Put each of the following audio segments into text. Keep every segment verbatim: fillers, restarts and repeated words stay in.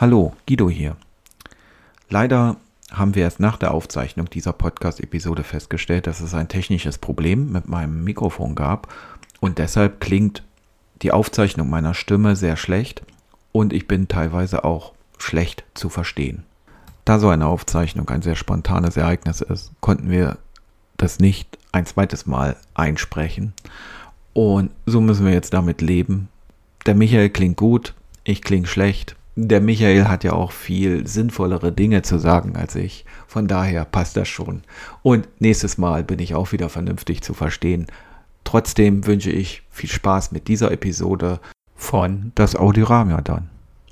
Hallo, Guido hier. Leider haben wir erst nach der Aufzeichnung dieser Podcast-Episode festgestellt, dass es ein technisches Problem mit meinem Mikrofon gab und deshalb klingt die Aufzeichnung meiner Stimme sehr schlecht und ich bin teilweise auch schlecht zu verstehen. Da so eine Aufzeichnung ein sehr spontanes Ereignis ist, konnten wir das nicht ein zweites Mal einsprechen und so müssen wir jetzt damit leben. Der Michael klingt gut, ich klinge schlecht. Der Michael hat ja auch viel sinnvollere Dinge zu sagen als ich. Von daher passt das schon. Und nächstes Mal bin ich auch wieder vernünftig zu verstehen. Trotzdem wünsche ich viel Spaß mit dieser Episode von Das Audioramadon.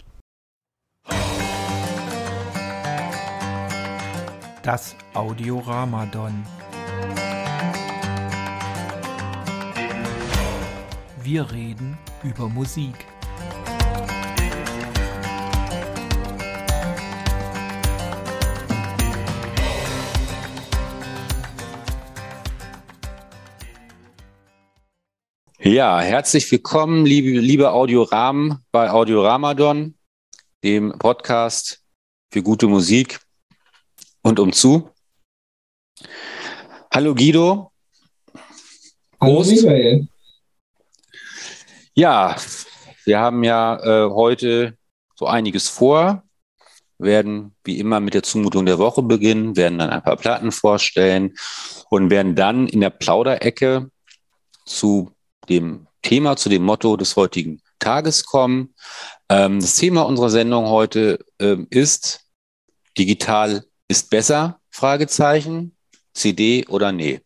Das Audioramadon. Wir reden über Musik. Ja, herzlich willkommen, liebe, liebe Audioramen bei Audioramadon, dem Podcast für gute Musik und umzu. Hallo Guido. Hallo Michael. Ja, wir haben ja äh, heute so einiges vor. Wir werden wie immer mit der Zumutung der Woche beginnen, werden dann ein paar Platten vorstellen und werden dann in der Plauderecke zu dem Thema, zu dem Motto des heutigen Tages kommen. Ähm, das Thema unserer Sendung heute ähm, ist: Digital ist besser? Fragezeichen. C D oder nee?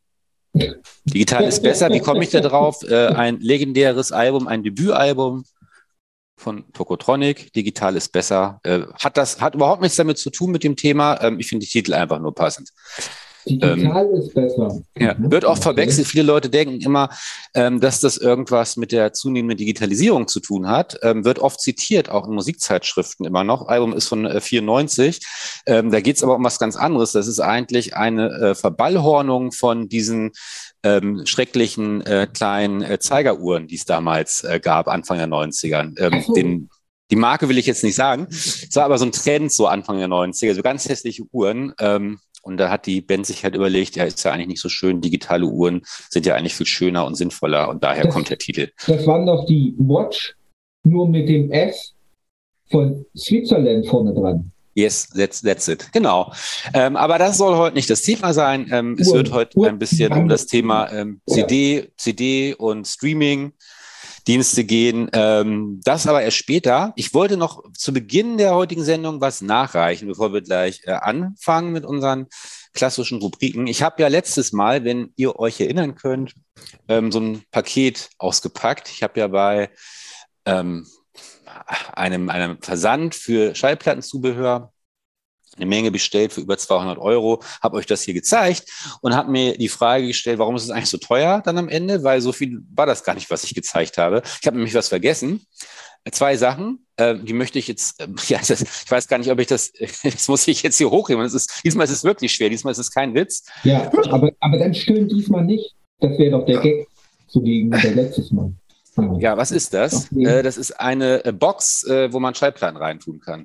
Digital ist besser. Wie komme ich da drauf? Äh, ein legendäres Album, ein Debütalbum von Tokotronic. Digital ist besser. Äh, hat das hat überhaupt nichts damit zu tun mit dem Thema. Ähm, ich finde die Titel einfach nur passend. Digital ähm, ist besser. Ja, wird oft verwechselt. Viele Leute denken immer, ähm, dass das irgendwas mit der zunehmenden Digitalisierung zu tun hat. Ähm, wird oft zitiert, auch in Musikzeitschriften immer noch. Album ist von äh, vierundneunzig. Ähm, da geht es aber um was ganz anderes. Das ist eigentlich eine äh, Verballhornung von diesen ähm, schrecklichen äh, kleinen äh, Zeigeruhren, die es damals äh, gab, Anfang der neunziger. Ähm, so. den, die Marke will ich jetzt nicht sagen. Es war aber so ein Trend so Anfang der neunziger, so ganz hässliche Uhren. Ähm, Und da hat die Band sich halt überlegt, ja, ist ja eigentlich nicht so schön, digitale Uhren sind ja eigentlich viel schöner und sinnvoller und daher das, kommt der Titel. Das waren doch die Watch, nur mit dem S von Switzerland vorne dran. Yes, that's, that's it, genau. Ähm, aber das soll heute nicht das Thema sein. Ähm, es wird heute ein bisschen um das Thema ähm, C D, C D und Streaming Dienste gehen. Ähm, das aber erst später. Ich wollte noch zu Beginn der heutigen Sendung was nachreichen, bevor wir gleich äh, anfangen mit unseren klassischen Rubriken. Ich habe ja letztes Mal, wenn ihr euch erinnern könnt, ähm, so ein Paket ausgepackt. Ich habe ja bei ähm, einem, einem Versand für Schallplattenzubehör eine Menge bestellt für über zweihundert Euro, habe euch das hier gezeigt und habe mir die Frage gestellt, warum ist es eigentlich so teuer dann am Ende, weil so viel war das gar nicht, was ich gezeigt habe. Ich habe nämlich was vergessen. Zwei Sachen, äh, die möchte ich jetzt, äh, ja, das, ich weiß gar nicht, ob ich das, das muss ich jetzt hier hochheben. Das ist, diesmal ist es wirklich schwer, diesmal ist es kein Witz. Ja, aber, aber dann stimmt diesmal nicht. Das wäre doch der Gag zugegen der letztes Mal. Ja, ja, was ist das? Okay. Äh, das ist eine äh, Box, äh, wo man Schallplatten reintun kann.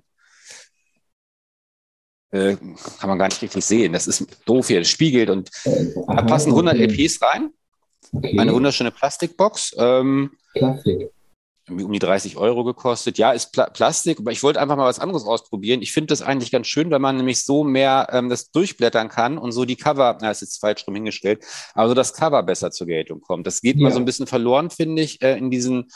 Äh, kann man gar nicht richtig sehen. Das ist doof hier, das spiegelt und äh, aha, da passen hundert okay. L Ps rein. Okay. Eine wunderschöne Plastikbox. Ähm, Plastik. Um die dreißig Euro gekostet. Ja, ist Pla- Plastik, aber ich wollte einfach mal was anderes ausprobieren. Ich finde das eigentlich ganz schön, weil man nämlich so mehr ähm, das durchblättern kann und so die Cover, na, ist jetzt falsch rum hingestellt, aber so das Cover besser zur Geltung kommt. Das geht ja. mal so ein bisschen verloren, finde ich, äh, in diesen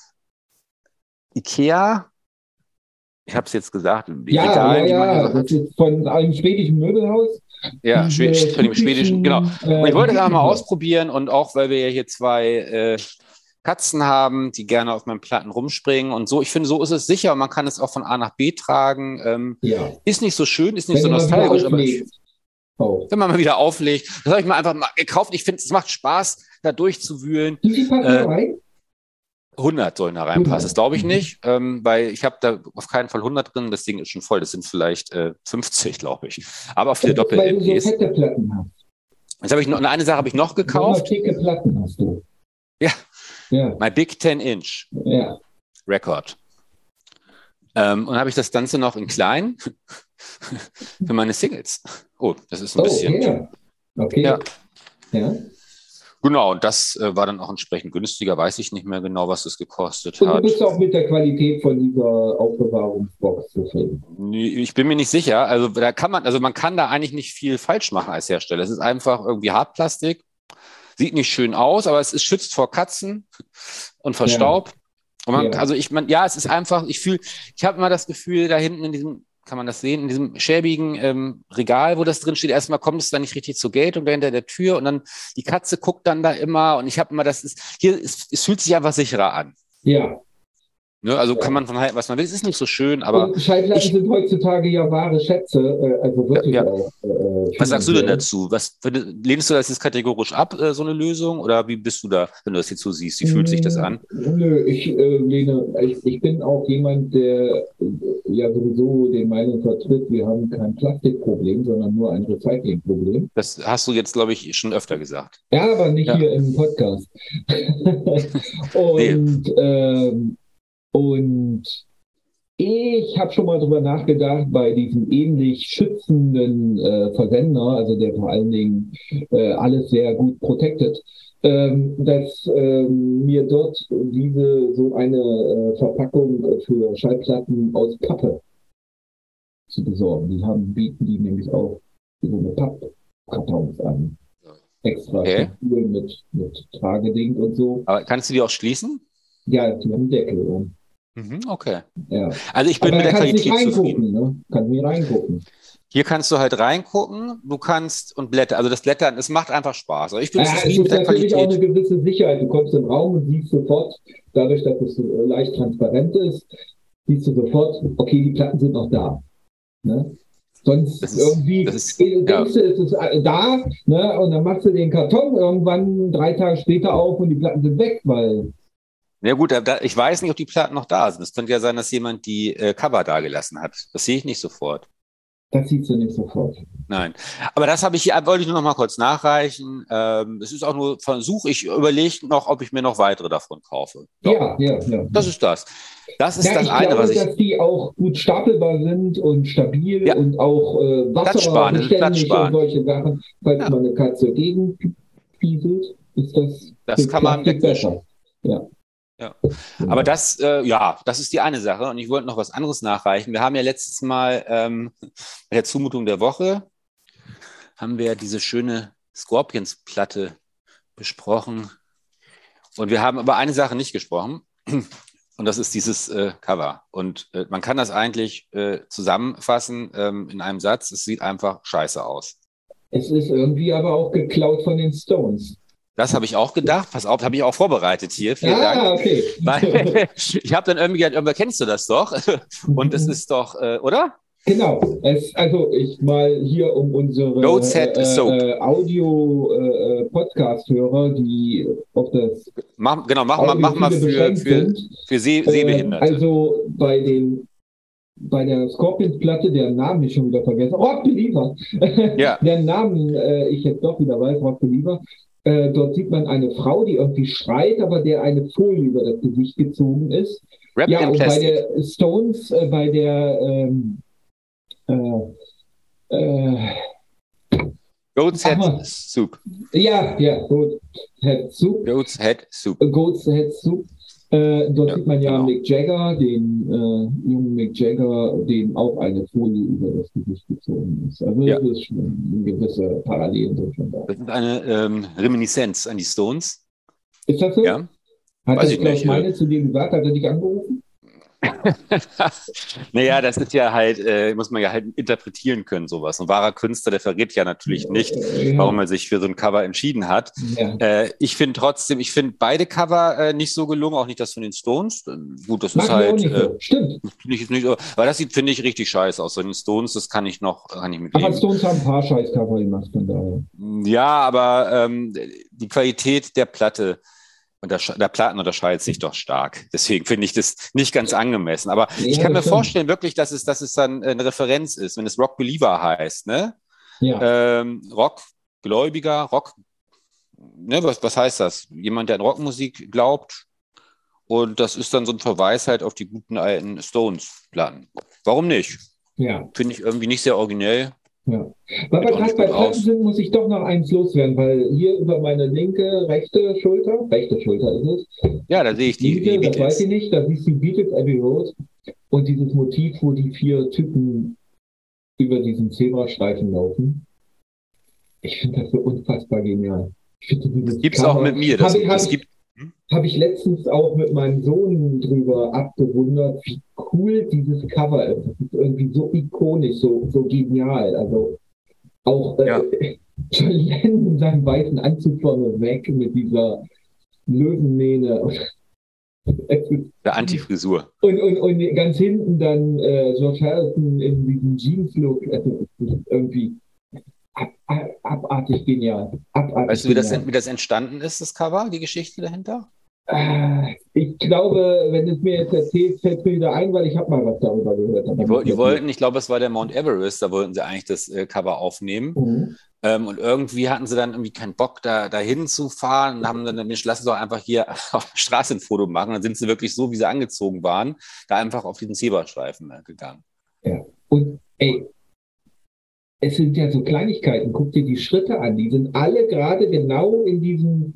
Ikea. Ich habe es jetzt gesagt. Ja, Regalen, ja, ja. So das ist von einem schwedischen Möbelhaus. Ja, Schwed- von dem schwedischen, genau. Und ich wollte es einfach mal ausprobieren und auch, weil wir ja hier zwei äh, Katzen haben, die gerne auf meinen Platten rumspringen und so. Ich finde, so ist es sicher und man kann es auch von A nach B tragen. Ähm, ja. Ist nicht so schön, ist nicht wenn so nostalgisch, aber ich, oh. wenn man mal wieder auflegt, das habe ich mir einfach mal gekauft. Ich finde, es macht Spaß, da durchzuwühlen. Wie viel passen da rein? hundert sollen da reinpassen, das glaube ich nicht, ähm, weil ich habe da auf keinen Fall hundert drin, das Ding ist schon voll, das sind vielleicht äh, fünfzig, glaube ich. Aber viele Doppel-L Ps. Weil du so fette Platten hast. Jetzt habe ich noch, eine Sache habe ich noch gekauft. Dicke Platten hast du. Ja, ja. My Big ten Inch ja. Record. Ähm, und habe ich das Ganze noch in klein für meine Singles. Oh, das ist ein Oh, bisschen. yeah. Okay. Ja. Ja. Genau, und das äh, war dann auch entsprechend günstiger. Weiß ich nicht mehr genau, was es gekostet Und du hat. bist auch mit der Qualität von dieser Aufbewahrungsbox zufrieden? Ich bin mir nicht sicher. Also da kann man, also man kann da eigentlich nicht viel falsch machen als Hersteller. Es ist einfach irgendwie Hartplastik. Sieht nicht schön aus, aber es ist schützt vor Katzen und vor Ja. Staub. Und man, Ja. also ich meine, ja, es ist einfach, ich fühle, ich habe immer das Gefühl, da hinten in diesem, kann man das sehen, in diesem schäbigen ähm, Regal, wo das drin steht, erstmal kommt es dann nicht richtig zur Gate und hinter der Tür und dann die Katze guckt dann da immer und ich habe immer, das ist, hier, es, es fühlt sich einfach sicherer an. Ja. Ne, also Ja. kann man von halten, was man will. Es ist nicht so schön, aber. Und Schallplatten ich, sind heutzutage ja wahre Schätze, äh, also wirklich ja, ja. auch. Äh, Was sagst du denn finanziell. dazu? Was, lehnst du das jetzt kategorisch ab, äh, so eine Lösung? Oder wie bist du da, wenn du das jetzt so siehst? Wie fühlt sich das an? Nö, ich äh, lehne, ich, ich bin auch jemand, der äh, ja sowieso die Meinung vertritt, wir haben kein Plastikproblem, sondern nur ein Recyclingproblem. Das hast du jetzt, glaube ich, schon öfter gesagt. Ja, aber nicht Ja. hier im Podcast. und, Nee. ähm, und ich habe schon mal drüber nachgedacht, bei diesem ähnlich schützenden äh, Versender, also der vor allen Dingen äh, alles sehr gut protected, ähm, dass ähm, mir dort diese so eine äh, Verpackung für Schallplatten aus Pappe zu besorgen. Die haben, bieten die nämlich auch so eine Pappkartons an. Extra Okay. Strukturen mit, mit Trageding und so. Aber kannst du die auch schließen? Ja, die haben einen Deckel um. Mhm, okay. Ja. Also ich bin Aber mit der kannst nicht Qualität zufrieden. reingucken, ne? Kannst nicht reingucken. Hier kannst du halt reingucken, du kannst und blättern. Also das Blättern, es macht einfach Spaß. Also ich bin Ja, es zufrieden ist mit der natürlich auch eine Qualität. gewisse Sicherheit. Du kommst in den Raum und siehst sofort, dadurch, dass es so leicht transparent ist, siehst du sofort, okay, die Platten sind noch da. Ne? Sonst Das ist- irgendwie das ist- denkst ja. du, es ist da, ne? Und dann machst du den Karton irgendwann drei Tage später auf und die Platten sind weg, weil Ja gut, da, da, ich weiß nicht, ob die Platten noch da sind. Es könnte ja sein, dass jemand die äh, Cover da gelassen hat. Das sehe ich nicht sofort. das siehst du nicht sofort. Nein. Aber das habe ich hier, wollte ich nur noch mal kurz nachreichen. Ähm, es ist auch nur Versuch. Ich überlege noch, ob ich mir noch weitere davon kaufe. Doch. Ja, ja, ja. Das ist das. Das ist Ja, das ich eine, glaube, was ich. dass die auch gut stapelbar sind und stabil Ja. und auch äh, Platzsparen, das ist wasserbeständig und Platzsparen. solche Sachen. Falls Ja. mal eine Katze gegenpieselt, ist das, Das für kann man Plastik wegwischen. besser. Ja. Ja. Aber das, äh, ja, das ist die eine Sache. Und ich wollte noch was anderes nachreichen. Wir haben ja letztes Mal ähm, bei der Zumutung der Woche haben wir diese schöne Scorpions-Platte besprochen. Und wir haben über eine Sache nicht gesprochen. Und das ist dieses äh, Cover. Und äh, man kann das eigentlich äh, zusammenfassen ähm, in einem Satz. Es sieht einfach scheiße aus. Es ist irgendwie aber auch geklaut von den Stones. Das habe ich auch gedacht. Pass auf, habe ich auch vorbereitet hier. Vielen ah, Dank. okay. Weil, ich habe dann irgendwie gedacht, irgendwer kennst du das doch? Und es ist doch, äh, oder? Genau. Es, also ich mal hier um unsere Goat's Head äh, Soap. äh, Audio-Podcast-Hörer, die auf das Mach, genau, mach mal, mach mal für, beschränkt für, sind. für Seh Äh, Sehbehinderte. also bei den bei der Scorpions-Platte, deren Namen ich schon wieder vergessen, Rock Believer, Ja. deren Namen äh, ich jetzt doch wieder weiß, Rock Believer, äh, dort sieht man eine Frau, die irgendwie schreit, aber der eine Folie über das Gesicht gezogen ist. Wrapped Ja, in und bei Plastic. der Stones, äh, bei der ähm, äh, äh, Goat's Head Ach. Soup. ja, ja, Goat Head Soup, Goat's Head Soup. Goat's Head Soup. Äh, dort Ja, sieht man ja genau. Mick Jagger, den äh, jungen Mick Jagger, dem auch eine Folie über das Gesicht gezogen ist. Also Ja. das ist schon eine gewisse Parallelen sind schon da. Das ist eine ähm, Reminiszenz an die Stones. Ist das so? Ja. Hat weiß das ich Klaus nicht, Meine zu dir gesagt? Hat er dich angerufen? Naja, das ist ja halt, äh, muss man ja halt interpretieren können, sowas. Ein wahrer Künstler, der verrät ja natürlich nicht, Äh, ja. warum er sich für so ein Cover entschieden hat. Ja. Äh, ich finde trotzdem, ich finde beide Cover äh, nicht so gelungen, auch nicht das von den Stones. Äh, Gut, das Mag ist mir auch halt, nicht äh, so. Stimmt. finde ich jetzt nicht, aber das sieht, finde ich, richtig scheiße aus. Von den Stones, das kann ich noch, kann ich Aber mitleben. Stones haben ein paar Scheißcover gemacht, von daher. Ja, aber ähm, die Qualität der Platte und der, der Platten unterscheidet sich doch stark. Deswegen finde ich das nicht ganz angemessen. Aber Ja, ich kann mir das stimmt. vorstellen, wirklich, dass es, dass es dann eine Referenz ist, wenn es Rock Believer heißt, ne? Ja. Ähm, Rockgläubiger, Rock, ne, was, was heißt das? Jemand, der an Rockmusik glaubt und das ist dann so ein Verweis halt auf die guten alten Stones-Platten. Warum nicht? Ja. Finde ich irgendwie nicht sehr originell. Ja. Weil wir gerade bei Platten sind, muss ich doch noch eins loswerden, weil hier über meine linke, rechte Schulter, rechte Schulter ist es. Ja, da sehe ich die, Linke, die das weiß ich nicht, da siehst du Beatles Abbey Road und dieses Motiv, wo die vier Typen über diesen Zebrastreifen laufen. Ich finde das so unfassbar genial. Das gibt es auch mit mir. Das, habe das ich, gibt Habe ich letztens auch mit meinem Sohn drüber abgewundert, wie cool dieses Cover ist. Das ist irgendwie so ikonisch, so, so genial. Also auch äh, ja. John Lennon in seinem weißen Anzug vorne weg mit dieser Löwenmähne. Der Antifrisur. Und, und, und ganz hinten dann äh, George Harrison in diesem Jeans-Look. Also irgendwie ab, ab, abartig genial. Abartig weißt du, wie das, genial. wie das entstanden ist, das Cover, die Geschichte dahinter? Ich glaube, wenn es mir jetzt erzählt, fällt es mir wieder ein, weil ich habe mal was darüber gehört. Die, wollten, die wollten, ich glaube, es war der Mount Everest, da wollten sie eigentlich das äh, Cover aufnehmen. Mhm. Ähm, und irgendwie hatten sie dann irgendwie keinen Bock, da dahin zu fahren und haben dann, Mensch, lass uns doch einfach hier auf der Straße ein Foto machen. Und dann sind sie wirklich so, wie sie angezogen waren, da einfach auf diesen Zebrastreifen äh, gegangen. Ja, und ey, es sind ja so Kleinigkeiten. Guck dir die Schritte an. Die sind alle gerade genau in diesem,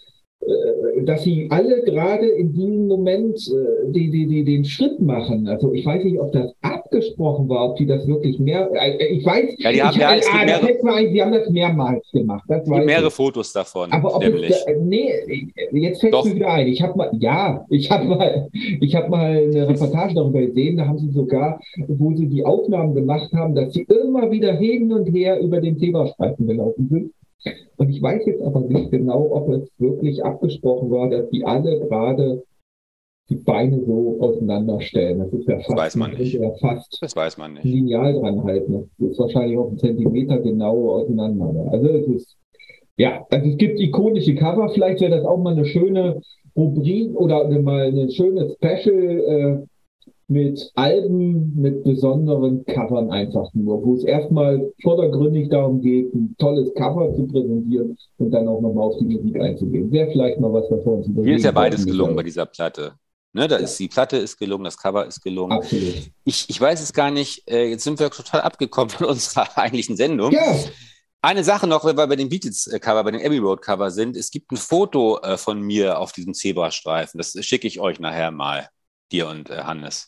äh, dass sie alle gerade in diesem Moment äh, die, die, die, den Schritt machen. Also ich weiß nicht, ob das abgesprochen war, ob die das wirklich mehr, äh, ich weiß, ja, die haben, ich, ja, es ah, gibt mehrere, das ein, die haben das mehrmals gemacht. Das es gibt mehrere ich. Fotos davon. Aber ob es, äh, nee, jetzt fällt es mir wieder ein. Ich habe mal, ja, ich habe mal, ich habe mal eine Reportage darüber gesehen, da haben sie sogar, wo sie die Aufnahmen gemacht haben, dass sie immer wieder hin und her über den Zebrastreifen gelaufen sind. Und ich weiß jetzt aber nicht genau, ob es wirklich abgesprochen war, dass die alle gerade die Beine so auseinanderstellen. Das ist ja fast, das weiß man nicht. Ja fast das weiß man nicht. Lineal dran halten. Das ist wahrscheinlich auch ein Zentimeter genau auseinander. Also es ist, ja, also es gibt ikonische Cover. Vielleicht wäre das auch mal eine schöne Rubrik oder mal eine schöne Special äh, mit Alben, mit besonderen Covern einfach nur, wo es erstmal vordergründig darum geht, ein tolles Cover zu präsentieren und dann auch nochmal auf die Musik einzugehen. Wäre vielleicht mal was davon zu überlegen. Mir ist ja beides gelungen bei dieser Platte. Ne, da ja. ist die Platte ist gelungen, das Cover ist gelungen. Absolut. Ich, ich weiß es gar nicht, äh, jetzt sind wir total abgekommen von unserer eigentlichen Sendung. Ja. Eine Sache noch, weil wir bei den Beatles-Cover, bei den Abbey Road-Cover sind, es gibt ein Foto äh, von mir auf diesem Zebrastreifen. Das schicke ich euch nachher mal, dir und äh, Hannes.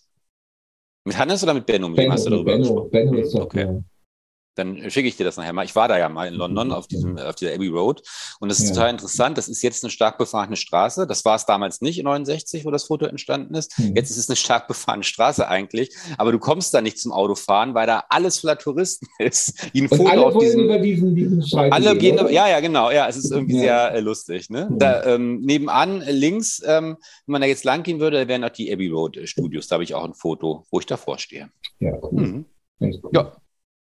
Mit Hannes oder mit Benno? Mit Benno, hast du darüber Benno, gesprochen? Benno ist doch okay. Klar. Dann schicke ich dir das nachher mal. Ich war da ja mal in London auf diesem, auf dieser Abbey Road. Und das ist ja. total interessant. Das ist jetzt eine stark befahrene Straße. Das war es damals nicht in neunundsechzig, wo das Foto entstanden ist. Mhm. Jetzt ist es eine stark befahrene Straße eigentlich. Aber du kommst da nicht zum Autofahren, weil da alles voller Touristen ist. Die ein Und Foto alle auf diesen, über diesen, diesen Streifen alle gehen, oder? ja, ja, genau. Ja, es ist irgendwie Ja. sehr äh, lustig. Ne? Ja. Da, ähm, nebenan, äh, links, ähm, wenn man da jetzt lang gehen würde, da wären auch die Abbey Road äh, Studios. Da habe ich auch ein Foto, wo ich davor stehe. Ja, cool. Mhm. Echt cool. Ja.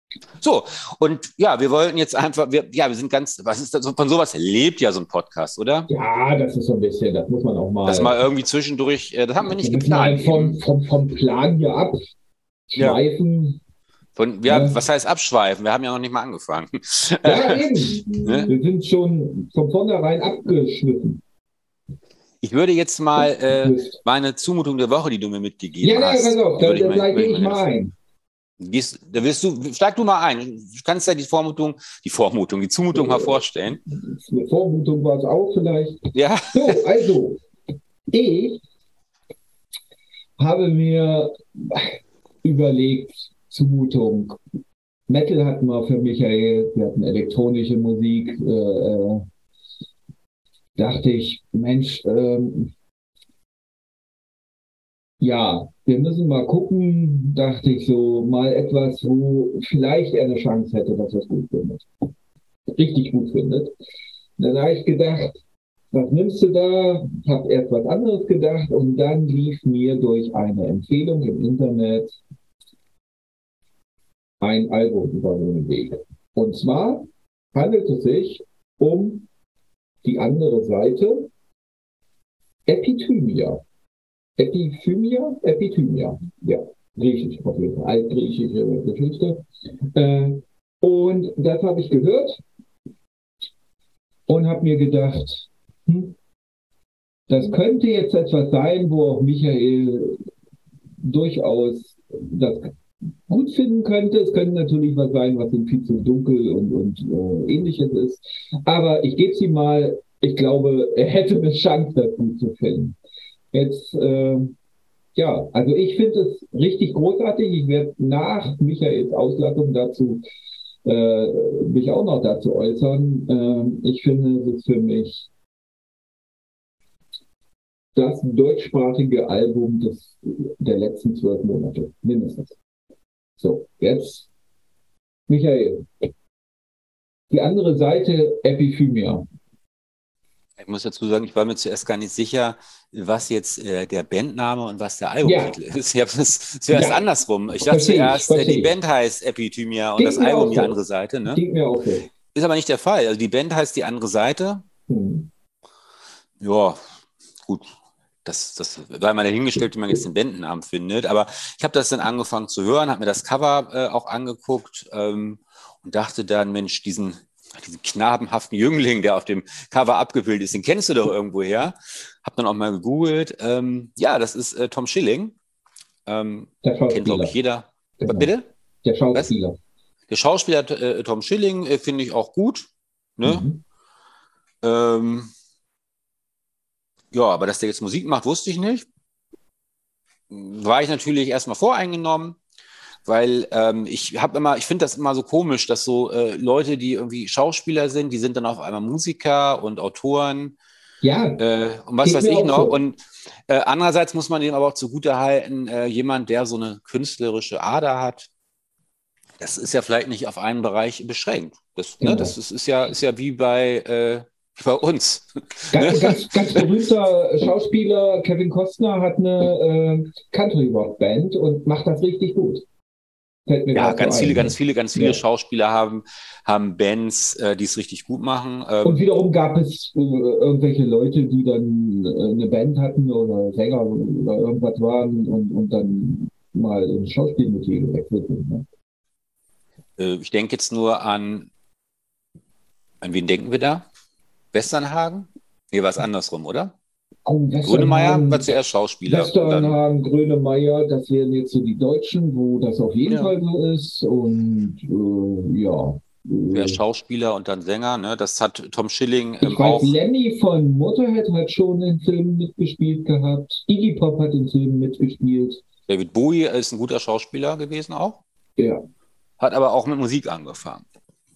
So, und ja, wir wollten jetzt einfach, wir, ja, wir sind ganz, was ist das, von sowas lebt ja so ein Podcast, oder? Ja, das ist so ein bisschen, das muss man auch mal. Das mal irgendwie zwischendurch, äh, das haben wir nicht wir geplant. Halt vom, vom, vom Plan hier abschweifen. Ja. Von, ja, ja, was heißt abschweifen? Wir haben ja noch nicht mal angefangen. Ja, eben. Ne? Wir sind schon von vornherein abgeschnitten. Ich würde jetzt mal äh, meine Zumutung der Woche, die du mir mitgegeben ja, hast. Ja, pass auf, dann leite ich mal ein. Gehst, da willst du, steig du mal ein. Du kannst ja die Vormutung, die Vormutung, die Zumutung mal vorstellen. Eine Vormutung war es auch vielleicht. Ja. So, also, ich habe mir überlegt, Zumutung. Metal hatten wir für Michael, wir hatten elektronische Musik. Äh, dachte ich, Mensch, ähm, ja, wir müssen mal gucken, dachte ich so, mal etwas, wo vielleicht er eine Chance hätte, dass er es gut findet. Richtig gut findet. Dann habe ich gedacht, was nimmst du da? Habe erst was anderes gedacht und dann lief mir durch eine Empfehlung im Internet ein Album über den Weg. Und zwar handelt es sich um die andere Seite, Epithymia. Epithymia? Epithymia, ja, griechisch, auf jeden Fall, altgriechische Geschichte. Äh, und das habe ich gehört und habe mir gedacht, hm, Das könnte jetzt etwas sein, wo auch Michael durchaus das gut finden könnte. Es könnte natürlich was sein, was ihm viel zu dunkel und, und äh, ähnliches ist. Aber ich gebe es ihm mal, ich glaube, er hätte eine Chance, das gut zu finden. Jetzt, äh, ja, also ich finde es richtig großartig. Ich werde nach Michaels Auslassung dazu äh, mich auch noch dazu äußern. Äh, ich finde, es ist für mich das deutschsprachige Album des, der letzten zwölf Monate, mindestens. So, jetzt Michael. Die andere Seite, Epithymia. Ich muss dazu sagen, ich war mir zuerst gar nicht sicher, was jetzt äh, der Bandname und was der Albumtitel ja. ist. Ich habe das zuerst ja. andersrum. Ich dachte verstehe zuerst, ich, die Band heißt Epithymia und Geht das Album die so. andere Seite. Ne? Mir auch so. Ist aber nicht der Fall. Also die Band heißt die andere Seite. Hm. Ja, gut. Das, das sei mal dahingestellt, wie man jetzt den Bandnamen findet. Aber ich habe das dann angefangen zu hören, habe mir das Cover äh, auch angeguckt ähm, und dachte dann, Mensch, diesen, diesen knabenhaften Jüngling, der auf dem Cover abgebildet ist, den kennst du doch irgendwoher. Habe dann auch mal gegoogelt. Ähm, ja, das ist äh, Tom Schilling. Ähm, kennt, glaube ich, jeder. Genau. Bitte? Der Schauspieler. Was? Der Schauspieler äh, Tom Schilling äh, finde ich auch gut. Ne? Mhm. Ähm, Ja, aber dass der jetzt Musik macht, wusste ich nicht. War ich natürlich erstmal voreingenommen, weil ähm, ich habe immer, ich finde das immer so komisch, dass so äh, Leute, die irgendwie Schauspieler sind, die sind dann auf einmal Musiker und Autoren. Ja. Äh, und was weiß ich noch. So. Und äh, andererseits muss man dem aber auch zugutehalten, äh, jemand, der so eine künstlerische Ader hat, das ist ja vielleicht nicht auf einen Bereich beschränkt. Das, genau. ne, das ist, ist, ja, ist ja wie bei äh, Bei uns. Ganz, ganz, ganz berühmter Schauspieler Kevin Costner hat eine äh, Country-Rock-Band und macht das richtig gut. Fällt mir ja, ganz so viele, ein. ganz viele, ganz viele ja. Schauspieler haben, haben Bands, äh, die es richtig gut machen. Ähm, und wiederum gab es äh, irgendwelche Leute, die dann äh, eine Band hatten oder Sänger oder irgendwas waren und, und dann mal ins Schauspielmetier gewechselt sind. Ne? Äh, ich denke jetzt nur an, an wen denken wir da? Westernhagen? Nee, war es andersrum, oder? Oh, Grönemeyer war zuerst Schauspieler. Westernhagen, Grönemeyer, das wären jetzt so die Deutschen, wo das auf jeden ja. Fall so ist. Und äh, ja. Der Schauspieler und dann Sänger, ne? Das hat Tom Schilling ähm, ich weiß, auch. Lemmy von Motorhead hat schon in Filmen mitgespielt gehabt. Iggy Pop hat in Filmen mitgespielt. David Bowie ist ein guter Schauspieler gewesen auch. Ja. Hat aber auch mit Musik angefangen.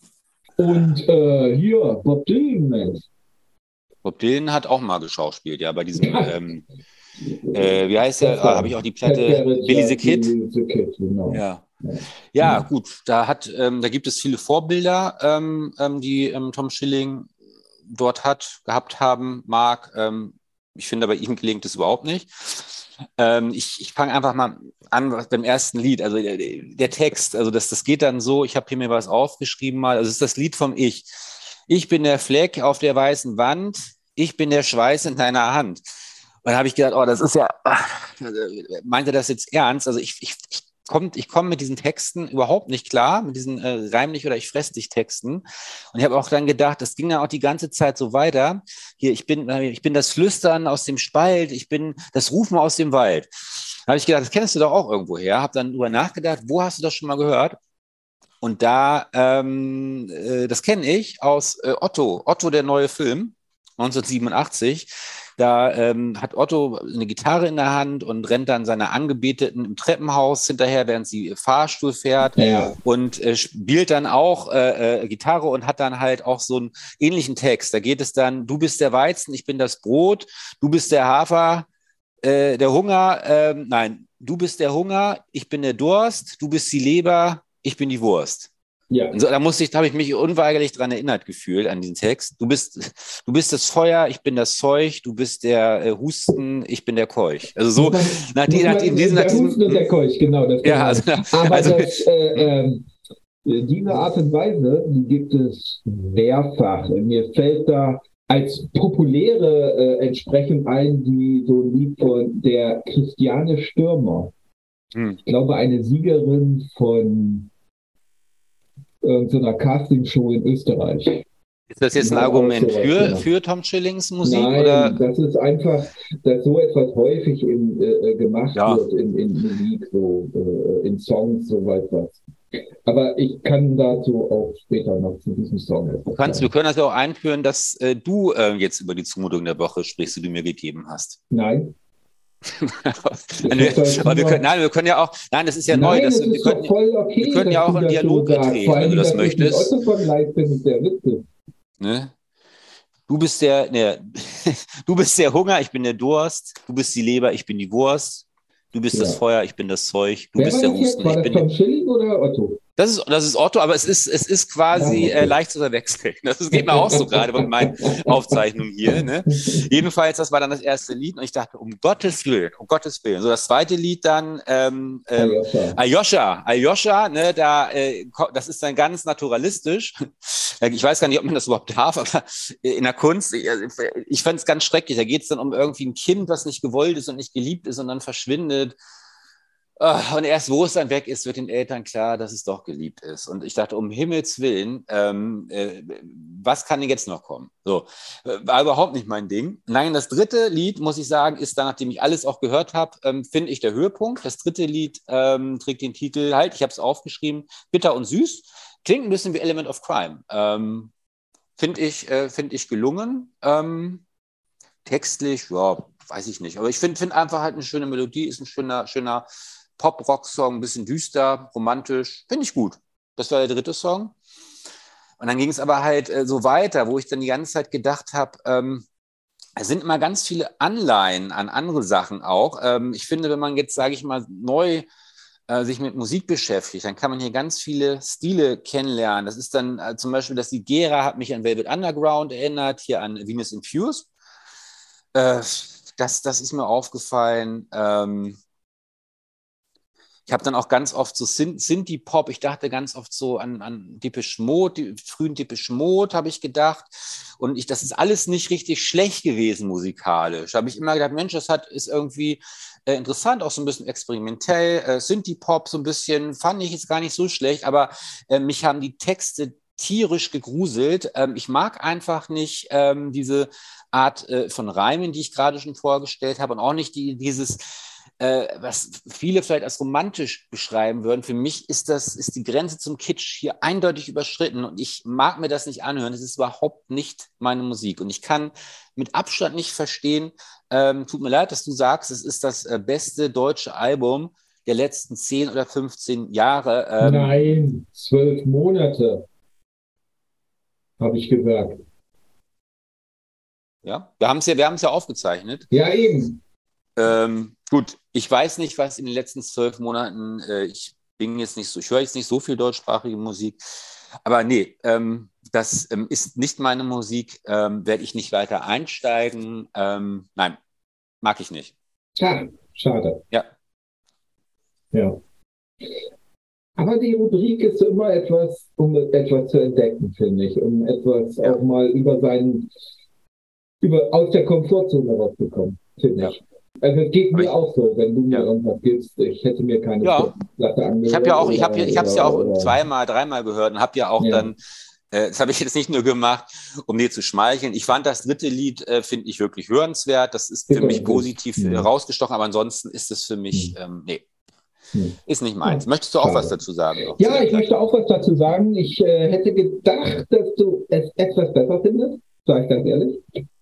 Und äh, hier, Bob Dylan, Mensch. Bob Dylan hat auch mal geschauspielt, ja, bei diesem, ähm, äh, wie heißt der, ah, habe ich auch die Platte, Billy the Kid. Billy the Kid, genau. Ja. Ja. ja, gut, da hat, ähm, da gibt es viele Vorbilder, ähm, ähm, die ähm, Tom Schilling dort hat, gehabt haben, mag. Ähm, ich finde, bei ihm gelingt es überhaupt nicht. Ähm, ich ich fange einfach mal an beim ersten Lied, also der, der Text, also das, das geht dann so, ich habe hier mir was aufgeschrieben mal, also es ist das Lied vom Ich. Ich bin der Fleck auf der weißen Wand, ich bin der Schweiß in deiner Hand. Und dann habe ich gedacht, oh, das ist ja, meint er das jetzt ernst? Also ich, ich, ich komme ich komm mit diesen Texten überhaupt nicht klar, mit diesen äh, Reim dich oder ich fress dich Texten. Und ich habe auch dann gedacht, das ging dann auch die ganze Zeit so weiter. Hier, ich bin, ich bin das Flüstern aus dem Spalt, ich bin das Rufen aus dem Wald. Da habe ich gedacht, das kennst du doch auch irgendwo her. Habe dann drüber nachgedacht, wo hast du das schon mal gehört? Und da, ähm, äh, das kenne ich aus äh, Otto, Otto, der neue Film, neunzehnhundertsiebenundachtzig. Da ähm, hat Otto eine Gitarre in der Hand und rennt dann seiner Angebeteten im Treppenhaus hinterher, während sie Fahrstuhl fährt ja. und äh, spielt dann auch äh, äh, Gitarre und hat dann halt auch so einen ähnlichen Text. Da geht es dann, du bist der Weizen, ich bin das Brot, du bist der Hafer, äh, der Hunger, äh, nein, du bist der Hunger, ich bin der Durst, du bist die Leber, ich bin die Wurst. Ja. Und so, da musste ich, da habe ich mich unweigerlich daran erinnert gefühlt, an diesen Text. Du bist, du bist das Feuer, ich bin das Zeug, du bist der äh, Husten, ich bin der Keuch. Also so, nach, die, nach, die, diesen, der nach diesem... Husten und der Keuch, genau. Das ja, also, Aber also, das, äh, äh, diese Art und Weise, die gibt es mehrfach. Mir fällt da als populäre äh, entsprechend ein, die so ein Lied von der Christiane Stürmer. Hm. Ich glaube, eine Siegerin von so einer Castingshow in Österreich. Ist das jetzt ein Argument für, für Tom Schillings Musik? Nein, oder? Das ist einfach, dass so etwas häufig in, äh, gemacht ja. wird in, in Musik, so äh, in Songs, so was. Aber ich kann dazu auch später noch zu diesem Song. Du kannst, wir können das ja auch einführen, dass äh, du äh, jetzt über die Zumutung der Woche sprichst, die du mir gegeben hast. Nein. aber wir können, nein, wir können ja auch, nein, das ist ja nein, neu. Das, das wir, ist können, voll okay, wir können ja auch einen Dialog treten, wenn du das möchtest. Ne? Du bist der, ne, du bist der Hunger, ich bin der Durst. Du bist die Leber, ich bin die Wurst. Du bist ja. das Feuer, ich bin das Zeug. Du Wer bist der Husten. War ich das bin Tom Schilling oder Otto? Das ist, das ist Otto, aber es ist, es ist quasi ja, okay. äh, leicht zu verwechseln. Das geht mir auch so gerade bei meinen Aufzeichnungen hier. Ne? Jedenfalls, das war dann das erste Lied und ich dachte, um Gottes Willen, um Gottes Willen. So, das zweite Lied dann, ähm, ähm, Aljoscha. Aljoscha, ne, da, äh, das ist dann ganz naturalistisch. Ich weiß gar nicht, ob man das überhaupt darf, aber in der Kunst, ich, ich fand es ganz schrecklich. Da geht es dann um irgendwie ein Kind, was nicht gewollt ist und nicht geliebt ist und dann verschwindet. Und erst, wo es dann weg ist, wird den Eltern klar, dass es doch geliebt ist. Und ich dachte, um Himmels Willen, ähm, äh, was kann denn jetzt noch kommen? So, war überhaupt nicht mein Ding. Nein, das dritte Lied, muss ich sagen, ist dann, nachdem ich alles auch gehört habe, ähm, finde ich der Höhepunkt. Das dritte Lied ähm, trägt den Titel, halt, ich habe es aufgeschrieben, Bitter und Süß. Klingt ein bisschen wie Element of Crime. Ähm, finde ich, äh, find ich gelungen. Ähm, textlich, ja, weiß ich nicht. Aber ich finde find einfach halt eine schöne Melodie, ist ein schöner, schöner Pop-Rock-Song, ein bisschen düster, romantisch, finde ich gut. Das war der dritte Song. Und dann ging es aber halt äh, so weiter, wo ich dann die ganze Zeit gedacht habe, ähm, es sind immer ganz viele Anleihen an andere Sachen auch. Ähm, ich finde, wenn man jetzt, sage ich mal, neu äh, sich mit Musik beschäftigt, dann kann man hier ganz viele Stile kennenlernen. Das ist dann äh, zum Beispiel, das Lied Gera hat mich an Velvet Underground erinnert, hier an Venus Infused. Äh, das, das ist mir aufgefallen. Ähm, Ich habe dann auch ganz oft so Synthie-Pop, ich dachte ganz oft so an, an Depeche Mode, die frühen Depeche Mode habe ich gedacht. Und ich, das ist alles nicht richtig schlecht gewesen musikalisch. Da habe ich immer gedacht, Mensch, das hat, ist irgendwie äh, interessant, auch so ein bisschen experimentell. Äh, Synthie-Pop so ein bisschen, fand ich jetzt gar nicht so schlecht, aber äh, mich haben die Texte tierisch gegruselt. Ähm, ich mag einfach nicht ähm, diese Art äh, von Reimen, die ich gerade schon vorgestellt habe und auch nicht die, dieses Äh, was viele vielleicht als romantisch beschreiben würden. Für mich ist das, ist die Grenze zum Kitsch hier eindeutig überschritten und ich mag mir das nicht anhören. Es ist überhaupt nicht meine Musik und ich kann mit Abstand nicht verstehen, ähm, tut mir leid, dass du sagst, es ist das äh, beste deutsche Album der letzten zehn oder fünfzehn Jahre. Ähm, Nein, zwölf Monate, habe ich gesagt. Ja, wir haben es ja, wir haben es ja aufgezeichnet. Ja, eben. Ähm, gut, ich weiß nicht, was in den letzten zwölf Monaten, äh, ich bin jetzt nicht so, ich höre jetzt nicht so viel deutschsprachige Musik, aber nee, ähm, das ähm, ist nicht meine Musik, ähm, werde ich nicht weiter einsteigen. Ähm, nein, mag ich nicht. Schade, schade. Ja. Ja. Aber die Rubrik ist immer etwas, um etwas zu entdecken, finde ich, um etwas ja. auch mal über seinen, über, aus der Komfortzone rauszukommen, finde ja. ich. Also es geht mir ich, auch so, wenn du mir ja. irgendwas gibst, ich hätte mir keine ja. Platte angehört. Ich habe ja auch, ich habe ich habe es ja auch oder, zweimal, dreimal gehört und habe ja auch ja. dann, äh, das habe ich jetzt nicht nur gemacht, um dir zu schmeicheln. Ich fand das dritte Lied, äh, finde ich wirklich hörenswert. Das ist für mich positiv ja. rausgestochen, aber ansonsten ist es für mich, ja. ähm, nee, ja. ist nicht meins. Ja. Möchtest du auch Schade. was dazu sagen? Ja, ich möchte auch was dazu sagen. Ich äh, hätte gedacht, dass du es etwas besser findest, sage ich ganz ehrlich.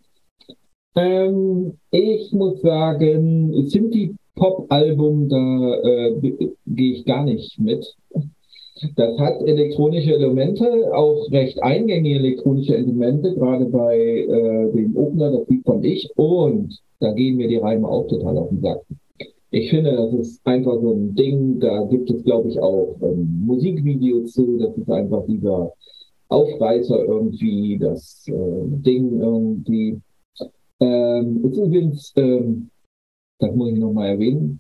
Ähm, ich muss sagen, Synthie-Pop-Album, da äh, gehe ich gar nicht mit. Das hat elektronische Elemente, auch recht eingängige elektronische Elemente, gerade bei äh, dem Opener, das Lied von Ich. Und da gehen mir die Reime auch total auf den Sack. Ich finde, das ist einfach so ein Ding, da gibt es, glaube ich, auch ähm, Musikvideos zu. Das ist einfach dieser Aufreißer irgendwie, das äh, Ding irgendwie. Ähm, ist übrigens, ähm, das muss ich nochmal erwähnen,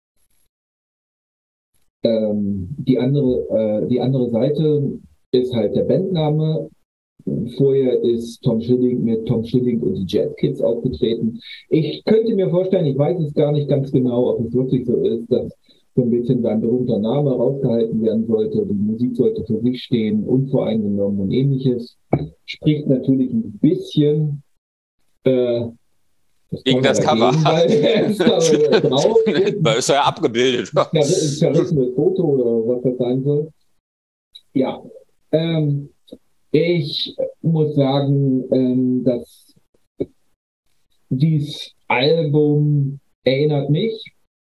ähm, die andere, äh, die andere Seite ist halt der Bandname. Vorher ist Tom Schilling mit Tom Schilling und die Jazz Kids aufgetreten. Ich könnte mir vorstellen, ich weiß es gar nicht ganz genau, ob es wirklich so ist, dass so ein bisschen sein berühmter Name rausgehalten werden sollte. Die Musik sollte für sich stehen, unvoreingenommen und ähnliches. Spricht natürlich ein bisschen äh, das gegen das Cover. Dagegen, weil es da drauf ist. Ist ja abgebildet. Ein zerrissenes Foto oder was das sein soll. Ja, ähm, ich muss sagen, ähm, dass dieses Album erinnert mich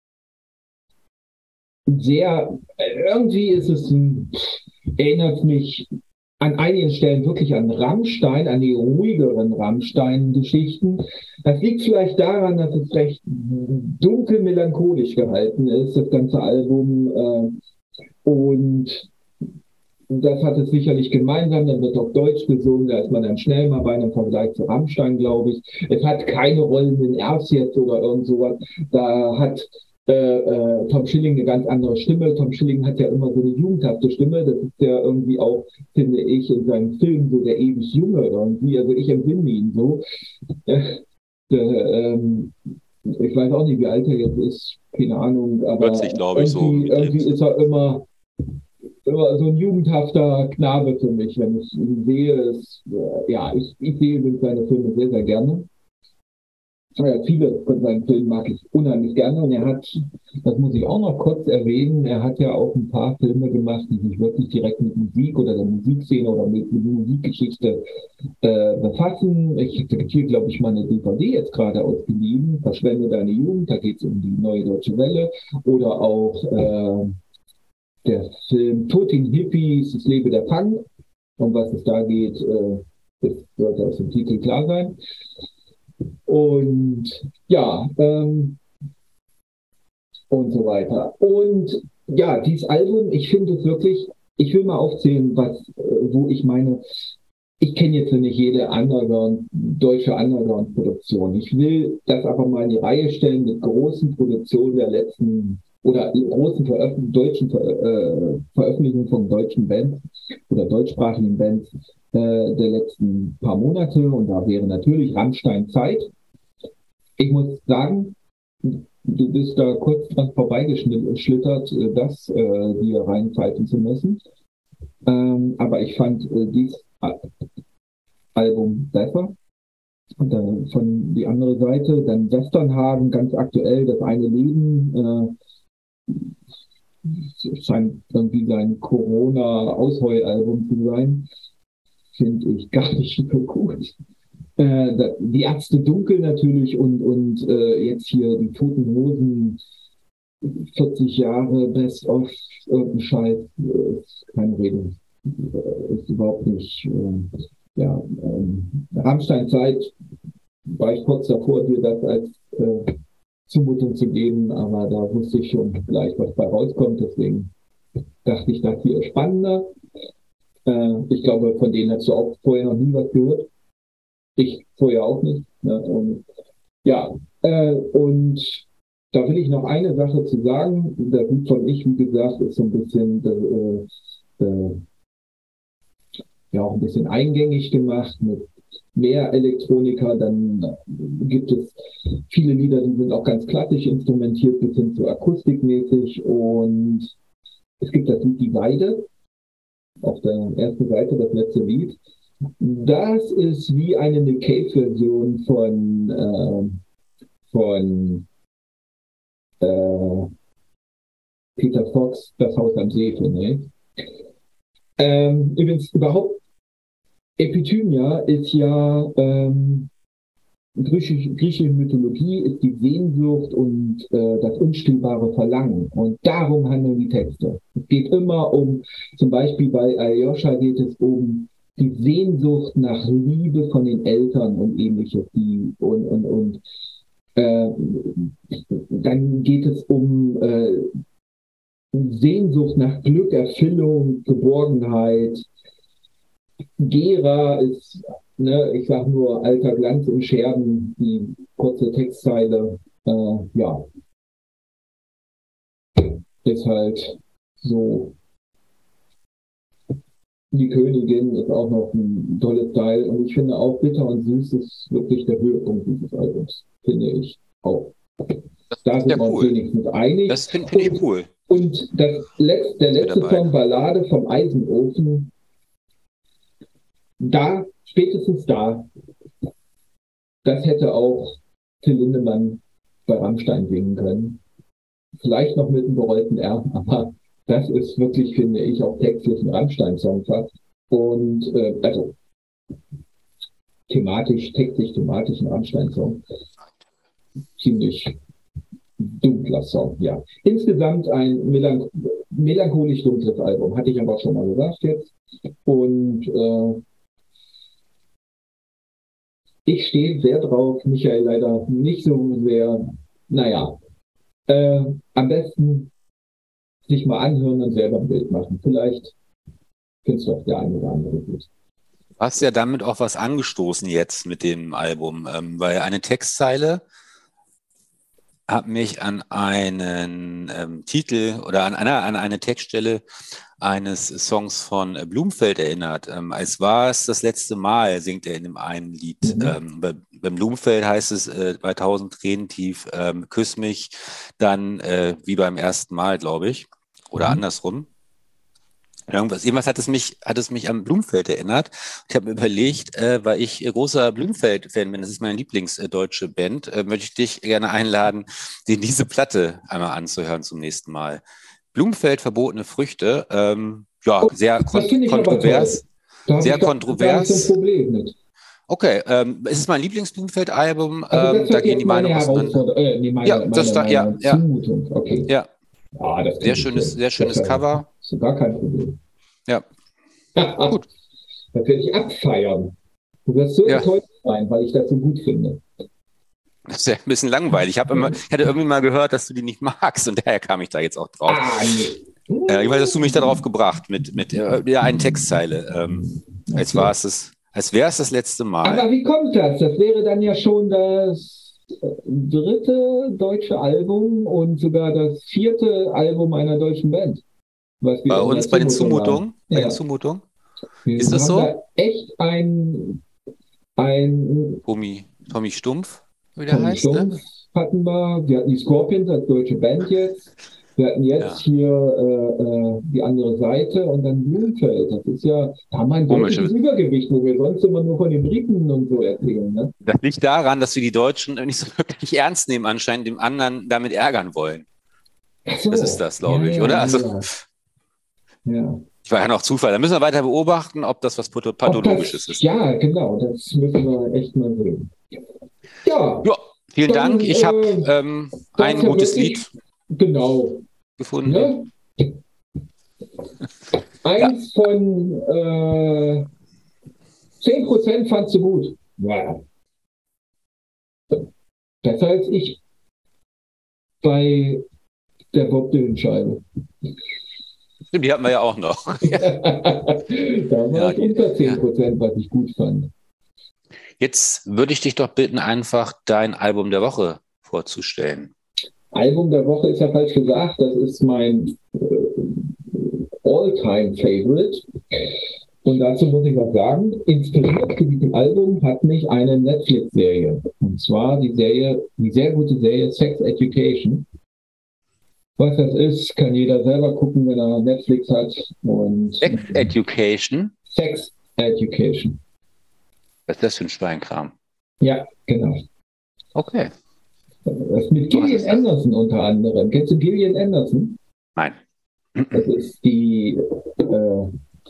sehr, irgendwie ist es ein, erinnert mich an einigen Stellen wirklich an Rammstein, an die ruhigeren Rammstein-Geschichten. Das liegt vielleicht daran, dass es recht dunkel melancholisch gehalten ist, das ganze Album. Äh, und das hat es sicherlich gemeinsam, dann wird auf Deutsch gesungen, da ist man dann schnell mal bei einem Vergleich zu Rammstein, glaube ich. Es hat keine rollenden Rs jetzt oder irgend sowas. Da hat äh, äh, Tom Schilling eine ganz andere Stimme. Tom Schilling hat ja immer so eine jugendhafte Stimme. Das ist ja irgendwie auch, finde ich, in seinen Filmen so der ewig Junge irgendwie. Also ich empfinde ihn so. Äh, äh, ähm, ich weiß auch nicht, wie alt er jetzt ist. Keine Ahnung. Aber vierzig, glaube ich, irgendwie, so. Irgendwie ist er immer immer so ein jugendhafter Knabe für mich, wenn ich ihn sehe. Ist, äh, ja, ich, ich sehe seine Filme sehr, sehr gerne. Ja, viele von seinen Filmen mag ich unheimlich gerne. Und er hat, das muss ich auch noch kurz erwähnen, er hat ja auch ein paar Filme gemacht, die sich wirklich direkt mit Musik oder der Musikszene oder mit, mit Musikgeschichte äh, befassen. Ich habe hier, glaube ich, mal eine D V D jetzt gerade ausgeliehen, Verschwende deine Jugend, da geht es um die Neue Deutsche Welle. Oder auch äh, der Film Toten Hippies, es lebe der Punk. Um was es da geht, äh, das sollte aus dem Titel klar sein. Und ja, ähm, und so weiter. Und ja, dieses Album, ich finde es wirklich, ich will mal aufzählen, was, äh, wo ich meine, ich kenne jetzt nicht jede Underground, deutsche Underground-Produktion. Ich will das aber mal in die Reihe stellen mit großen Produktionen der letzten oder großen Veröf- deutschen Ver- äh, Veröffentlichungen von deutschen Bands oder deutschsprachigen Bands äh, der letzten paar Monate. Und da wäre natürlich Rammstein Zeit. Ich muss sagen, du bist da kurz dran vorbeigeschlittert, das äh, dir reinpfeifen zu müssen. Ähm, aber ich fand äh, dieses Album besser. Und dann von die andere Seite, dann Westernhagen, ganz aktuell, das eine Leben, äh, scheint irgendwie sein Corona-Ausheulalbum zu sein. Finde ich gar nicht so gut. Äh, die Ärzte dunkel natürlich und, und äh, jetzt hier die Toten Hosen, vierzig Jahre Best of irgendein Scheiß, äh, ist keine Rede. Äh, ist überhaupt nicht, äh, ja, ähm, Rammstein-Zeit war ich kurz davor, dir das als äh, Zumutung zu geben, aber da wusste ich schon gleich, was bei rauskommt, deswegen dachte ich, das hier ist spannender. Äh, ich glaube, von denen hast du auch vorher noch nie was gehört. Ich vorher auch nicht. Ne? Und, ja, äh, und da will ich noch eine Sache zu sagen. Das Lied von Ich, wie gesagt, ist so ein bisschen äh, äh, ja auch ein bisschen eingängig gemacht mit mehr Elektronika. Dann gibt es viele Lieder, die sind auch ganz klassisch instrumentiert, bis hin zu akustikmäßig. Und es gibt das Lied Die Weide auf der ersten Seite, das letzte Lied. Das ist wie eine Nick Cave-Version von, äh, von äh, Peter Fox, Das Haus am See, finde ich. Ähm, übrigens, überhaupt, Epithymia ist ja ähm, griechische, griechische Mythologie, ist die Sehnsucht und äh, das unstillbare Verlangen. Und darum handeln die Texte. Es geht immer um, zum Beispiel bei Alyosha geht es um die Sehnsucht nach Liebe von den Eltern und ähnliches. Die, und und, und äh, dann geht es um äh, Sehnsucht nach Glück, Erfüllung, Geborgenheit. Gera ist, ne, ich sag nur, alter Glanz und Scherben, die kurze Textzeile, äh, ja, ist halt so. Die Königin ist auch noch ein tolles Teil und ich finde auch Bitter und Süß ist wirklich der Höhepunkt dieses Albums, finde ich auch. Da sind ja wir uns cool. wenigstens einig. Das finde find ich cool. Und das Letz-, der letzte Song, Ballade vom Eisenofen, da, spätestens da, das hätte auch Till Lindemann bei Rammstein singen können. Vielleicht noch mit einem gerollten R, aber das ist wirklich, finde ich, auch textlich ein Rammstein-Song fast. Und äh, also thematisch, textlich, thematisch ein Rammstein-Song. Ziemlich dunkler Song, ja. Insgesamt ein melanch melancholisch dunkles Album, hatte ich aber auch schon mal gesagt jetzt. Und äh, ich stehe sehr drauf, Michael leider nicht so sehr. Naja, äh, am besten sich mal anhören und selber ein Bild machen. Vielleicht findest du auch der eine oder andere gut. Du hast ja damit auch was angestoßen jetzt mit dem Album, ähm, weil eine Textzeile hat mich an einen ähm, Titel oder an, einer, an eine Textstelle eines Songs von äh, Blumfeld erinnert. Ähm, als war es das letzte Mal, singt er in dem einen Lied. Mhm. Ähm, bei, beim Blumfeld heißt es äh, bei tausend Tränen tief, ähm, küss mich dann äh, wie beim ersten Mal, glaube ich. Oder mhm. andersrum. Irgendwas, irgendwas hat es mich, hat es mich an Blumfeld erinnert. Ich habe mir überlegt, äh, weil ich großer Blumfeld-Fan bin, das ist meine Lieblingsdeutsche Band, äh, möchte ich dich gerne einladen, dir diese Platte einmal anzuhören zum nächsten Mal. Blumfeld, verbotene Früchte, ähm, ja, sehr kon kontrovers. Sehr kontrovers. Da habe ich so ein Problem mit. Okay, ähm, es ist mein Lieblings-Blumfeld-Album. Also ähm, da gehen die Meinungen auseinander. Äh, nee, meine, ja, meine, das meine, da, meine ja, Zumutung. ja. Okay. Ja. Ah, das sehr schönes, sehr schönes das Cover. Das ist gar kein Problem. Ja. Gut. Das werde ich abfeiern. Du wirst so ja. enttäuscht sein, weil ich das so gut finde. Das ist ja ein bisschen langweilig. Ich, hab immer, ich hatte irgendwie mal gehört, dass du die nicht magst und daher kam ich da jetzt auch drauf. Ah, nee. äh, ich weiß, hast du mich darauf gebracht mit, mit äh, ja, einer Textzeile. Ähm, als war es das, als wäre es das letzte Mal. Aber wie kommt das? Das wäre dann ja schon das dritte deutsche Album und sogar das vierte Album einer deutschen Band. Bei uns bei den Zumutungen? Bei ja. den Zumutungen? Wir ist das so? Da echt ein, ein Tommy, Tommy Stumpf, wie der Tommy heißt, Stumpf ne? hatten wir. Wir hatten die Scorpions als deutsche Band jetzt. Wir hatten jetzt ja. hier äh, die andere Seite und dann Blumfeld. Das ist ja, da haben wir ein deutliches Übergewicht, wo wir sonst immer nur von den Briten und so erzählen. Ne? Das liegt daran, dass wir die Deutschen nicht so wirklich ernst nehmen, anscheinend dem anderen damit ärgern wollen. So. Das ist das, glaube ja, ich, ja, oder? Ja. Also, ja. Ich war ja noch Zufall. Da müssen wir weiter beobachten, ob das was Pathologisches das, ist. Ja, genau. Das müssen wir echt mal sehen. Ja. ja vielen dann, Dank. Ich habe äh, ähm, ein gutes Lied genau. gefunden. Ja? Eins ja. von äh, zehn Prozent fandst du gut. Wow. Besser als ich bei der Bob Dylan-Scheibe. Die hatten wir ja auch noch. Da war ja, es unter zehn Prozent, ja. was ich gut fand. Jetzt würde ich dich doch bitten, einfach dein Album der Woche vorzustellen. Album der Woche ist ja falsch gesagt. Das ist mein äh, All-Time-Favorite. Und dazu muss ich was sagen. Inspiriert zu diesem Album hat mich eine Netflix-Serie. Und zwar die Serie, die sehr gute Serie Sex Education. Was das ist, kann jeder selber gucken, wenn er Netflix hat. Und Sex Education? Sex Education. Was ist das für ein Schweinkram? Ja, genau. Okay. Das ist mit Gillian Anderson unter anderem. Kennst du Gillian Anderson? Nein. Das ist die äh,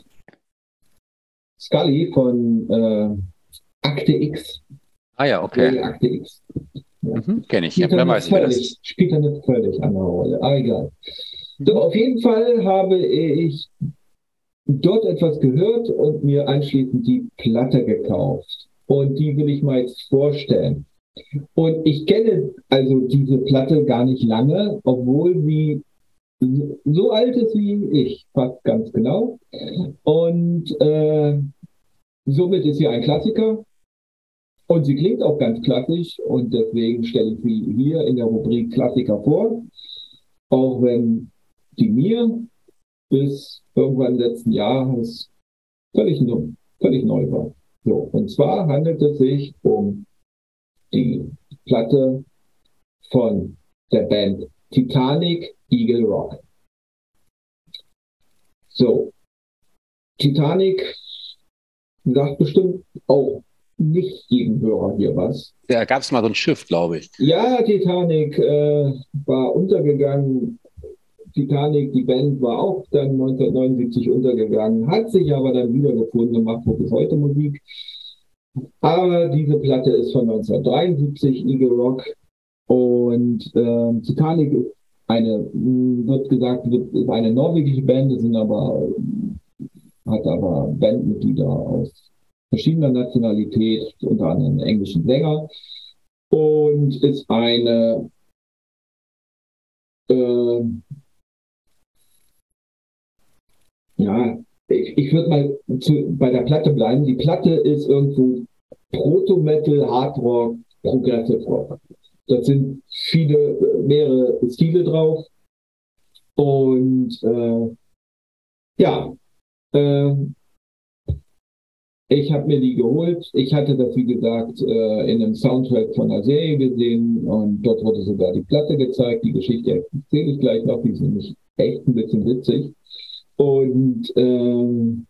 Scully von äh, Akte X. Ah ja, okay. Akte X. Ja. Mhm, kenne ich. Ja, wer weiß, wer das ist. Spielt eine völlig andere Rolle. Ah, egal. So, auf jeden Fall habe ich dort etwas gehört und mir anschließend die Platte gekauft. Und die will ich mal jetzt vorstellen. Und ich kenne also diese Platte gar nicht lange, obwohl sie so alt ist wie ich, fast ganz genau. Und äh, somit ist sie ein Klassiker. Und sie klingt auch ganz klassisch und deswegen stelle ich sie hier in der Rubrik Klassiker vor. Auch wenn die mir bis irgendwann letzten Jahres völlig neu, völlig neu war. So, und zwar handelt es sich um die Platte von der Band Titanic, Eagle Rock. So, Titanic sagt bestimmt auch nicht jedem Hörer hier was. Da gab es mal so ein Schiff, glaube ich. Ja, Titanic äh, war untergegangen. Titanic, die Band, war auch dann neunzehnhundertneunundsiebzig untergegangen, hat sich aber dann wiedergefunden und macht bis heute Musik. Aber diese Platte ist von neunzehnhundertdreiundsiebzig, Eagle Rock. Und äh, Titanic ist eine, wird gesagt, ist eine norwegische Band, das sind aber, hat aber Bandmitglieder aus verschiedener Nationalität, unter anderem einen englischen Sänger. Und ist eine äh, ja, ich, ich würde mal zu, bei der Platte bleiben. Die Platte ist irgendwo Proto-Metal, Hard-Rock, Progressive Rock. Das sind viele, mehrere Stile drauf. Und äh, ja, äh, ich habe mir die geholt. Ich hatte das, wie gesagt, äh, in einem Soundtrack von einer Serie gesehen und dort wurde sogar die Platte gezeigt. Die Geschichte erzähle ich gleich noch, die ist nämlich echt ein bisschen witzig. Und ähm,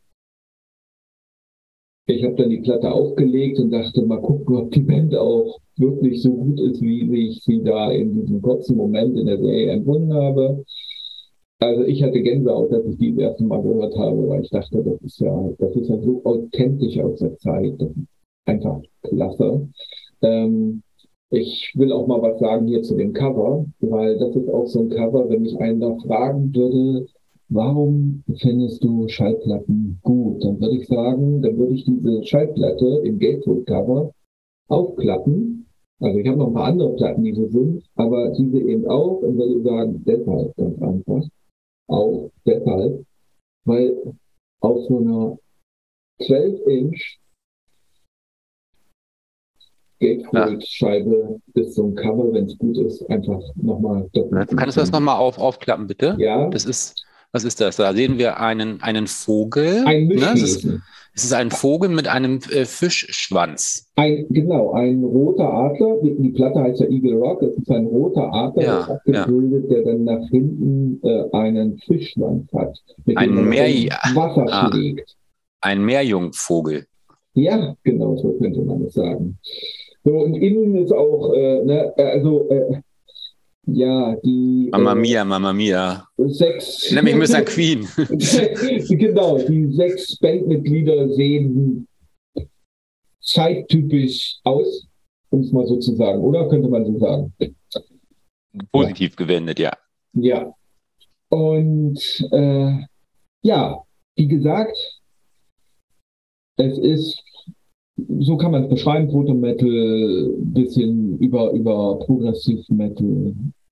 ich habe dann die Platte aufgelegt und dachte, mal gucken, ob die Band auch wirklich so gut ist, wie ich sie da in diesem kurzen Moment in der Serie empfunden habe. Also ich hatte Gänsehaut, dass ich die das erste Mal gehört habe, weil ich dachte, das ist ja, das ist ja so authentisch aus der Zeit. Das ist einfach klasse. Ähm, ich will auch mal was sagen hier zu dem Cover, weil das ist auch so ein Cover, wenn mich einer fragen würde, warum findest du Schallplatten gut? Dann würde ich sagen, dann würde ich diese Schallplatte im Gatefold-Cover aufklappen. Also ich habe noch ein paar andere Platten, die so sind, aber diese eben auch und würde sagen, deshalb ganz einfach. Auch deshalb, weil auf so einer zwölf Inch Gatefold-Scheibe ist so ein Cover, wenn es gut ist, einfach nochmal doppelt. Kannst du das nochmal auf, aufklappen, bitte? Ja. Das ist, was ist das? Da sehen wir einen, einen Vogel. Ein ne? Es, ist, Mischwesen. es ist ein Vogel mit einem äh, Fischschwanz. Ein, genau, ein roter Adler. Die, die Platte heißt ja Eagle Rock. Das ist ein roter Adler, Ja, abgebildet, ja. der dann nach hinten äh, einen Fischschwanz hat, mit ein dem man Meer, ins Wasser ah, schlägt. Ein Meerjungvogel. Ja, genau, so könnte man es sagen. So, und innen ist auch, äh, ne, also, äh, ja, die. Mamma äh, mia, Mamma mia. Sechs. Nämlich Mister Queen. Genau, die sechs Bandmitglieder sehen zeittypisch aus, um es mal so zu sagen, oder? Könnte man so sagen. Positiv ja. gewendet, ja. Ja. Und äh, ja, wie gesagt, es ist, so kann man es beschreiben, Proto-Metal, bisschen über, über Progressiv-Metal,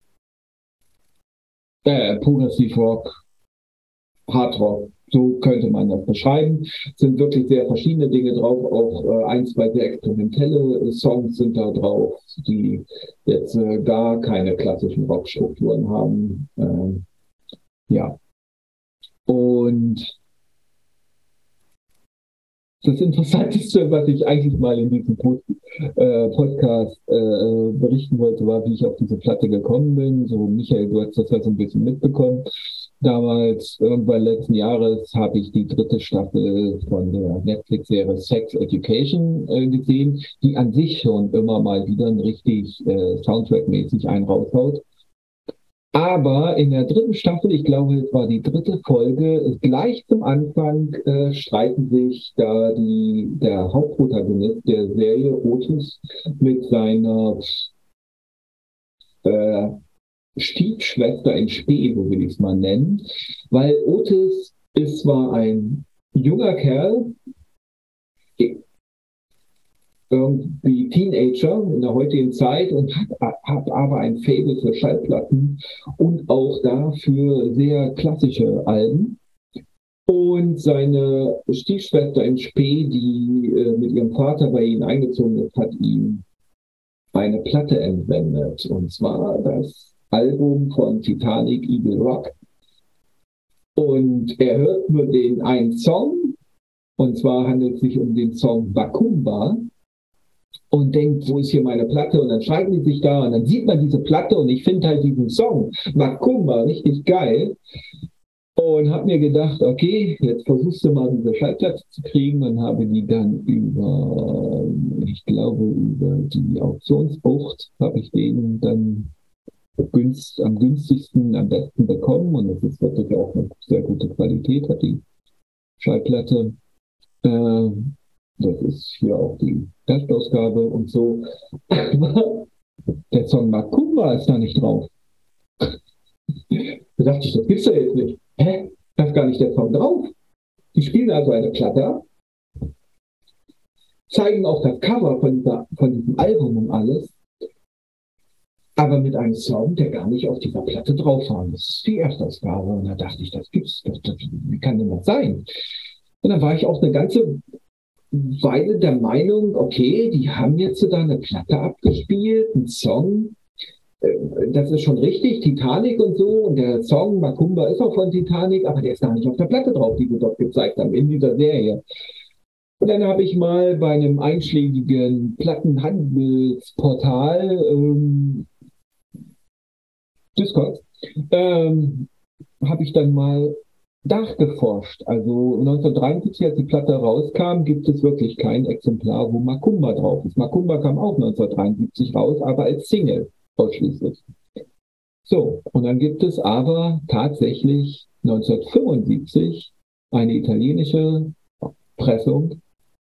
äh, Progressiv-Rock, Hard-Rock, so könnte man das beschreiben. Es sind wirklich sehr verschiedene Dinge drauf, auch äh, ein, zwei sehr experimentelle Songs sind da drauf, die jetzt äh, gar keine klassischen Rockstrukturen haben. Ähm, ja. Und das Interessanteste, was ich eigentlich mal in diesem Pod äh, Podcast äh, berichten wollte, war, wie ich auf diese Platte gekommen bin. So, Michael, du hast das ja so ein bisschen mitbekommen. Damals, irgendwann letzten Jahres, habe ich die dritte Staffel von der Netflix-Serie Sex Education äh, gesehen, die an sich schon immer mal wieder ein richtig äh, Soundtrack-mäßig einen raushaut. Aber in der dritten Staffel, ich glaube, es war die dritte Folge, gleich zum Anfang äh, streiten sich da die, der Hauptprotagonist der Serie, Otis, mit seiner äh, Stiefschwester in Spee, so will ich es mal nennen. Weil Otis ist zwar ein junger Kerl, irgendwie Teenager in der heutigen Zeit und hat, hat aber ein Faible für Schallplatten und auch dafür sehr klassische Alben. Und seine Stiefschwester in Spee, die äh, mit ihrem Vater bei ihnen eingezogen ist, hat ihm eine Platte entwendet. Und zwar das Album von Titanic, Eagle Rock. Und er hört nur den einen Song, und zwar handelt es sich um den Song Bakumba. und denkt, wo ist hier meine Platte? Und dann schreiben die sich da und dann sieht man diese Platte und ich finde halt diesen Song Macumba richtig geil und habe mir gedacht, okay, jetzt versuchst du mal diese Schallplatte zu kriegen und habe die dann über, ich glaube, über die Auktionsbucht habe ich den dann günst, am günstigsten, am besten bekommen und das ist wirklich auch eine sehr gute Qualität, hat die Schallplatte. Äh, das ist hier auch die Erstausgabe und so. Aber der Song Macumba ist da nicht drauf. Da dachte ich, das gibt's ja jetzt nicht. Hä? Da ist gar nicht der Song drauf. Die spielen also eine Platte ab, zeigen auch das Cover von, dieser, von diesem Album und alles, aber mit einem Song, der gar nicht auf dieser Platte drauf war. Das ist die Erstausgabe. Und da dachte ich, das gibt's, das, das, wie kann denn das sein? Und dann war ich auch eine ganze Weile der Meinung, okay, die haben jetzt da eine Platte abgespielt, einen Song, das ist schon richtig, Titanic und so, und der Song Macumba ist auch von Titanic, aber der ist gar nicht auf der Platte drauf, die wir dort gezeigt haben, in dieser Serie. Und dann habe ich mal bei einem einschlägigen Plattenhandelsportal ähm, Discord, ähm, habe ich dann mal nachgeforscht. Also neunzehnhundertdreiundsiebzig, als die Platte rauskam, gibt es wirklich kein Exemplar, wo Macumba drauf ist. Macumba kam auch neunzehnhundertdreiundsiebzig raus, aber als Single ausschließlich. So, und dann gibt es aber tatsächlich neunzehnhundertfünfundsiebzig eine italienische Pressung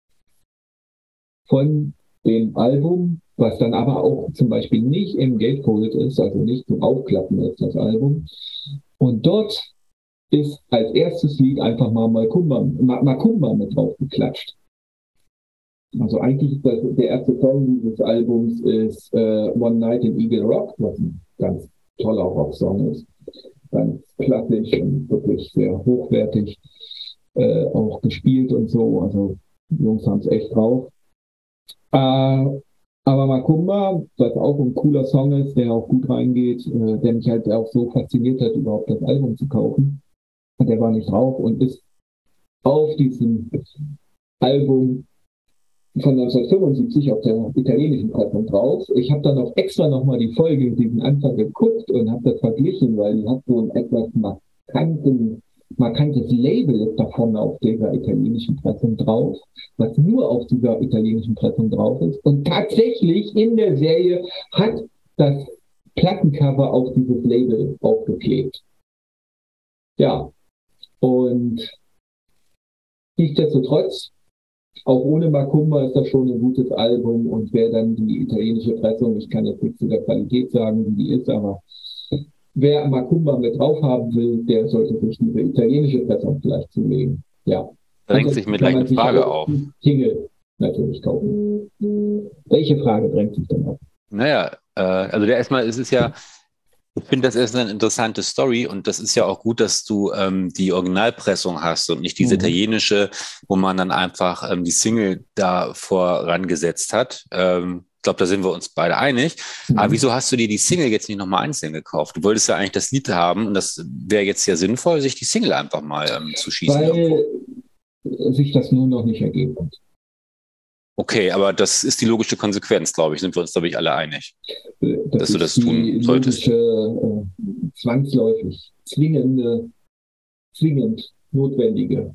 von dem Album, was dann aber auch zum Beispiel nicht im Gatefold ist, also nicht zum Aufklappen ist, das Album. Und dort ist als erstes Lied einfach mal Macumba, Macumba mit drauf geklatscht. Also eigentlich ist das, der erste Song dieses Albums ist äh, One Night in Eagle Rock, was ein ganz toller Rocksong ist. Ganz klassisch und wirklich sehr hochwertig äh, auch gespielt und so. Also die Jungs haben es echt drauf. Äh, aber Macumba, was auch ein cooler Song ist, der auch gut reingeht, äh, der mich halt auch so fasziniert hat, überhaupt das Album zu kaufen. Der war nicht drauf und ist auf diesem Album von neunzehnhundertfünfundsiebzig auf der italienischen Pressung drauf. Ich habe dann auch extra nochmal die Folge, diesen Anfang geguckt und habe das verglichen, weil die hat so ein etwas markanten, markantes Label davon auf dieser italienischen Pressung drauf, was nur auf dieser italienischen Pressung drauf ist. Und tatsächlich in der Serie hat das Plattencover auch dieses Label aufgeklebt. Ja, und nichtsdestotrotz, auch ohne Macumba ist das schon ein gutes Album und wer dann die italienische Pressung, ich kann jetzt nichts zu der Qualität sagen, wie die ist, aber wer Macumba mit drauf haben will, der sollte sich diese italienische Pressung vielleicht zulegen. Ja. Da drängt sich mir gleich eine Frage auf. Single natürlich kaufen. Welche Frage drängt sich denn auf? Naja, äh, also der erstmal, es ist ja, ich finde, das ist eine interessante Story und das ist ja auch gut, dass du ähm, die Originalpressung hast und nicht diese mhm. italienische, wo man dann einfach ähm, die Single da vorangesetzt hat. Ähm, ich glaube, da sind wir uns beide einig. Mhm. Aber wieso hast du dir die Single jetzt nicht nochmal einzeln gekauft? Du wolltest ja eigentlich das Lied haben und das wäre jetzt ja sinnvoll, sich die Single einfach mal ähm, zu schießen. Weil irgendwo. sich das nur noch nicht ergeben hat. Okay, aber das ist die logische Konsequenz, glaube ich. Sind wir uns, glaube ich, alle einig, das dass du das tun solltest. Logische, äh, zwangsläufig, zwingende, zwingend notwendige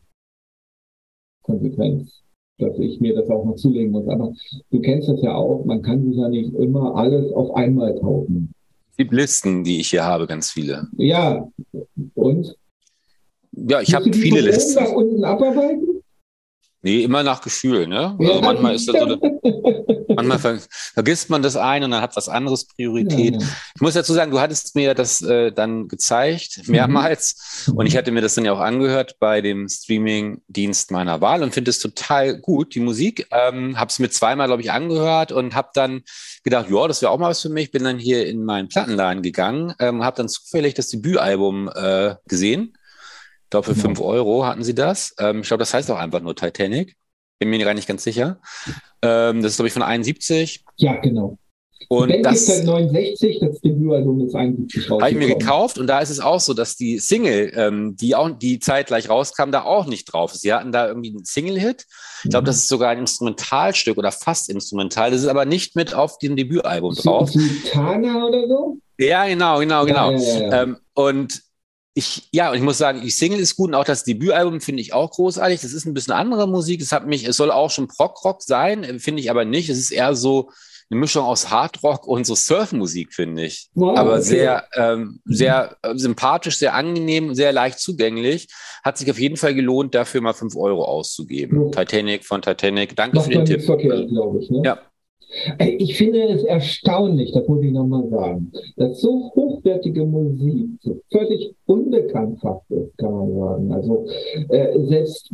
Konsequenz, dass ich mir das auch noch zulegen muss. Aber du kennst das ja auch, man kann sich ja nicht immer alles auf einmal kaufen. Es gibt Listen, die ich hier habe, ganz viele. Ja, und? Ja, ich habe viele Listen. Nach unten abarbeiten? Nee, immer nach Gefühl, ne? Also ja. manchmal ist das so, manchmal ver vergisst man das ein und dann hat was anderes Priorität. Ja. Ich muss dazu sagen, du hattest mir das äh, dann gezeigt, mehrmals, mhm. und ich hatte mir das dann ja auch angehört bei dem Streaming-Dienst meiner Wahl und finde es total gut, die Musik. Ähm, habe es mir zweimal, glaube ich, angehört und habe dann gedacht, ja, das wäre auch mal was für mich. Bin dann hier in meinen Plattenladen gegangen, ähm, habe dann zufällig das Debütalbum äh, gesehen. Ich glaube, für fünf Euro hatten sie das. Ähm, ich glaube, das heißt auch einfach nur Titanic. Bin mir gar nicht ganz sicher. Ähm, das ist, glaube ich, von einundsiebzig. Ja, genau. Und Band das ist seit neunundsechzig, das Debütalbum ist einundsiebzig habe ich mir rausgekommen. gekauft und da ist es auch so, dass die Single, ähm, die auch die zeitgleich rauskam, da auch nicht drauf ist. Sie hatten da irgendwie einen Single-Hit. Ich glaube, das ist sogar ein Instrumentalstück oder fast instrumental. Das ist aber nicht mit auf dem Debütalbum drauf. Sultana oder so? Ja, genau, genau, genau. Ja, ja, ja. Ähm, und ich, ja, und ich muss sagen, die Single ist gut und auch das Debütalbum finde ich auch großartig. Das ist ein bisschen andere Musik. Es hat mich, es soll auch schon Prog-Rock sein, finde ich aber nicht. Es ist eher so eine Mischung aus Hardrock und so Surfmusik, finde ich. Wow, aber okay. sehr, ähm, sehr äh, sympathisch, sehr angenehm, sehr leicht zugänglich. Hat sich auf jeden Fall gelohnt, dafür mal fünf Euro auszugeben. Ja. Titanic von Titanic. Danke Macht für den man Tipp. nichts verkehrt, glaube ich. Ne? Ja. Ich finde es erstaunlich, das muss ich nochmal sagen, dass so hochwertige Musik so völlig unbekannt fast ist, kann man sagen. Also äh, selbst,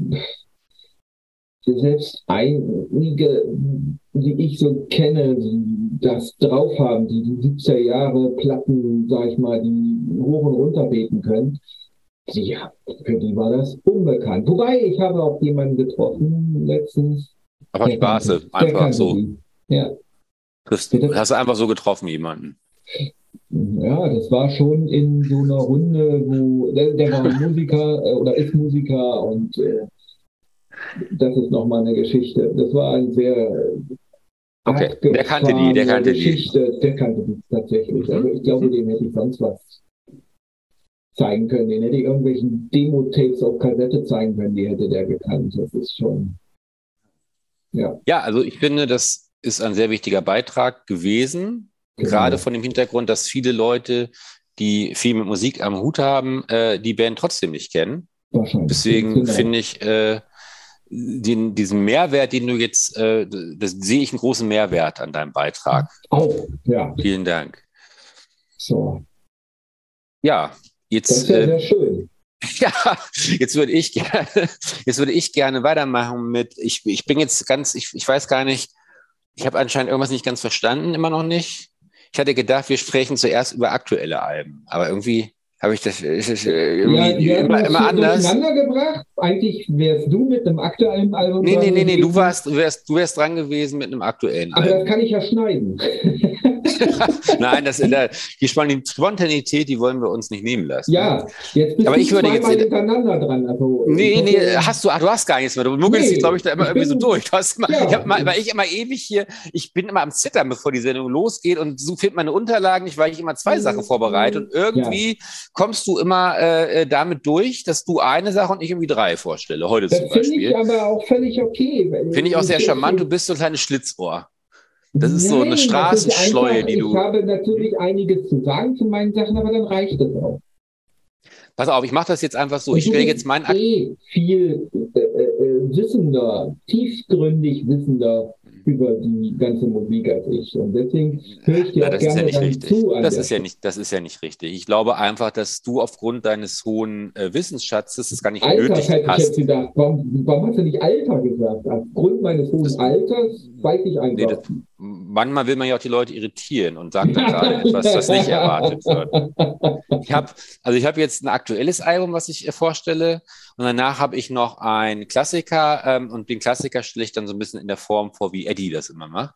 selbst einige, die ich so kenne, die das drauf haben, die die siebziger Jahre Platten, sag ich mal, die hoch und runter beten können, die, für die war das unbekannt. Wobei, ich habe auch jemanden getroffen letztens. Aber die Base, einfach so. Die. Ja. Hast du einfach so getroffen, jemanden? Ja, das war schon in so einer Runde, wo der, der war Musiker äh, oder ist Musiker und äh, das ist nochmal eine Geschichte. Das war ein sehr okay. Der kannte die, der kannte Geschichte. die. Der kannte die tatsächlich. Mhm. Also ich glaube, dem hätte ich sonst was zeigen können. Den hätte ich irgendwelchen Demo-Tapes auf Kassette zeigen können, die hätte der gekannt. Das ist schon, ja. Ja, also ich finde, das ist ein sehr wichtiger Beitrag gewesen, genau. Gerade von dem Hintergrund, dass viele Leute, die viel mit Musik am Hut haben, äh, die Band trotzdem nicht kennen. Wahrscheinlich. Deswegen genau. finde ich äh, den, diesen Mehrwert, den du jetzt, äh, das sehe ich einen großen Mehrwert an deinem Beitrag. Auch, ja. Vielen Dank. So. Ja, jetzt. Das ist ja äh, sehr schön. Ja, jetzt würde ich gerne, jetzt würde ich gerne weitermachen mit, ich, ich bin jetzt ganz, ich, ich weiß gar nicht, ich habe anscheinend irgendwas nicht ganz verstanden, immer noch nicht. Ich hatte gedacht, wir sprechen zuerst über aktuelle Alben, aber irgendwie habe ich das, ist das irgendwie ja, immer, immer anders. Durcheinander gebracht. Eigentlich wärst du mit einem aktuellen Album. Nee, nee, nee, nee, du warst, du wärst, du wärst dran gewesen mit einem aktuellen aber Album. Aber das kann ich ja schneiden. Nein, das, die Spontanität, die wollen wir uns nicht nehmen lassen. Ja, jetzt bist aber du ich würde zweimal jetzt hintereinander dran. Also, nee, nee, hast du, ach, du hast gar nichts mehr. Du muggelst nee, dich, glaube ich, da immer irgendwie bin, so durch. Du hast immer, ja, ich hab mal, weil ich immer ewig hier, ich bin immer am Zittern, bevor die Sendung losgeht und so findet meine Unterlagen nicht, weil ich immer zwei Sachen vorbereite und irgendwie ja. kommst du immer äh, damit durch, dass du eine Sache und ich irgendwie drei vorstelle. Heute das zum Beispiel. Das finde ich aber auch völlig okay. Finde ich auch sehr charmant. Du bist so ein kleines Schlitzohr. Das ist Nein, so eine Straßenschleue, einfach, die du... Ich habe natürlich einiges zu sagen zu meinen Sachen, aber dann reicht es auch. Pass auf, ich mache das jetzt einfach so. Und ich stelle jetzt meinen... Eh viel äh, äh, wissender, tiefgründig wissender über die ganze Musik als ich. Und deswegen höre ich dir Na, auch das gerne ist ja nicht richtig. zu. Das ist ja nicht, das ist ja nicht richtig. Ich glaube einfach, dass du aufgrund deines hohen äh, Wissensschatzes das gar nicht Alter, nötig hätte hast. Ich jetzt gedacht, warum, warum hast du nicht Alter gesagt? Aufgrund meines hohen das, Alters weiß ich einfach. Nee, das, manchmal will man ja auch die Leute irritieren und sagt dann gerade etwas, das nicht erwartet wird. Ich habe also ich habe jetzt ein aktuelles Album, was ich äh, vorstelle. Und danach habe ich noch einen Klassiker ähm, und den Klassiker stelle ich dann so ein bisschen in der Form vor, wie Eddie das immer macht.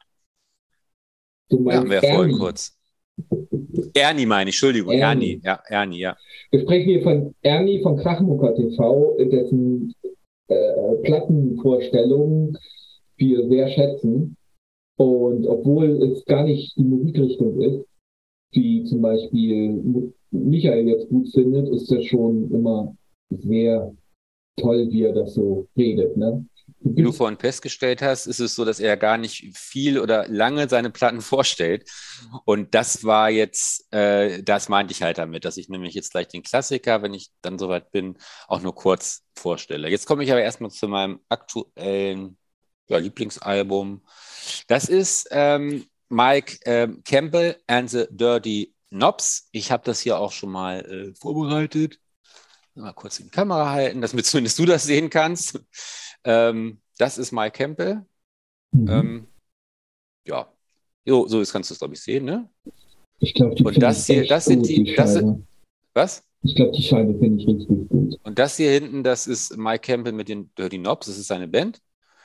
Du meinst ja, haben wir ja vorhin kurz. Ernie meine ich, Entschuldigung, Ernie. Ernie, ja, Ernie, ja. Wir sprechen hier von Ernie von Krachmucker T V, dessen äh, Plattenvorstellungen wir sehr schätzen. Und obwohl es gar nicht die Musikrichtung ist, die zum Beispiel Michael jetzt gut findet, ist das schon immer sehr toll, wie er das so redet. Ne? Wie du vorhin festgestellt hast, ist es so, dass er gar nicht viel oder lange seine Platten vorstellt. Und das war jetzt, äh, das meinte ich halt damit, dass ich nämlich jetzt gleich den Klassiker, wenn ich dann soweit bin, auch nur kurz vorstelle. Jetzt komme ich aber erstmal zu meinem aktuellen ja, Lieblingsalbum. Das ist ähm, Mike ähm, Campbell and the Dirty Knobs. Ich habe das hier auch schon mal äh, vorbereitet. Mal kurz in die Kamera halten, damit zumindest du das sehen kannst. Ähm, das ist Mike Campbell. Mhm. Ähm, ja, so, so kannst du es, glaube ich, sehen, ne? Ich glaube, die Und das hier, das sind die, die das sind, was? Ich glaube, die Scheibe finde ich richtig gut. Und das hier hinten, das ist Mike Campbell mit den Dirty Knobs, das ist seine Band.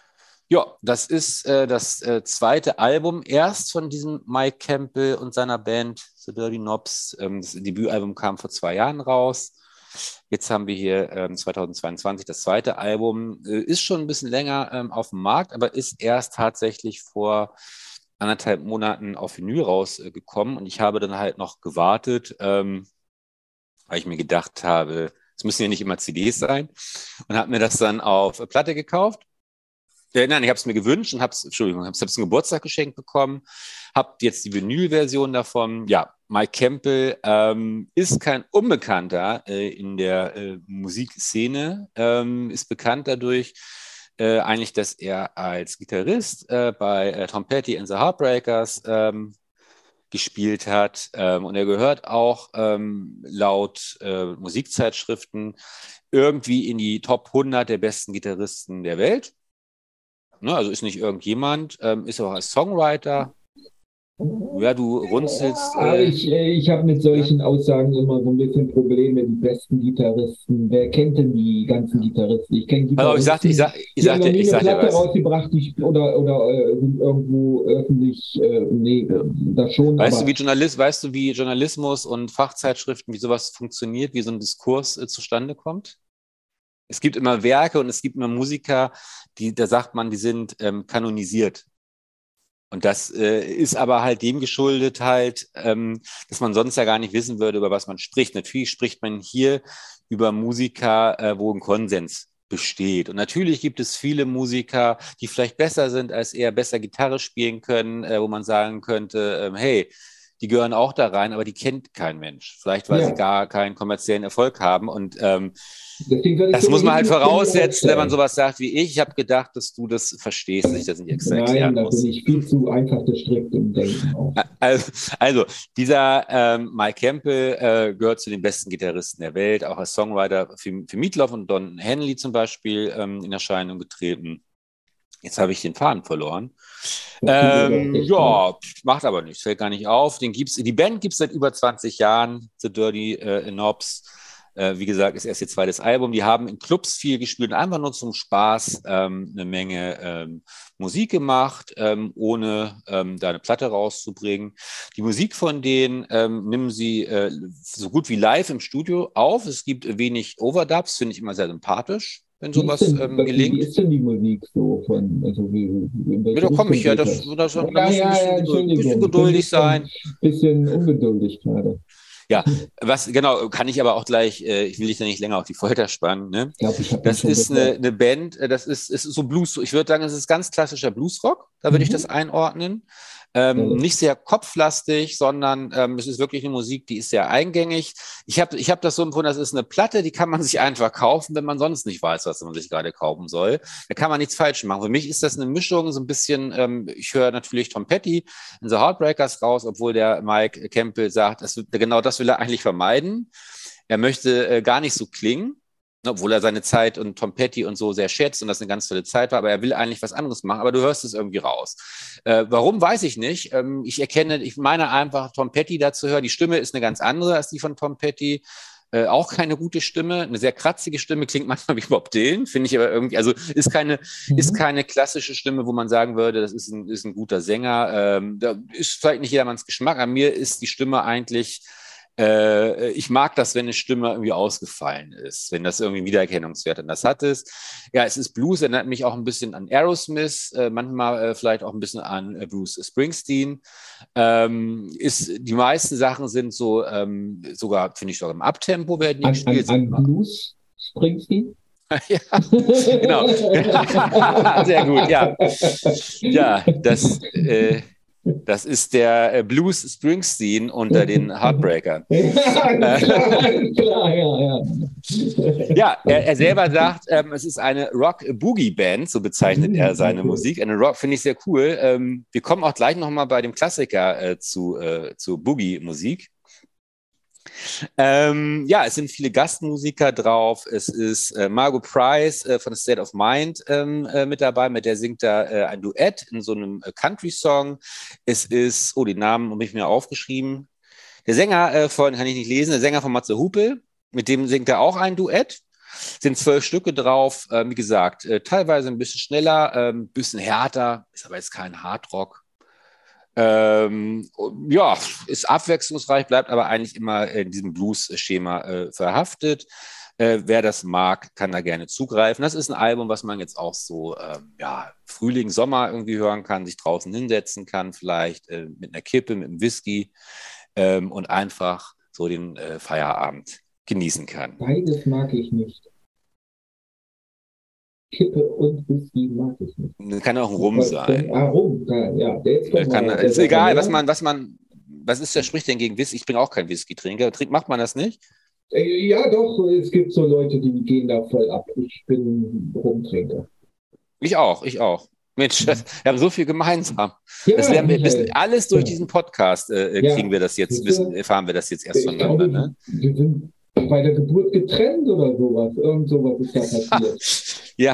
Ja, das ist äh, das äh, zweite Album erst von diesem Mike Campbell und seiner Band The Dirty Knobs. Ähm, das Debütalbum kam vor zwei Jahren raus. Jetzt haben wir hier ähm, zweitausendzweiundzwanzig das zweite Album. Äh, ist schon ein bisschen länger ähm, auf dem Markt, aber ist erst tatsächlich vor anderthalb Monaten auf Vinyl rausgekommen. Und ich habe dann halt noch gewartet, ähm, weil ich mir gedacht habe, es müssen ja nicht immer C Ds sein. Und habe mir das dann auf Platte gekauft. Äh, nein, ich habe es mir gewünscht und habe es, Entschuldigung, habe es zum Geburtstag geschenkt bekommen. Habe jetzt die Vinyl-Version davon. Ja, Mike Campbell ähm, ist kein Unbekannter äh, in der äh, Musikszene, ähm, ist bekannt dadurch, äh, eigentlich, dass er als Gitarrist äh, bei äh, Tom Petty and the Heartbreakers ähm, gespielt hat. Ähm, und er gehört auch ähm, laut äh, Musikzeitschriften irgendwie in die Top hundert der besten Gitarristen der Welt. Ne, also ist nicht irgendjemand, ähm, ist auch als Songwriter. Ja, du runzelst. Äh, Äh, ich äh, ich habe mit solchen Aussagen immer so ein bisschen Probleme. Die besten Gitarristen. Wer kennt denn die ganzen Gitarristen? Ich kenne also ich sagte, ich Gitarristen, sag, ich die haben noch sagte, nie ich eine sagte Platte was. rausgebracht, die, oder, oder äh, sind irgendwo öffentlich. Äh, nee, Ja. das schon. Weißt aber du, wie Journalist, weißt du, wie Journalismus und Fachzeitschriften, wie sowas funktioniert, wie so ein Diskurs äh, zustande kommt? Es gibt immer Werke und es gibt immer Musiker, die, da sagt man, die sind ähm, kanonisiert. Und das äh, ist aber halt dem geschuldet halt, ähm, dass man sonst ja gar nicht wissen würde, über was man spricht. Natürlich spricht man hier über Musiker, äh, wo ein Konsens besteht. Und natürlich gibt es viele Musiker, die vielleicht besser sind als er, besser Gitarre spielen können, äh, wo man sagen könnte, ähm, hey, die gehören auch da rein, aber die kennt kein Mensch. Vielleicht, weil ja, sie gar keinen kommerziellen Erfolg haben. Und ähm, deswegen werde ich das so muss man halt riesig voraussetzen, wenn man aufstellen. sowas sagt wie ich. Ich habe gedacht, dass du das verstehst, dass ich das nicht extra Nein, erklären da bin muss. ich viel zu einfach gestrickt im Denken auch. Also, also dieser ähm, Mike Campbell äh, gehört zu den besten Gitarristen der Welt, auch als Songwriter für, für Meatloaf und Don Henley zum Beispiel ähm, in Erscheinung getreten. Jetzt habe ich den Faden verloren. Ähm, ja, macht aber nichts, fällt gar nicht auf. Den gibt's, die Band gibt es seit über zwanzig Jahren, The Dirty äh, Knobs. Äh, wie gesagt, ist erst ihr zweites Album. Die haben in Clubs viel gespielt, einfach nur zum Spaß ähm, eine Menge ähm, Musik gemacht, ähm, ohne ähm, da eine Platte rauszubringen. Die Musik von denen ähm, nehmen sie äh, so gut wie live im Studio auf. Es gibt wenig Overdubs, finde ich immer sehr sympathisch, wenn sowas denn, ähm, wie gelingt. ist denn die Musik so von, also wie, in welche Ja, da komme Richtung ich ja, geht das, das? das, da Ja, musst du ein ja, ja, bisschen, geduld, bisschen Entschuldigung, ich bin ein geduldig bisschen, sein. bisschen ungeduldig gerade. Ja, was genau, kann ich aber auch gleich, äh, ich will dich da nicht länger auf die Folter spannen. Ne? Ich glaube, ich habe den Das schon ist eine, gehört. eine Band, äh, das ist, ist so Blues, ich würde sagen, es ist ganz klassischer Bluesrock, da würde ich das Mhm. einordnen. Ähm, nicht sehr kopflastig, sondern ähm, es ist wirklich eine Musik, die ist sehr eingängig. Ich habe ich hab das so empfunden, das ist eine Platte, die kann man sich einfach kaufen, wenn man sonst nicht weiß, was man sich gerade kaufen soll. Da kann man nichts falsch machen. Für mich ist das eine Mischung, so ein bisschen, ähm, ich höre natürlich Tom Petty in The Heartbreakers raus, obwohl der Mike Campbell sagt, das, genau das will er eigentlich vermeiden. Er möchte äh, gar nicht so klingen, obwohl er seine Zeit und Tom Petty und so sehr schätzt und das eine ganz tolle Zeit war, aber er will eigentlich was anderes machen, aber du hörst es irgendwie raus. Äh, warum, weiß ich nicht. Ähm, ich erkenne, ich meine einfach, Tom Petty da zu hören. Die Stimme ist eine ganz andere als die von Tom Petty. Äh, auch keine gute Stimme, eine sehr kratzige Stimme, klingt manchmal wie Bob Dylan, finde ich aber irgendwie, also ist keine, Mhm. ist keine klassische Stimme, wo man sagen würde, das ist ein, ist ein guter Sänger. Ähm, da ist vielleicht nicht jedermanns Geschmack. An mir ist die Stimme eigentlich, äh, ich mag das, wenn eine Stimme irgendwie ausgefallen ist, wenn das irgendwie einen Wiedererkennungswert und das hat es. Ja, es ist Blues, erinnert mich auch ein bisschen an Aerosmith, äh, manchmal äh, vielleicht auch ein bisschen an äh, Bruce Springsteen. Ähm, ist, die meisten Sachen sind so, ähm, sogar, finde ich, sogar im Abtempo werden die An, gespielt. an, an Blues Springsteen? Ja, genau. Sehr gut, ja. Ja, das, äh, das ist der äh, Blues Springsteen unter den Heartbreakern. Ja, klar, klar, ja, ja. Ja, er, er selber sagt, ähm, es ist eine Rock-Boogie-Band, so bezeichnet er seine Musik. Eine Rock finde ich sehr cool. Ähm, wir kommen auch gleich nochmal bei dem Klassiker äh, zu, äh, zu Boogie-Musik. Ähm, ja, es sind viele Gastmusiker drauf. Es ist äh, Margot Price äh, von State of Mind ähm, äh, mit dabei, mit der singt er äh, ein Duett in so einem äh, Country-Song. Es ist, oh, den Namen habe ich mir aufgeschrieben. Der Sänger äh, von, kann ich nicht lesen, der Sänger von Matze Hupel, mit dem singt er auch ein Duett. Sind zwölf Stücke drauf, äh, wie gesagt, äh, teilweise ein bisschen schneller, ein äh, bisschen härter, ist aber jetzt kein Hardrock. Ähm, ja, ist abwechslungsreich, bleibt aber eigentlich immer in diesem Blues-Schema äh, verhaftet. Äh, wer das mag, kann da gerne zugreifen. Das ist ein Album, was man jetzt auch so ähm, ja, Frühling, Sommer irgendwie hören kann, sich draußen hinsetzen kann, vielleicht äh, mit einer Kippe, mit einem Whisky ähm, und einfach so den äh, Feierabend genießen kann. Beides mag ich nicht. Kippe und Whisky mag ich nicht. Das kann auch ein Rum sein. Ah, Rum, ja. Der ist, kann, mal, ist egal, was man, was man, was ist, der spricht denn gegen Whisky? Ich bin auch kein Whisky-Trinker. Macht man das nicht? Ja, doch, es gibt so Leute, die gehen da voll ab. Ich bin Rumtrinker. Ich auch, ich auch. Mensch, das, wir haben so viel gemeinsam. Ja, das lernen wir wissen, alles durch diesen Podcast äh, kriegen ja, wir das jetzt, wissen, erfahren wir das jetzt erst voneinander. Glaube, ne? Wir sind bei der Geburt getrennt oder sowas. Irgend sowas ist da passiert. Ja.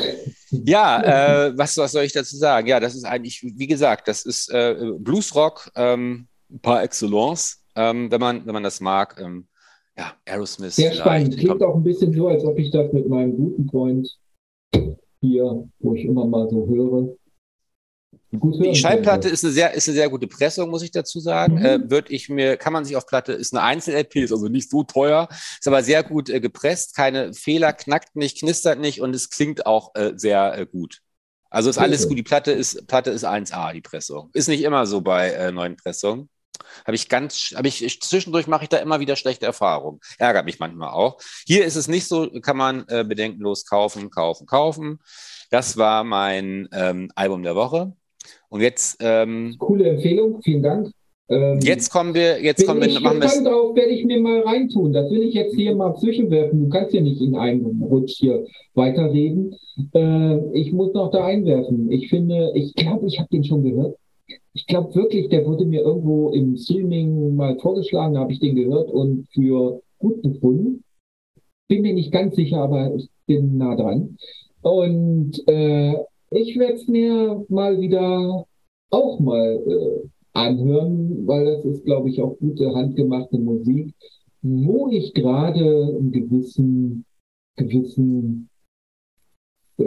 Ja, äh, was, was soll ich dazu sagen? Ja, das ist eigentlich, wie gesagt, das ist äh, Bluesrock ähm, par excellence, ähm, wenn man, wenn man das mag. Ähm, ja, Aerosmith. Sehr spannend. Klingt auch ein bisschen so, als ob ich das mit meinem guten Freund hier, wo ich immer mal so höre. Gut die Schallplatte ist eine, sehr, ist eine sehr gute Pressung, muss ich dazu sagen. Mhm. Äh, würde ich mir, kann man sich auf Platte, ist eine Einzel-L P, ist also nicht so teuer, ist aber sehr gut äh, gepresst, keine Fehler, knackt nicht, knistert nicht und es klingt auch äh, sehr äh, gut. Also ist alles gut. Die Platte ist, Platte ist eins A, die Pressung. Ist nicht immer so bei äh, neuen Pressungen. Habe ich ganz, habe ich, ich zwischendurch mache ich da immer wieder schlechte Erfahrungen. Ärgert mich manchmal auch. Hier ist es nicht so, kann man äh, bedenkenlos kaufen, kaufen, kaufen. Das war mein ähm, Album der Woche. Und jetzt ähm, coole Empfehlung, vielen Dank. Ähm, jetzt kommen wir, jetzt kommen wir, machen wir. Drauf werde ich mir mal reintun. Das will ich jetzt hier mal zwischenwerfen. Du kannst ja nicht in einem Rutsch hier weiterreden. Äh, ich muss noch da einwerfen. Ich finde, ich glaube, ich habe den schon gehört. Ich glaube wirklich, der wurde mir irgendwo im Streaming mal vorgeschlagen, da habe ich den gehört und für gut befunden. Bin mir nicht ganz sicher, aber ich bin nah dran. Und äh, ich werde es mir mal wieder auch mal äh, anhören, weil das ist, glaube ich, auch gute handgemachte Musik, wo ich gerade einen gewissen, gewissen äh,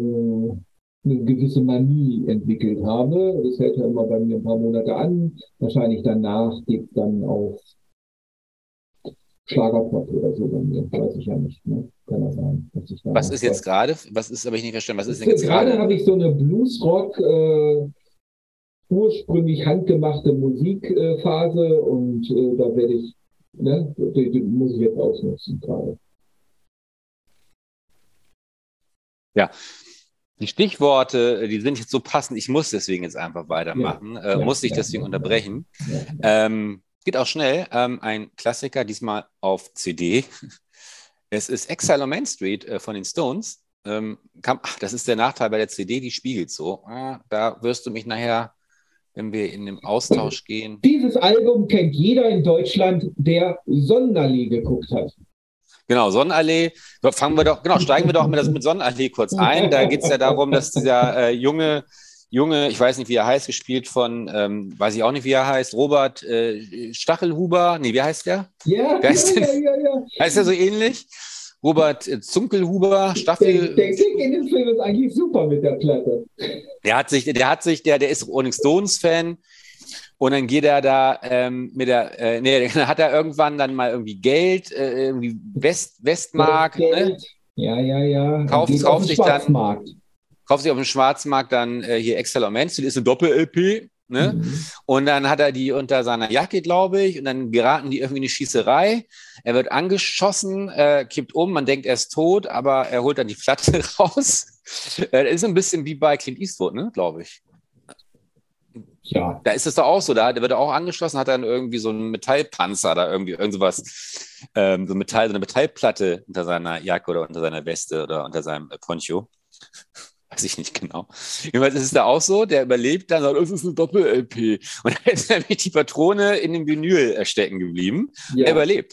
eine gewisse Manie entwickelt habe. Das hält ja immer bei mir ein paar Monate an. Wahrscheinlich danach geht es dann auf Schlagerpop oder so bei mir. Weiß ich ja nicht. Ne? Kann das sein. Ich was ist jetzt gerade? Was ist, habe ich nicht verstanden. Was ist denn jetzt gerade? Gerade habe ich so eine Bluesrock, äh, ursprünglich handgemachte Musikphase äh, und äh, da werde ich, ne, die, die muss ich jetzt ausnutzen gerade. Ja. Die Stichworte, die sind jetzt so passend, ich muss deswegen jetzt einfach weitermachen, ja, äh, ja, muss ich ja, deswegen ja, unterbrechen. Ja, ja. Ähm, geht auch schnell, ähm, ein Klassiker, diesmal auf C D. Es ist Exile on Main Street äh, von den Stones. Ähm, kam, ach, das ist der Nachteil bei der C D, die spiegelt so. Ah, da wirst du mich nachher, wenn wir in den Austausch gehen. Dieses Album kennt jeder in Deutschland, der Sonnenallee geguckt hat. Genau, Sonnenallee. Fangen wir doch, genau, steigen wir doch mit, mit Sonnenallee kurz ein. Da geht es ja darum, dass dieser äh, junge, junge, ich weiß nicht, wie er heißt, gespielt von, ähm, weiß ich auch nicht, wie er heißt, Robert äh, Stachelhuber. Nee, wie heißt der? Ja, ja, heißt ja, ja, ja. Heißt der so ähnlich? Robert äh, Zunkelhuber, Staffel. Der, der Kick in dem Film ist eigentlich super mit der Platte. Der hat sich, der hat sich, der, der ist Rolling Stones-Fan. Und dann geht er da ähm, mit der, äh, nee, dann hat er irgendwann dann mal irgendwie Geld, äh, irgendwie West, Westmark, ne? Ja, ja, ja. Kauft, kauft sich dann, kauft sich auf dem Schwarzmarkt dann äh, hier Exile on Main Street, ist eine Doppel-L P, ne? Mhm. Und dann hat er die unter seiner Jacke, glaube ich, und dann geraten die irgendwie in eine Schießerei. Er wird angeschossen, äh, kippt um, man denkt, er ist tot, aber er holt dann die Platte raus. äh, ist ein bisschen wie bei Clint Eastwood, ne, glaube ich. Ja. Da ist es doch auch so, da wird er auch angeschlossen, hat dann irgendwie so einen Metallpanzer da irgendwie, irgend sowas, ähm, so Metall, so eine Metallplatte unter seiner Jacke oder unter seiner Weste oder unter seinem äh, Poncho. Weiß ich nicht genau. Jedenfalls ist es da auch so, der überlebt dann, sagt, das ist eine Doppel-L P. Und dann ist nämlich die Patrone in dem Vinyl stecken geblieben. Ja. Er überlebt.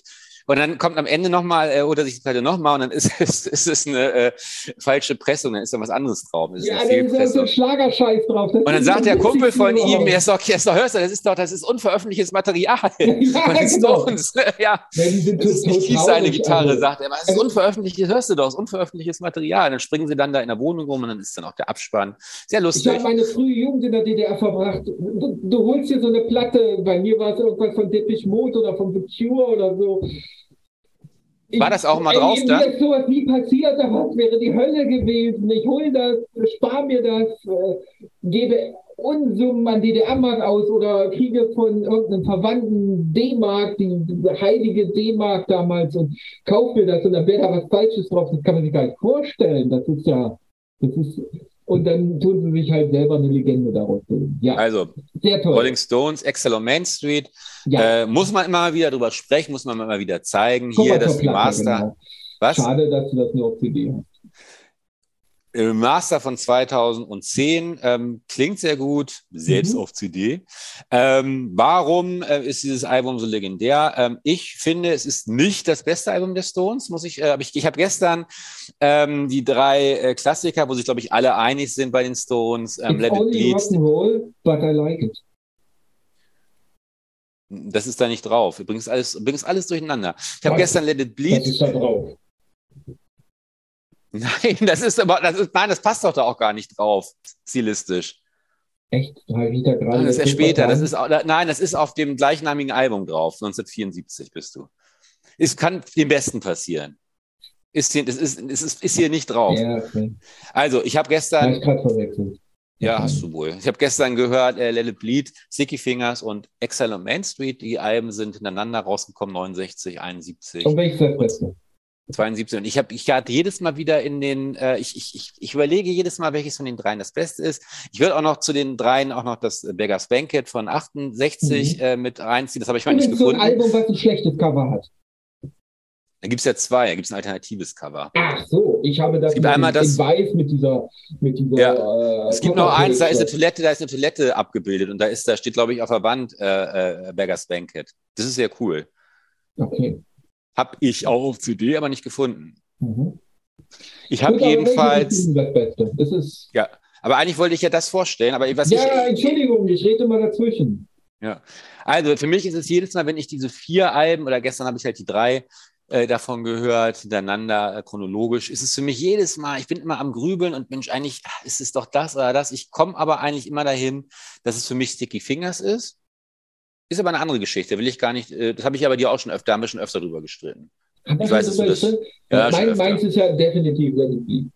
Und dann kommt am Ende nochmal, äh, oder sich die Platte nochmal und dann ist es, ist es eine äh, falsche Pressung, dann ist da was anderes drauf. Das ist ja, dann ist da so ein Schlagerscheiß drauf. Das und dann sagt der Kumpel von ihm, er ist doch, er ist doch, hörst du, das ist doch, das ist unveröffentlichtes Material. Ja, das ist genau. Stones. Ja, ja, die sind das ist nicht total seine Gitarre, also, sagt er, aber es ist also, unveröffentlichtes, hörst du doch, es ist unveröffentlichtes Material. Dann springen sie dann da in der Wohnung rum und dann ist dann auch der Abspann. Sehr lustig. Ich habe meine frühe Jugend in der D D R verbracht. Du, du holst dir so eine Platte, bei mir war es irgendwas von Depeche Mode oder von The Cure oder so. Ich, war das auch mal drauf da? Mir ist sowas nie passiert, aber es wäre die Hölle gewesen. Ich hole das, spare mir das, äh, gebe Unsummen an D D R-Mark aus oder kriege von irgendeinem Verwandten D-Mark, die, die heilige D-Mark damals und kaufe mir das und dann wäre da was Falsches drauf. Das kann man sich gar nicht vorstellen. Das ist ja, das ist, und dann tun sie sich halt selber eine Legende daraus bilden. Ja, also, sehr toll. Rolling Stones, Excel on Main Street. Ja. Äh, muss man immer wieder drüber sprechen, muss man immer wieder zeigen. Guck Hier das Platte, Master. Genau. Was? Schade, dass du das nur auf C D hast. Master von zweitausendzehn, ähm, klingt sehr gut, selbst mhm. auf C D. Ähm, warum äh, ist dieses Album so legendär? Ähm, ich finde, es ist nicht das beste Album der Stones, muss ich, äh, hab ich, ich habe gestern ähm, die drei äh, Klassiker, wo sich, glaube ich, alle einig sind bei den Stones. Ähm, It's only rock'n'roll, but I like it. Das ist da nicht drauf. Übrigens alles, übrigens alles durcheinander. Ich habe gestern Let It Bleed. Das ist da drauf. Nein, das ist aber, das ist, nein, das passt doch da auch gar nicht drauf, stilistisch. Echt? Habe ich da gerade. Das ist erst später. Das ist, nein, das ist auf dem gleichnamigen Album drauf. neunzehnhundertvierundsiebzig bist du. Es kann dem Besten passieren. Ist hier, das ist, ist, ist, ist hier nicht drauf. Ja, okay. Also, ich habe gestern. Ich gerade verwechselt. Ja, okay. Hast du wohl. Ich habe gestern gehört, äh, Let It Bleed, Sticky Fingers und Exile on Main Street. Die Alben sind hintereinander rausgekommen, neunundsechzig, einundsiebzig. Und welches das Beste? zweiundsiebzig. Und ich habe, ich hatte jedes Mal wieder in den, äh, ich, ich, ich, ich überlege jedes Mal, welches von den dreien das Beste ist. Ich würde auch noch zu den dreien auch noch das Beggars Banquet von achtundsechzig mhm. äh, mit reinziehen. Das habe ich mal nicht gefunden. So ein Album, was ein schlechtes Cover hat. Da gibt es ja zwei, da gibt es ein alternatives Cover. Ach so, ich habe das, es gibt einmal in, das in Weiß mit dieser, mit dieser ja. äh, es gibt noch eins, da ist eine Toilette, da ist eine Toilette abgebildet und da ist, da steht, glaube ich, auf der Wand äh, äh, Beggars Banquet. Das ist sehr cool. Okay. Habe ich auch auf C D, aber nicht gefunden. Mhm. Ich habe jedenfalls. Das Beste. Das ist ja, aber eigentlich wollte ich ja das vorstellen. Aber was ja, ich, Entschuldigung, ich rede mal dazwischen. Ja, also für mich ist es jedes Mal, wenn ich diese vier Alben oder gestern habe ich halt die drei äh, davon gehört, hintereinander äh, chronologisch, ist es für mich jedes Mal, ich bin immer am Grübeln und Mensch, eigentlich ach, ist es doch das oder das. Ich komme aber eigentlich immer dahin, dass es für mich Sticky Fingers ist. Ist aber eine andere Geschichte, will ich gar nicht, das habe ich aber dir auch schon öfter, haben wir schon öfter drüber gestritten. Aber ich weiß, dass du das... Ja, mein, meins ist ja definitiv Let It Bleed.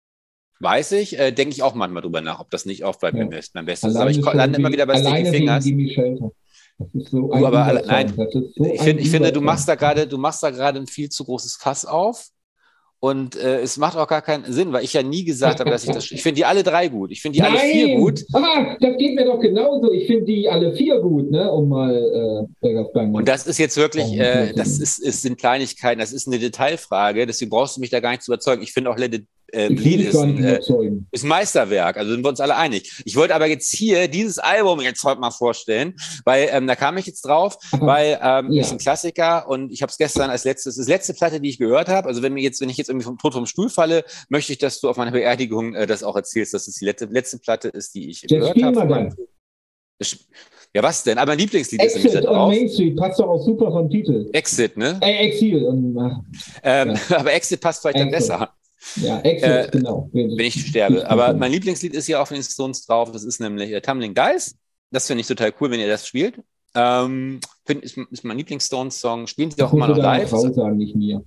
Weiß ich, äh, denke ich auch manchmal drüber nach, ob das nicht auch bleibt ja. beim Besten ist. Aber ich lande immer wieder bei Sticky Fingers. Das ist so du, aber alle, nein, so ich, find, ich finde, du machst da gerade, du machst da gerade ein viel zu großes Fass auf. Und äh, es macht auch gar keinen Sinn, weil ich ja nie gesagt habe, dass ich das. Ich finde die alle drei gut. Ich finde die Nein! alle vier gut. Ah, das geht mir doch genauso. Ich finde die alle vier gut, ne? Um mal. Äh, und das ist jetzt wirklich, äh, das ist, ist, sind Kleinigkeiten, das ist eine Detailfrage. Deswegen brauchst du mich da gar nicht zu überzeugen. Ich finde auch Let It äh, Bleed ist ein, äh, ist ein Meisterwerk. Also sind wir uns alle einig. Ich wollte aber jetzt hier dieses Album jetzt heute mal vorstellen, weil ähm, da kam ich jetzt drauf, Aha. weil ähm, ja. ist ein Klassiker und ich habe es gestern als letztes, das ist die letzte Platte, die ich gehört habe. Also wenn mir jetzt, wenn ich jetzt irgendwie vom Tod vom Stuhl falle, möchte ich, dass du auf meiner Beerdigung äh, das auch erzählst, dass es die letzte, letzte Platte ist, die ich jetzt gehört habe. Ja, was denn? Aber mein Lieblingslied Exit ist nämlich da drauf. Main Street passt doch auch super vom Titel. Exit, ne? Äh, Exil. Um, ähm, ja. Aber Exit passt vielleicht Exit. dann besser. Ja, Exit, äh, genau. Wenn ich sterbe. Aber mein Lieblingslied ist ja auch von den Stones drauf. Das ist nämlich äh, Tumbling Dice. Das finde ich total cool, wenn ihr das spielt. Ähm, find, ist, ist mein Lieblings-Stones-Song. Spielen sie auch immer noch live. Frau sagen, nicht mir.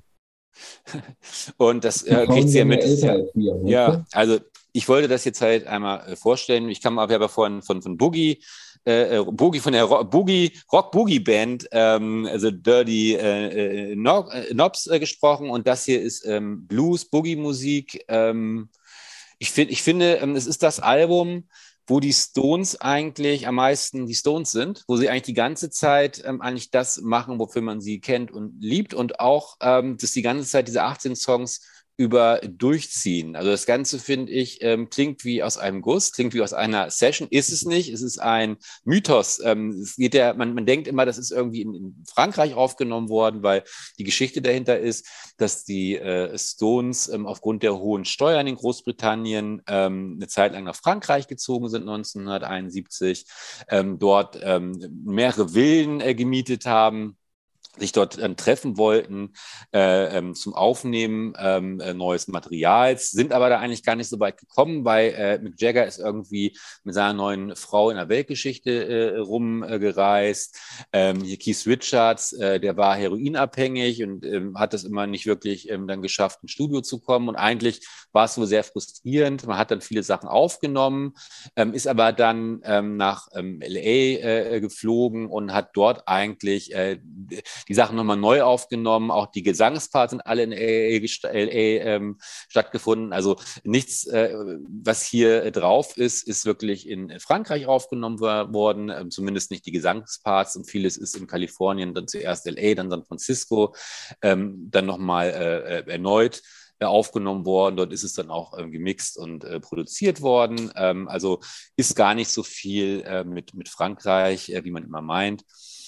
Und das äh, kriegt sie ja mit. Ja, wir, ja, also ich wollte das jetzt halt einmal äh, vorstellen. Ich kam aber vorhin von, von Boogie, äh, Boogie von der Rock Boogie, Rock Boogie Band, ähm, also Dirty äh, äh, Knobs äh, gesprochen und das hier ist ähm, Blues, Boogie Musik. Ähm, ich, find, ich finde, ähm, es ist das Album, wo die Stones eigentlich am meisten die Stones sind, wo sie eigentlich die ganze Zeit ähm, eigentlich das machen, wofür man sie kennt und liebt und auch, ähm, dass die ganze Zeit diese achtzehn Songs über Durchziehen. Also das Ganze, finde ich, ähm, klingt wie aus einem Guss, klingt wie aus einer Session. Ist es nicht, es ist ein Mythos. Ähm, es geht ja, man, man denkt immer, das ist irgendwie in, in Frankreich aufgenommen worden, weil die Geschichte dahinter ist, dass die äh, Stones ähm, aufgrund der hohen Steuern in Großbritannien ähm, eine Zeit lang nach Frankreich gezogen sind, neunzehnhunderteinundsiebzig, ähm, dort ähm, mehrere Villen äh, gemietet haben, sich dort äh, treffen wollten äh, ähm, zum Aufnehmen ähm, äh, neues Materials, sind aber da eigentlich gar nicht so weit gekommen, weil äh, Mick Jagger ist irgendwie mit seiner neuen Frau in der Weltgeschichte äh, rumgereist. Ähm, hier Keith Richards, äh, der war heroinabhängig und ähm, hat es immer nicht wirklich ähm, dann geschafft, ins Studio zu kommen. Und eigentlich war es wohl sehr frustrierend. Man hat dann viele Sachen aufgenommen, ähm, ist aber dann ähm, nach ähm, L A äh, geflogen und hat dort eigentlich äh, die Sachen nochmal neu aufgenommen. Auch die Gesangsparts sind alle in L A, L A ähm, stattgefunden. Also nichts, äh, was hier drauf ist, ist wirklich in Frankreich aufgenommen worden. Ähm, zumindest nicht die Gesangsparts. Und vieles ist in Kalifornien, dann zuerst L A, dann San Francisco, ähm, dann nochmal äh, erneut aufgenommen worden. Dort ist es dann auch ähm, gemixt und äh, produziert worden. Ähm, also ist gar nicht so viel äh, mit, mit Frankreich, äh, wie man immer meint.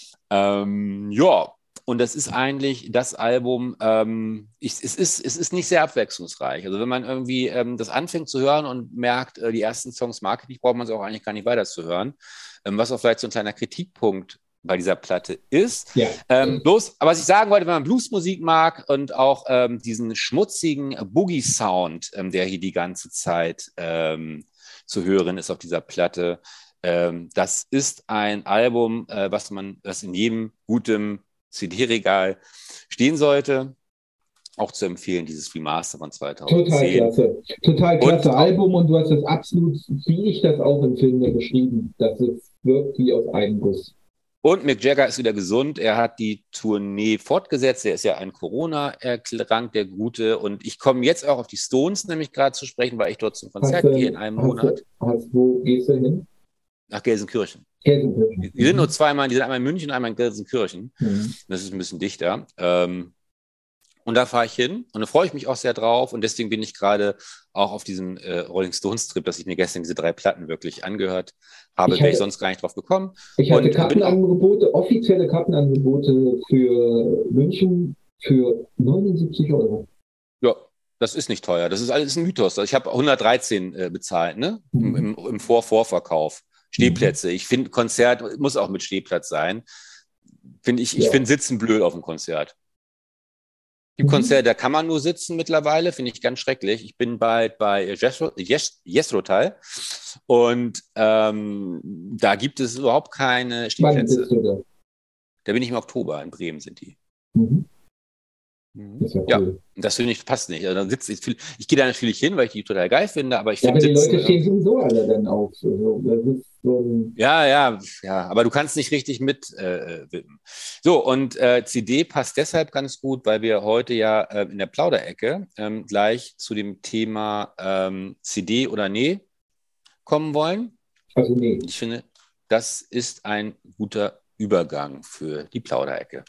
Ähm, ja, und das ist eigentlich das Album, ähm, ich, es, ist, es ist nicht sehr abwechslungsreich. Also wenn man irgendwie ähm, das anfängt zu hören und merkt, äh, die ersten Songs mag ich nicht, braucht man es auch eigentlich gar nicht weiter zu hören. Ähm, was auch vielleicht so ein kleiner Kritikpunkt bei dieser Platte ist. Ja. Ähm, bloß, aber was ich sagen wollte, wenn man Bluesmusik mag und auch ähm, diesen schmutzigen Boogie-Sound, ähm, der hier die ganze Zeit ähm, zu hören ist auf dieser Platte, ähm, das ist ein Album, äh, was man, was in jedem guten C D-Regal stehen sollte. Auch zu empfehlen, dieses Remaster von zweitausendzehn. Total klasse. Total klasse und, Album und du hast das absolut, wie ich das auch im Film beschrieben, das ist, wirkt wie aus einem Guss. Und Mick Jagger ist wieder gesund. Er hat die Tournee fortgesetzt. Er ist ja an Corona erkrankt, der Gute. Und ich komme jetzt auch auf die Stones nämlich gerade zu sprechen, weil ich dort zum Konzert hast, gehe in einem hast, Monat. Hast, wo gehst du hin? Nach Gelsenkirchen. Gelsenkirchen. Die sind nur zweimal, die sind einmal in München und einmal in Gelsenkirchen. Mhm. Das ist ein bisschen dichter. Ähm, und da fahre ich hin und da freue ich mich auch sehr drauf. Und deswegen bin ich gerade auch auf diesem äh, Rolling Stones-Trip, dass ich mir gestern diese drei Platten wirklich angehört habe, wäre ich sonst gar nicht drauf gekommen. Ich hatte und, Kartenangebote, auch, offizielle Kartenangebote für München für neunundsiebzig Euro. Ja, das ist nicht teuer. Das ist alles ein Mythos. Ich habe hundertdreizehn äh, bezahlt, ne? Mhm. Im, im, im Vor-Vorverkauf. Stehplätze. Mhm. Ich finde, Konzert muss auch mit Stehplatz sein. Find ich ich ja. finde Sitzen blöd auf dem Konzert. Die mhm. Konzerte, da kann man nur sitzen mittlerweile, finde ich ganz schrecklich. Ich bin bald bei Jethro-Tull und ähm, da gibt es überhaupt keine Stehplätze. Da? da bin ich im Oktober, in Bremen sind die. Mhm. Das ja, cool. Ja, das finde ich passt nicht. Also dann sitze ich, ich gehe da natürlich hin, weil ich die total geil finde, aber ich ja, finde. Aber die Leute stehen sowieso alle dann auf. Also, das ist so ein ja, ja, ja, aber du kannst nicht richtig mit äh, wippen. So, und äh, C D passt deshalb ganz gut, weil wir heute ja äh, in der Plauderecke ähm, gleich zu dem Thema ähm, C D oder nee kommen wollen. Also nee. Ich finde, das ist ein guter Übergang für die Plauderecke.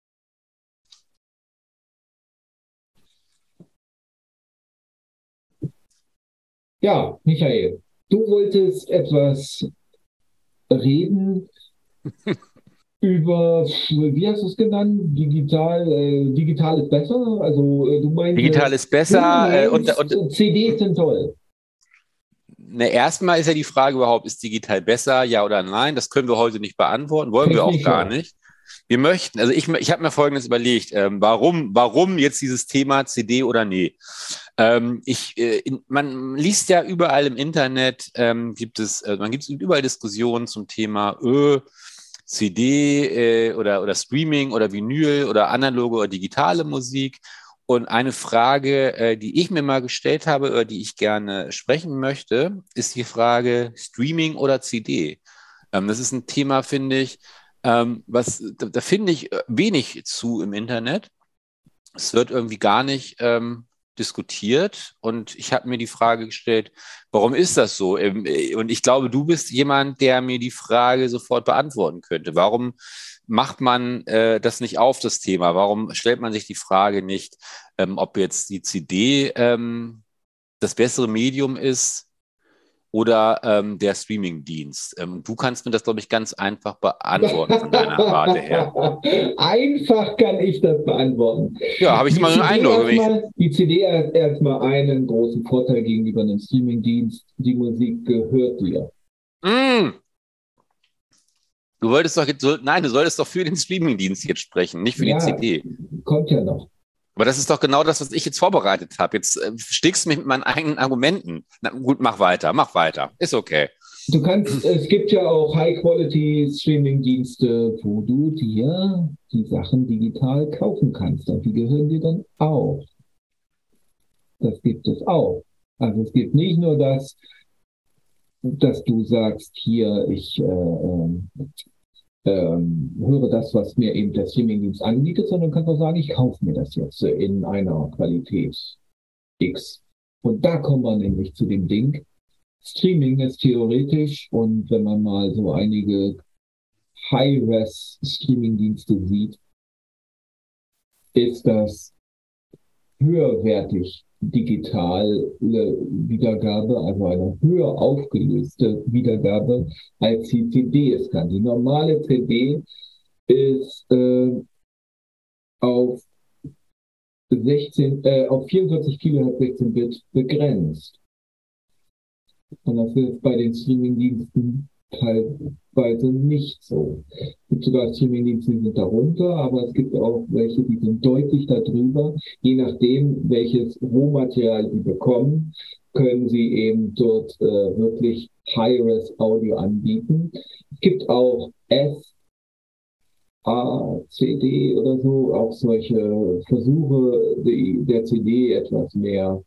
Ja, Michael, du wolltest etwas reden über, wie hast du es genannt? Digital, äh, digital ist besser? Also äh, du meinst. Digital ist besser äh, und, und, und C Ds sind toll. Ne, erstmal ist ja die Frage überhaupt, ist digital besser, ja oder nein? Das können wir heute nicht beantworten, wollen wir auch gar nicht. Wir möchten, also ich, ich habe mir Folgendes überlegt, ähm, warum, warum jetzt dieses Thema C D oder nee? Ähm, ich, äh, in, man liest ja überall im Internet, ähm, gibt es, äh, man gibt überall Diskussionen zum Thema äh, C D äh, oder, oder Streaming oder Vinyl oder analoge oder digitale Musik. Und eine Frage, äh, die ich mir mal gestellt habe oder die ich gerne sprechen möchte, ist die Frage Streaming oder C D. Ähm, das ist ein Thema, finde ich, ähm, was da, da finde ich wenig zu im Internet. Es wird irgendwie gar nicht ähm, diskutiert und ich habe mir die Frage gestellt, warum ist das so? Und ich glaube, du bist jemand, der mir die Frage sofort beantworten könnte. Warum macht man äh, das nicht auf, das Thema? Warum stellt man sich die Frage nicht, ähm, ob jetzt die C D ähm, das bessere Medium ist oder ähm, der Streamingdienst? Ähm, du kannst mir das, glaube ich, ganz einfach beantworten von deiner Warte her. Einfach kann ich das beantworten. Ja, habe ich immer so einen Eindruck. Erstmal, die C D hat erstmal einen großen Vorteil gegenüber einem Streamingdienst. Die Musik gehört dir. Mm. Du wolltest doch jetzt, nein, du solltest doch für den Streamingdienst jetzt sprechen, nicht für ja, die C D. Kommt ja noch. Aber das ist doch genau das, was ich jetzt vorbereitet habe. Jetzt äh, stickst du mich mit meinen eigenen Argumenten. Na gut, mach weiter, mach weiter. Ist okay. Du kannst, es gibt ja auch High-Quality-Streaming-Dienste, wo du dir die Sachen digital kaufen kannst. Und die gehören dir dann auch. Das gibt es auch. Also es gibt nicht nur das, dass du sagst, hier, ich äh, ähm, ähm, höre das, was mir eben der Streamingdienst anbietet, sondern kannst auch sagen, ich kaufe mir das jetzt in einer Qualität X. Und da kommen wir nämlich zu dem Ding. Streaming ist theoretisch, und wenn man mal so einige High-Res-Streaming-Dienste sieht, ist das höherwertig digitale Wiedergabe, also eine höher aufgelöste Wiedergabe, als die C D es kann. Die normale C D ist äh, auf sechzehn, äh, auf vierundvierzig Kilohertz sechzehn Bit begrenzt. Und das ist bei den Streamingdiensten teilweise nicht so. Es gibt sogar Streamingdienste, die sind darunter, aber es gibt auch welche, die sind deutlich darüber. Je nachdem, welches Rohmaterial sie bekommen, können sie eben dort äh, wirklich High-Res-Audio anbieten. Es gibt auch S, A, C D oder so, auch solche Versuche, die, der C D etwas mehr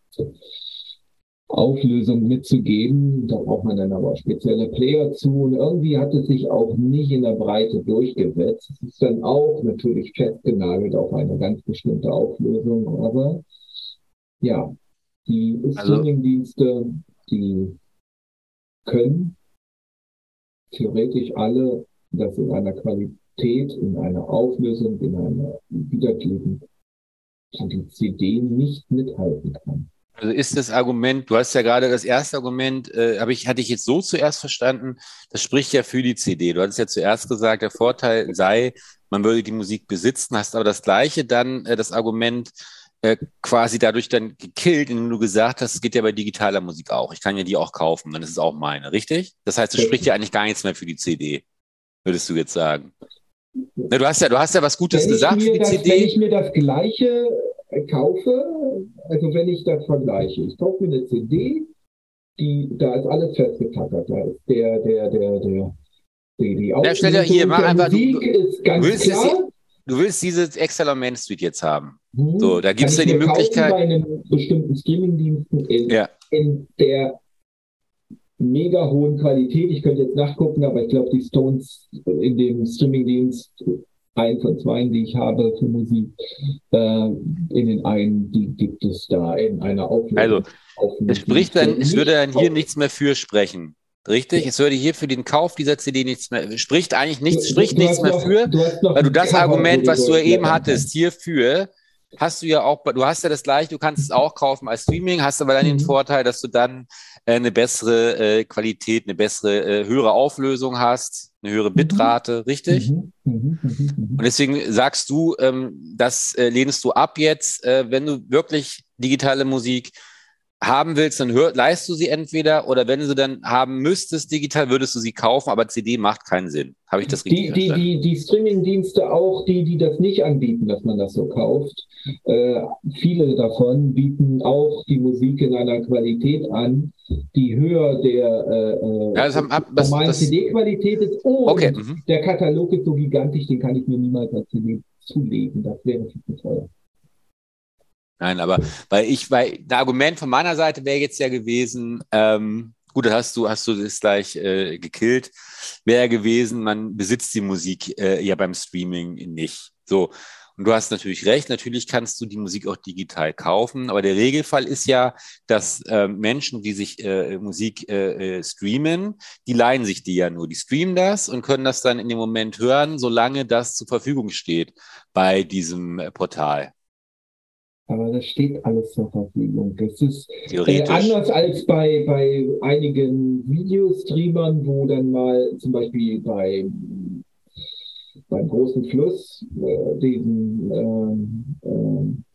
Auflösung mitzugeben. Da braucht man dann aber spezielle Player zu. Und irgendwie hat es sich auch nicht in der Breite durchgesetzt. Es ist dann auch natürlich festgenagelt auf eine ganz bestimmte Auflösung. Aber ja, die Streaming-Dienste, die können theoretisch alle das in einer Qualität, in einer Auflösung, in einer Wiedergeben, die die C D nicht mithalten kann. Also ist das Argument, du hast ja gerade das erste Argument, äh, habe ich, hatte ich jetzt so zuerst verstanden, das spricht ja für die C D. Du hattest ja zuerst gesagt, der Vorteil sei, man würde die Musik besitzen, hast aber das Gleiche dann, äh, das Argument äh, quasi dadurch dann gekillt, indem du gesagt hast, es geht ja bei digitaler Musik auch. Ich kann ja die auch kaufen, dann ist es auch meine, richtig? Das heißt, es spricht ja eigentlich gar nichts mehr für die C D, würdest du jetzt sagen. Na, du hast ja, du hast ja was Gutes gesagt für die das, C D. Wenn ich mir das Gleiche kaufe, also wenn ich das vergleiche, ich kaufe mir eine C D, die, da ist alles festgetackert, da ist der, der, der, der, die, die ja, stell dir hier, mach einfach, Musik du, ist ganz du willst klar. Es, du willst diese Excel Main Street jetzt haben. Hm, so, da gibt es ja die Möglichkeit. Bei einem bestimmten Streamingdiensten in, ja. in der mega hohen Qualität. Ich könnte jetzt nachgucken, aber ich glaube, die Stones in dem Streamingdienst, ein von zwei, die ich habe für Musik, äh, in den einen, die gibt es da in einer Auflösung. Also, es spricht dann, es würde dann hier nichts mehr für sprechen. Richtig? Es würde hier für den Kauf dieser C D nichts mehr, spricht eigentlich nichts, spricht du, du nichts mehr noch, für, du weil du das Argument, was du ja eben hattest, hierfür, hast du ja auch, du hast ja das gleiche, du kannst es auch kaufen als Streaming, hast aber dann mhm. den Vorteil, dass du dann äh, eine bessere äh, Qualität, eine bessere, äh, höhere Auflösung hast, eine höhere Bitrate, mhm. richtig? Mhm. Mhm. Und deswegen sagst du, ähm, das äh, lehnst du ab jetzt, äh, wenn du wirklich digitale Musik haben willst, dann hör, leist du sie entweder, oder wenn du sie dann haben müsstest digital, würdest du sie kaufen, aber C D macht keinen Sinn. Habe ich das richtig die, die, verstanden? Die, die Streaming-Dienste, auch die, die das nicht anbieten, dass man das so kauft, äh, viele davon bieten auch die Musik in einer Qualität an, die höher der äh, ja, das haben, ab, das, normalen das, C D-Qualität ist. Oh, okay. und mhm. der Katalog ist so gigantisch, den kann ich mir niemals als C D zulegen. Das wäre viel zu teuer. Nein, aber weil ich, weil das Argument von meiner Seite wäre jetzt ja gewesen, ähm, gut, das hast du, hast du das gleich äh, gekillt, wäre ja gewesen, man besitzt die Musik äh, ja beim Streaming nicht. So. Und du hast natürlich recht, natürlich kannst du die Musik auch digital kaufen, aber der Regelfall ist ja, dass äh, Menschen, die sich äh, Musik äh, streamen, die leihen sich die ja nur. Die streamen das und können das dann in dem Moment hören, solange das zur Verfügung steht bei diesem äh, Portal. Aber das steht alles zur Verfügung. Das ist äh, Theoretisch. anders als bei, bei einigen Videostreamern, wo dann mal zum Beispiel bei beim großen Fluss, äh, diesen ähm,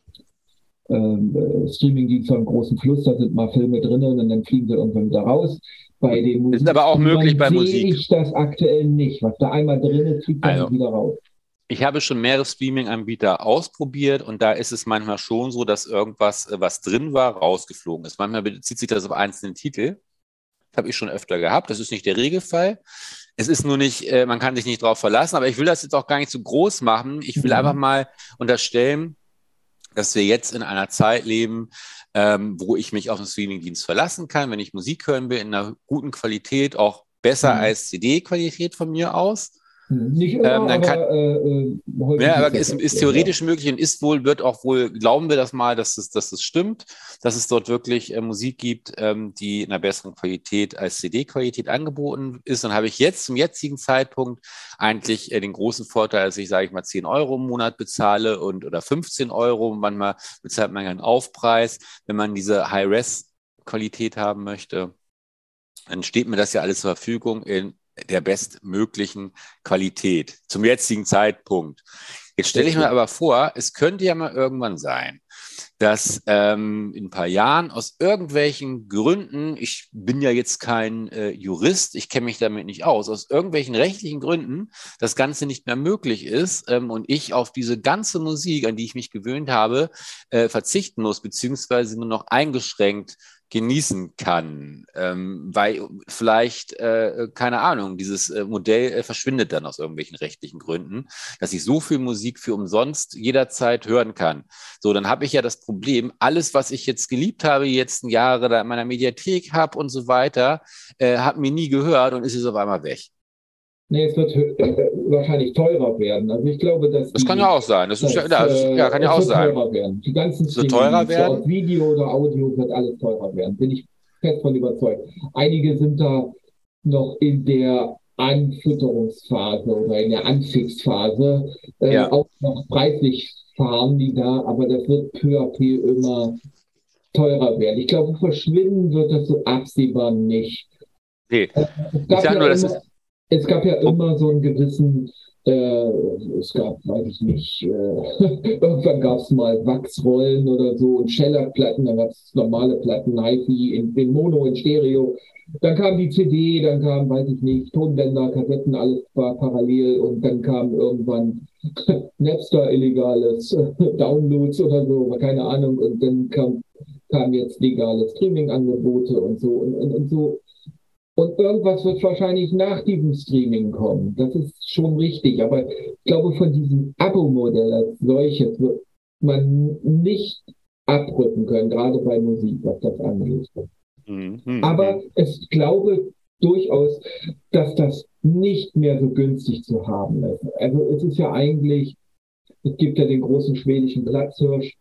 äh, äh, Streaming-Dienst beim großen Fluss, da sind mal Filme drin und dann fliegen sie irgendwann wieder raus. Bei den Das ist aber auch möglich bei Musik. Sehe ich das aktuell nicht. Was da einmal drin ist, fliegt dann Also, wieder raus. Ich habe schon mehrere Streaming-Anbieter ausprobiert und da ist es manchmal schon so, dass irgendwas, was drin war, rausgeflogen ist. Manchmal bezieht sich das auf einzelne Titel. Das habe ich schon öfter gehabt. Das ist nicht der Regelfall. Es ist nur nicht, äh, man kann sich nicht darauf verlassen, aber ich will das jetzt auch gar nicht zu groß machen. Ich will mhm. einfach mal unterstellen, dass wir jetzt in einer Zeit leben, ähm, wo ich mich auf den Streamingdienst verlassen kann, wenn ich Musik hören will, in einer guten Qualität, auch besser mhm. als C D-Qualität von mir aus. Nicht immer, ähm, dann kann, aber, äh, ja, aber ist, ist theoretisch ja. möglich und ist wohl, wird auch wohl, glauben wir das mal, dass es, dass es stimmt, dass es dort wirklich äh, Musik gibt, ähm, die in einer besseren Qualität als C D-Qualität angeboten ist. Und habe ich jetzt zum jetzigen Zeitpunkt eigentlich äh, den großen Vorteil, dass ich, sage ich mal, zehn Euro im Monat bezahle und oder fünfzehn Euro. Manchmal bezahlt man ja einen Aufpreis, wenn man diese High-Res-Qualität haben möchte. Dann steht mir das ja alles zur Verfügung in der bestmöglichen Qualität zum jetzigen Zeitpunkt. Jetzt stelle ich mir aber vor, es könnte ja mal irgendwann sein, dass ähm, in ein paar Jahren aus irgendwelchen Gründen, ich bin ja jetzt kein äh, Jurist, ich kenne mich damit nicht aus, aus irgendwelchen rechtlichen Gründen das Ganze nicht mehr möglich ist ähm, und ich auf diese ganze Musik, an die ich mich gewöhnt habe, äh, verzichten muss, beziehungsweise nur noch eingeschränkt genießen kann, ähm, weil vielleicht, äh, keine Ahnung, dieses äh, Modell äh, verschwindet dann aus irgendwelchen rechtlichen Gründen, dass ich so viel Musik für umsonst jederzeit hören kann. So, dann habe ich ja das Problem, alles, was ich jetzt geliebt habe, die letzten Jahre da in meiner Mediathek habe und so weiter, äh, hat mir nie gehört und ist jetzt auf einmal weg. Nee, es wird äh, wahrscheinlich teurer werden. Also ich glaube, dass das die, kann ja auch sein. Das, ist, das, das ja, kann ja auch sein. Teurer werden. Die ganzen Streaming, teurer werden. Ob Video oder Audio wird alles teurer werden. Bin ich fest von überzeugt. Einige sind da noch in der Anfütterungsphase oder in der Anfixphase. Äh, ja. Auch noch preislich fahren die da, aber das wird peu à peu immer teurer werden. Ich glaube, verschwinden wird das so absehbar nicht. Nee. Äh, es gab, ja, nur, immer, es gab ja immer so einen gewissen Äh, es gab, weiß ich nicht, äh, irgendwann gab es mal Wachsrollen oder so und Scheller-Platten, dann gab es normale Platten, Hi-Fi, in, in Mono, in Stereo. Dann kam die C D, dann kam, weiß ich nicht, Tonbänder, Kassetten, alles war parallel und dann kam irgendwann Napster, illegales Downloads oder so, keine Ahnung, und dann kam, kam jetzt legale Streaming-Angebote und so und, und, und so. Und irgendwas wird wahrscheinlich nach diesem Streaming kommen. Das ist schon richtig. Aber ich glaube, von diesem Abo-Modell als solches wird man nicht abrücken können, gerade bei Musik, was das angeht. Mhm. Aber ich glaube durchaus, dass das nicht mehr so günstig zu haben ist. Also es ist ja eigentlich, es gibt ja den großen schwedischen Platzhirsch,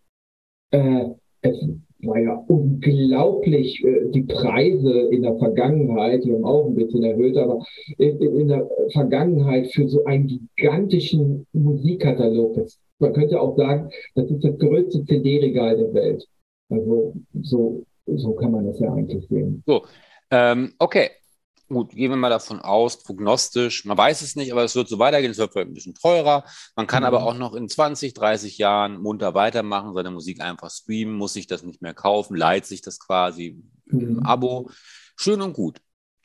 äh, es war ja unglaublich, äh, die Preise in der Vergangenheit, die haben auch ein bisschen erhöht, aber in, in der Vergangenheit für so einen gigantischen Musikkatalog, das, man könnte auch sagen, das ist das größte C D-Regal der Welt. Also so, so kann man das ja eigentlich sehen. So, ähm, okay. Gut, gehen wir mal davon aus, prognostisch, man weiß es nicht, aber es wird so weitergehen, es wird ein bisschen teurer. Man kann mhm. aber auch noch in zwanzig, dreißig Jahren munter weitermachen, seine Musik einfach streamen, muss sich das nicht mehr kaufen, leiht sich das quasi mhm. im Abo. Schön und gut.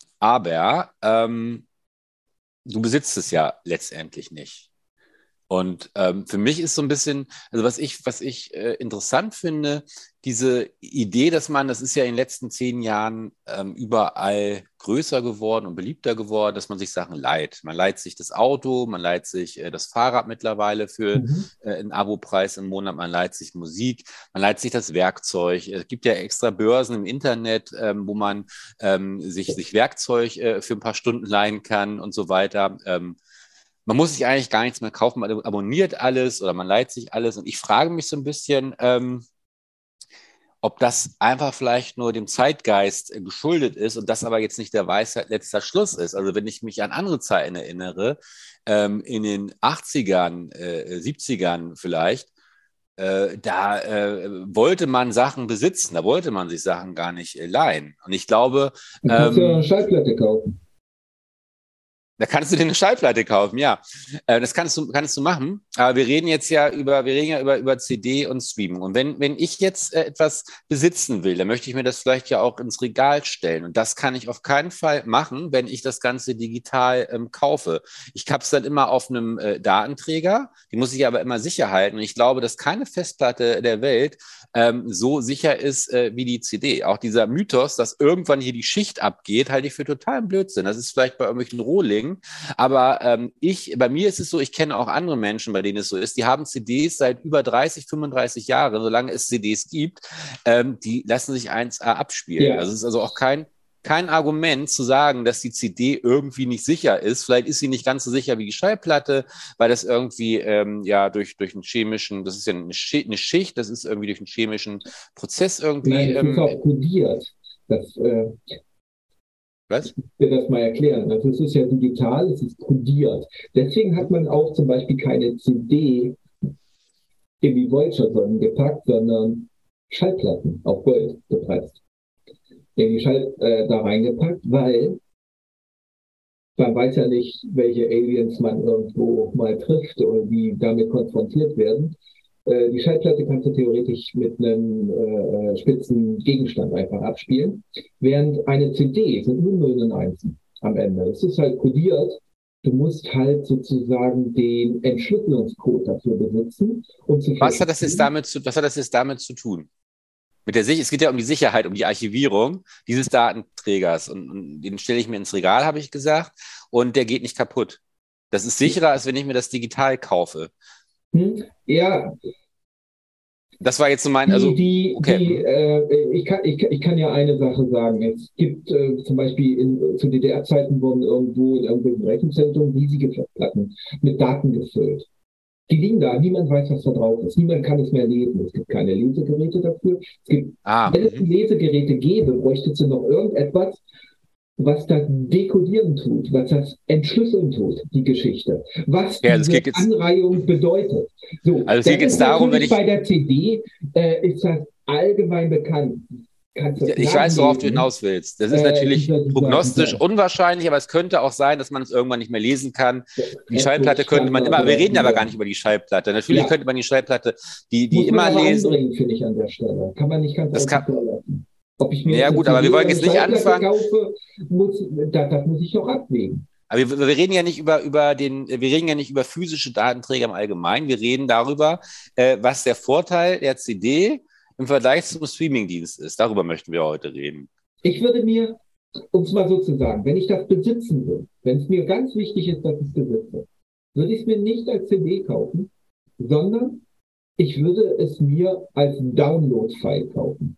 Aber ähm, du besitzt es ja letztendlich nicht. Und ähm, für mich ist so ein bisschen, also was ich, was ich äh, interessant finde, diese Idee, dass man, das ist ja in den letzten zehn Jahren ähm, überall größer geworden und beliebter geworden, dass man sich Sachen leiht. Man leiht sich das Auto, man leiht sich äh, das Fahrrad mittlerweile für mhm. äh, einen Abopreis im Monat, man leiht sich Musik, man leiht sich das Werkzeug. Es gibt ja extra Börsen im Internet, ähm, wo man ähm, sich, sich Werkzeug äh, für ein paar Stunden leihen kann und so weiter. Ähm, man muss sich eigentlich gar nichts mehr kaufen, man abonniert alles oder man leiht sich alles. Und ich frage mich so ein bisschen, ähm, ob das einfach vielleicht nur dem Zeitgeist äh, geschuldet ist und das aber jetzt nicht der Weisheit letzter Schluss ist. Also wenn ich mich an andere Zeiten erinnere, ähm, in den achtzigern, äh, siebzigern vielleicht, äh, da äh, wollte man Sachen besitzen, da wollte man sich Sachen gar nicht äh, leihen. Und ich glaube... Du kannst ja Ähm, eine Schallplatte kaufen. Da kannst du dir eine Schallplatte kaufen, ja. Äh, das kannst du, kannst du machen. Aber wir reden jetzt ja über, wir reden ja über, über C D und Streaming. Und wenn, wenn ich jetzt äh, etwas besitzen will, dann möchte ich mir das vielleicht ja auch ins Regal stellen. Und das kann ich auf keinen Fall machen, wenn ich das Ganze digital ähm, kaufe. Ich habe es dann immer auf einem äh, Datenträger. Die muss ich aber immer sicher halten. Und ich glaube, dass keine Festplatte der Welt ähm, so sicher ist äh, wie die C D. Auch dieser Mythos, dass irgendwann hier die Schicht abgeht, halte ich für totalen Blödsinn. Das ist vielleicht bei irgendwelchen Rohlingen. Aber ähm, ich, bei mir ist es so, ich kenne auch andere Menschen, bei denen es so ist, die haben C Ds seit über dreißig, fünfunddreißig Jahren, solange es C Ds gibt, ähm, die lassen sich eins A abspielen. Ja. Also es ist also auch kein, kein Argument zu sagen, dass die C D irgendwie nicht sicher ist. Vielleicht ist sie nicht ganz so sicher wie die Schallplatte, weil das irgendwie ähm, ja durch, durch einen chemischen, das ist ja eine Schicht, eine Schicht, das ist irgendwie durch einen chemischen Prozess irgendwie. Nein, das ähm, ist auch kodiert. Das, äh, was? Ich will das mal erklären. Also es ist ja digital, es ist kodiert. Deswegen hat man auch zum Beispiel keine C D in die Voyager gepackt, sondern Schallplatten auf Gold gepresst. In die Schall äh, da reingepackt, weil man weiß ja nicht, welche Aliens man irgendwo mal trifft oder die damit konfrontiert werden. Äh, die Schallplatte kannst du theoretisch mit einem äh, spitzen Gegenstand einfach abspielen, während eine C D sind nur Nullen und Einsen am Ende. Es ist halt kodiert. Du musst halt sozusagen den Entschlüsselungscode dafür besitzen. Um zu was hat das jetzt damit zu, was hat das jetzt damit zu tun? Mit der Sicherheit, es geht ja um die Sicherheit, um die Archivierung dieses Datenträgers. Und, und den stelle ich mir ins Regal, habe ich gesagt, und der geht nicht kaputt. Das ist sicherer, als wenn ich mir das digital kaufe. Hm? Ja. Das war jetzt so mein, also, die, okay. Die, äh, ich, kann, ich, ich kann ja eine Sache sagen. Es gibt äh, zum Beispiel in, zu D D R-Zeiten wurden irgendwo in irgendwelchen Rechenzentren riesige Festplatten mit Daten gefüllt. Die liegen da, niemand weiß, was da drauf ist. Niemand kann es mehr lesen. Es gibt keine Lesegeräte dafür. Es gibt, ah, wenn es Lesegeräte gäbe, bräuchte es noch irgendetwas, was das Dekodieren tut, was das Entschlüsseln tut, die Geschichte. Was ja, diese jetzt, Anreihung bedeutet. So, also es geht jetzt darum, wenn ich... Bei der C D äh, ist das allgemein bekannt. Ich, ich weiß, worauf du hinaus willst. Das ist äh, natürlich dieser, dieser, prognostisch dieser, unwahrscheinlich, aber es könnte auch sein, dass man es irgendwann nicht mehr lesen kann. Die Schallplatte könnte man immer, wir reden aber gar nicht über die Schallplatte. Natürlich ja. könnte man die Schallplatte, die, die Muss immer man aber lesen. Anbringen, finde ich an der Stelle. Kann man nicht ganz das kann, lassen. Ob ich mir ja gut, aber wir wollen jetzt nicht anfangen. Kaufe, muss, das, das muss ich auch abwägen. Aber wir, wir reden ja nicht über, über den, wir reden ja nicht über physische Datenträger im Allgemeinen. Wir reden darüber, äh, was der Vorteil der C D im Vergleich zum Streamingdienst ist. Darüber möchten wir heute reden. Ich würde mir, um es mal so zu sagen, wenn ich das besitzen will, wenn es mir ganz wichtig ist, dass ich es besitze, würde ich es mir nicht als C D kaufen, sondern ich würde es mir als Download-File kaufen.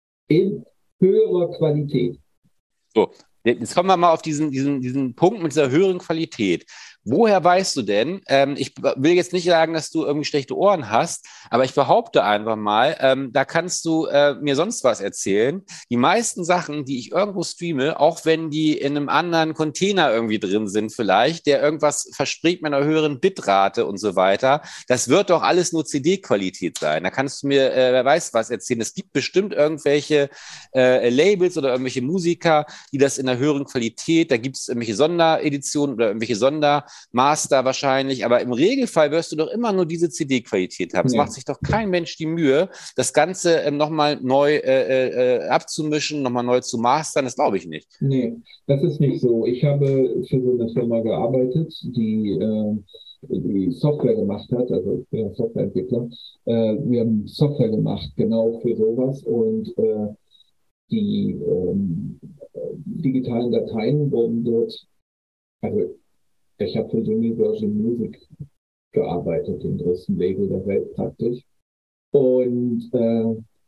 In höherer Qualität. So, jetzt kommen wir mal auf diesen, diesen, diesen Punkt mit dieser höheren Qualität. Woher weißt du denn, ähm, ich will jetzt nicht sagen, dass du irgendwie schlechte Ohren hast, aber ich behaupte einfach mal, ähm, da kannst du äh, mir sonst was erzählen. Die meisten Sachen, die ich irgendwo streame, auch wenn die in einem anderen Container irgendwie drin sind vielleicht, der irgendwas verspricht mit einer höheren Bitrate und so weiter, das wird doch alles nur C D-Qualität sein. Da kannst du mir, äh, wer weiß was erzählen. Es gibt bestimmt irgendwelche äh, Labels oder irgendwelche Musiker, die das in einer höheren Qualität, da gibt es irgendwelche Sondereditionen oder irgendwelche Sonder Master wahrscheinlich, aber im Regelfall wirst du doch immer nur diese C D-Qualität haben. Es ja. macht sich doch kein Mensch die Mühe, das Ganze ähm, nochmal neu äh, äh, abzumischen, nochmal neu zu mastern, das glaube ich nicht. Nee, das ist nicht so. Ich habe für so eine Firma gearbeitet, die, äh, die Software gemacht hat, also ich bin ja Softwareentwickler. Äh, wir haben Software gemacht, genau für sowas und äh, die ähm, digitalen Dateien wurden dort, also ich habe für Universal Music gearbeitet, dem größten Label der Welt praktisch. Und äh,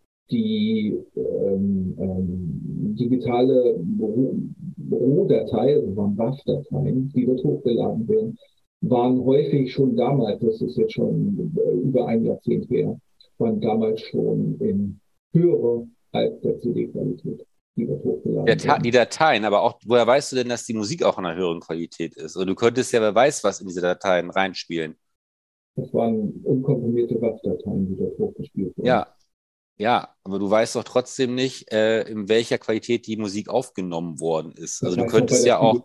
die ähm, ähm, digitale Rohdatei, also W A V-Dateien, die dort hochgeladen werden, waren häufig schon damals, das ist jetzt schon über ein Jahrzehnt her, waren damals schon in höhere als der C D-Qualität, die wird hochgeladen Der, die Dateien, aber auch, woher weißt du denn, dass die Musik auch in einer höheren Qualität ist? Oder du könntest ja, wer weiß, was in diese Dateien reinspielen. Das waren unkomprimierte W A V-Dateien, die dort hochgespielt wurden. Ja, ja, aber du weißt doch trotzdem nicht, äh, in welcher Qualität die Musik aufgenommen worden ist. Also Das du könntest ja auch.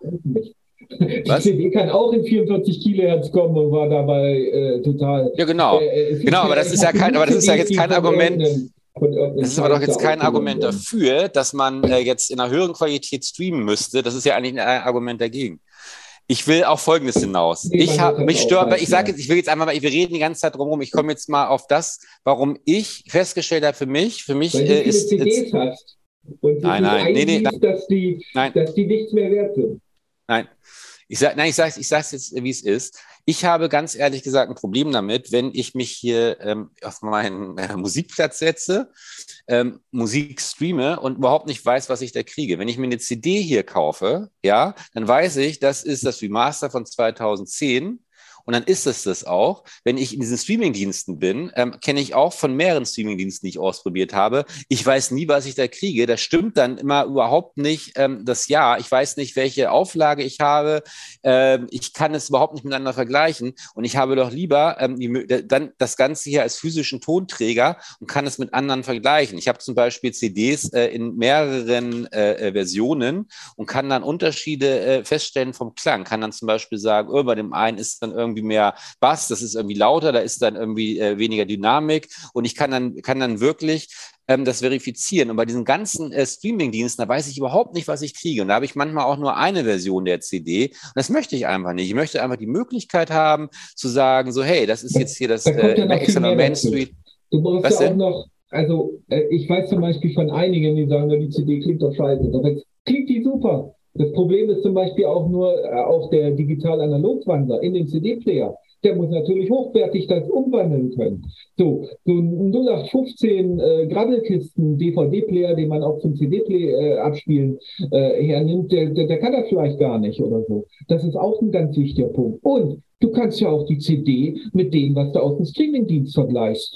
Die Was? C D kann auch in vierundvierzig Kilohertz kommen und war dabei äh, total. Ja, genau. Äh, genau, aber das ist ja kein, aber das ist ja jetzt kein Argument. Das ist aber doch jetzt kein Argument dafür, dass man äh, jetzt in einer höheren Qualität streamen müsste. Das ist ja eigentlich ein Argument dagegen. Ich will auf Folgendes hinaus. Nee, ich habe mich stört, ich sage jetzt, ich will jetzt einmal mal, wir reden die ganze Zeit drum rum. Ich komme jetzt mal auf das, warum ich festgestellt habe für mich, für mich Weil äh, du ist. C Ds hast und nein, nein, nee, nee, dass die, nein. dass die nichts mehr wert sind. Nein. Ich sag, nein, ich sage ich sag's jetzt, wie es ist. Ich habe ganz ehrlich gesagt ein Problem damit, wenn ich mich hier ähm, auf meinen äh, Musikplatz setze, ähm, Musik streame und überhaupt nicht weiß, was ich da kriege. Wenn ich mir eine C D hier kaufe, ja, dann weiß ich, das ist das Remaster von zweitausendzehn. Und dann ist es das auch. Wenn ich in diesen Streamingdiensten bin, ähm, kenne ich auch von mehreren Streamingdiensten, die ich ausprobiert habe. Ich weiß nie, was ich da kriege. Das stimmt dann immer überhaupt nicht ähm, das Jahr. Ich weiß nicht, welche Auflage ich habe. Ähm, ich kann es überhaupt nicht miteinander vergleichen. Und ich habe doch lieber ähm, die, dann das Ganze hier als physischen Tonträger und kann es mit anderen vergleichen. Ich habe zum Beispiel C Ds äh, in mehreren äh, Versionen und kann dann Unterschiede äh, feststellen vom Klang. Kann dann zum Beispiel sagen, oh, bei dem einen ist dann irgendwie irgendwie mehr Bass, das ist irgendwie lauter, da ist dann irgendwie äh, weniger Dynamik und ich kann dann, kann dann wirklich ähm, das verifizieren. Und bei diesen ganzen äh, Streaming-Diensten, da weiß ich überhaupt nicht, was ich kriege. Und da habe ich manchmal auch nur eine Version der C D. Und das möchte ich einfach nicht. Ich möchte einfach die Möglichkeit haben, zu sagen, so, hey, das ist jetzt hier das da äh, Maximum Main Street. Du brauchst was ja auch denn? noch, also äh, ich weiß zum Beispiel von einigen, die sagen, die C D klingt doch scheiße. Aber jetzt klingt die super. Das Problem ist zum Beispiel auch nur, äh, auch der Digital-Analog-Wandler in den C D-Player. Der muss natürlich hochwertig das umwandeln können. So, so ein null acht fünfzehn äh, Grabbelkisten D V D-Player, den man auch zum C D-Play äh, abspielen äh, hernimmt, der, der, der kann das vielleicht gar nicht oder so. Das ist auch ein ganz wichtiger Punkt. Und du kannst ja auch die C D mit dem, was du aus dem Streamingdienst vergleichst, äh,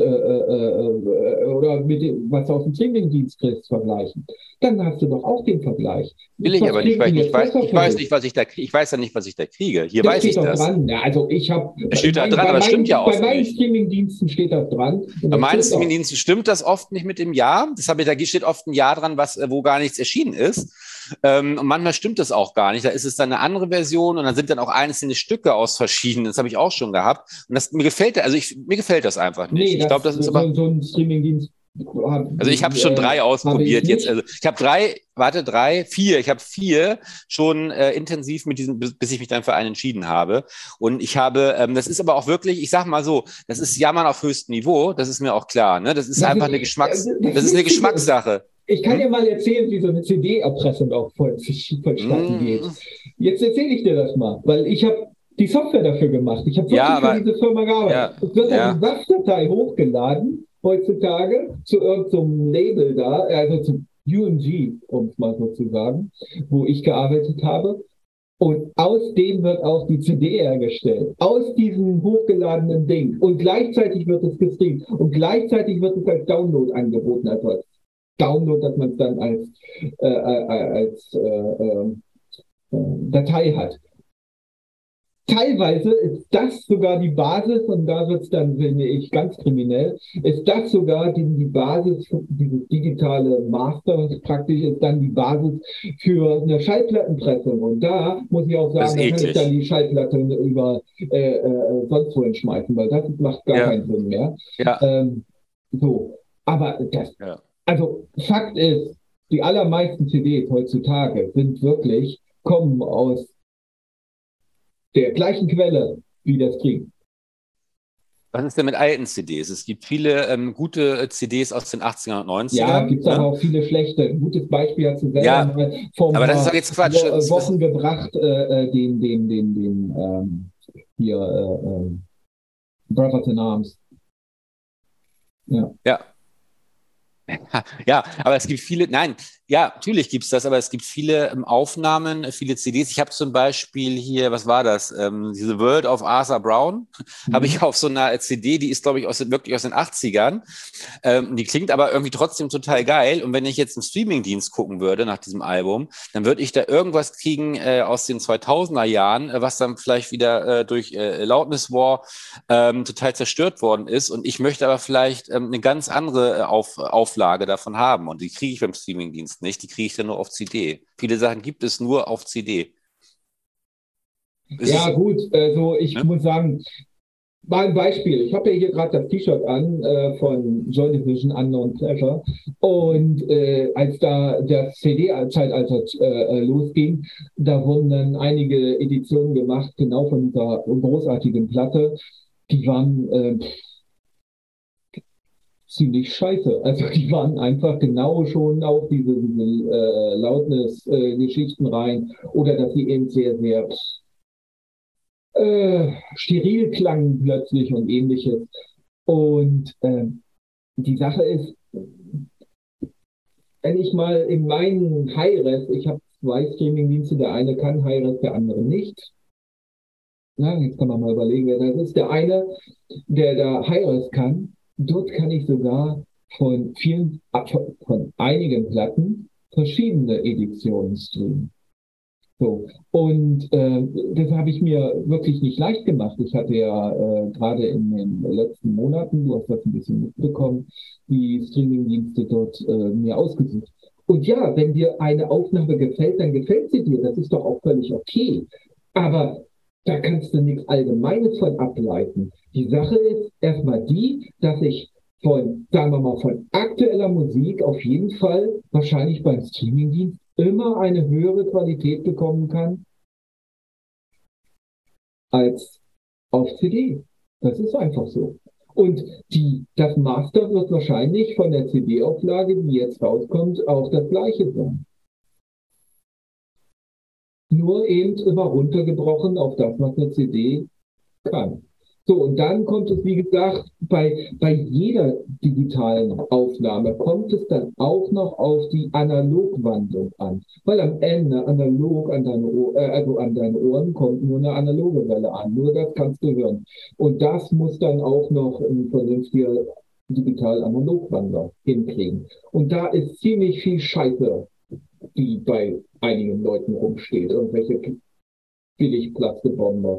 äh, oder mit dem, was du aus dem Streamingdienst kriegst, vergleichen. Dann hast du doch auch den Vergleich. Will ich aber nicht, weil ich, ich, weiß, ich weiß nicht, was ich da kriege. Ich weiß ja nicht, was ich da kriege. Hier das weiß ich das. Dran. Ja, also ich habe. Es steht da dran, aber es stimmt ja oft nicht. Bei meinen nicht. Streamingdiensten steht das dran. Bei meinen Streamingdiensten stimmt das oft nicht mit dem Jahr. Das habe ich, da steht oft ein Jahr dran, was, wo gar nichts erschienen ist. Ähm, und manchmal stimmt das auch gar nicht. Da ist es dann eine andere Version und dann sind dann auch einzelne Stücke aus verschiedenen. Das habe ich auch schon gehabt. Und das mir gefällt, also ich, mir gefällt das einfach nicht. Nee, ich glaube, das ist so, aber so ein Streamingdienst. Also ich habe schon drei ausprobiert ich jetzt. Also ich habe drei, warte, drei, vier. Ich habe vier schon äh, intensiv mit diesem, bis, bis ich mich dann für einen entschieden habe. Und ich habe, ähm, das ist aber auch wirklich, ich sag mal so, das ist Jammern auf höchstem Niveau. Das ist mir auch klar. Ne? Das ist das einfach ist, eine Geschmacks, das, das ist eine Geschmackssache. Ich kann hm? dir mal erzählen, wie so eine C D-Erpressung auch vonstatten hm. geht. Jetzt erzähle ich dir das mal, weil ich habe die Software dafür gemacht. Ich habe wirklich ja, aber, für diese Firma gearbeitet. Ja, es wird ja. eine W A V-Datei hochgeladen heutzutage zu irgendeinem Label da, also zu U M G, um es mal so zu sagen, wo ich gearbeitet habe. Und aus dem wird auch die C D hergestellt. Aus diesem hochgeladenen Ding. Und gleichzeitig wird es gestreamt. Und gleichzeitig wird es als Download angeboten. Also als Download, dass man es dann als, äh, als äh, äh, Datei hat. Teilweise ist das sogar die Basis, und da wird es dann, finde ich, ganz kriminell, ist das sogar die, die Basis, dieses digitale Master praktisch, ist dann die Basis für eine Schallplattenpressung. Und da muss ich auch sagen, da kann ich dann die Schallplatte über äh, äh, sonst wo hinschmeißen, weil das macht gar ja. keinen Sinn mehr. Ja. Ähm, so, aber das, ja. also Fakt ist, die allermeisten C Ds heutzutage sind wirklich, kommen aus der gleichen Quelle wie das Krieg. Was ist denn mit alten C Ds? Es gibt viele ähm, gute C Ds aus den achtzigern und neunzigern. Ja, gibt es ne? aber auch viele schlechte. Ein gutes Beispiel hat sie selber ja, mal vor aber das ist doch jetzt Quatsch. Wo, Wochen gebracht, äh, den, den, den, den, ähm, hier, äh, äh, Brothers in Arms. Ja. Ja. Ja, aber es gibt viele, nein, ja, natürlich gibt es das, aber es gibt viele ähm, Aufnahmen, viele C Ds. Ich habe zum Beispiel hier, was war das? Ähm, diese World of Arthur Brown mhm. habe ich auf so einer C D, die ist, glaube ich, aus, wirklich aus den achtzigern. Ähm, die klingt aber irgendwie trotzdem total geil. Und wenn ich jetzt einen Streamingdienst gucken würde nach diesem Album, dann würde ich da irgendwas kriegen äh, aus den zweitausender Jahren, äh, was dann vielleicht wieder äh, durch äh, Loudness War ähm, total zerstört worden ist. Und ich möchte aber vielleicht ähm, eine ganz andere äh, auf, Auflage davon haben. Und die kriege ich beim Streamingdienst nicht. Die kriege ich dann nur auf C D. Viele Sachen gibt es nur auf C D. Ist ja, es, gut. Also ich ne? muss sagen, mal ein Beispiel. Ich habe ja hier gerade das T-Shirt an äh, von Joy Division Unknown Pleasure. Und äh, als da das C D-Zeitalter äh, losging, da wurden dann einige Editionen gemacht, genau von dieser großartigen Platte. Die waren äh, ziemlich scheiße. Also die waren einfach genau schon auf diese, diese äh, Loudness-Geschichten äh, rein. Oder dass sie eben sehr, sehr Äh, steril klangen plötzlich und ähnliches. Und äh, die Sache ist, wenn ich mal in meinen Hi-Res, ich habe zwei Streaming-Dienste, der eine kann Hi-Res, der andere nicht. Na, jetzt kann man mal überlegen, wer das ist. Der eine, der da Hi-Res kann, dort kann ich sogar von vielen, von einigen Platten verschiedene Editionen streamen. So. Und äh, das habe ich mir wirklich nicht leicht gemacht. Ich hatte ja äh, gerade in den letzten Monaten, du hast das ein bisschen mitbekommen, die Streamingdienste dort äh, mir ausgesucht. Und ja, wenn dir eine Aufnahme gefällt, dann gefällt sie dir. Das ist doch auch völlig okay. Aber da kannst du nichts Allgemeines von ableiten. Die Sache ist erstmal die, dass ich von, sagen wir mal, von aktueller Musik auf jeden Fall wahrscheinlich beim Streamingdienst immer eine höhere Qualität bekommen kann als auf C D. Das ist einfach so. Und die, das Master wird wahrscheinlich von der C D-Auflage, die jetzt rauskommt, auch das gleiche sein. Nur eben immer runtergebrochen auf das, was eine C D kann. So, und dann kommt es, wie gesagt, bei, bei jeder digitalen Aufnahme kommt es dann auch noch auf die Analogwandlung an. Weil am Ende analog an deine, Ohr, äh, also an deine Ohren kommt nur eine analoge Welle an. Nur das kannst du hören. Und das muss dann auch noch ein vernünftiger digital-analogwandler hinkriegen. Und da ist ziemlich viel Scheiße, die bei einigen Leuten rumsteht. Irgendwelche Billigplatzebomber.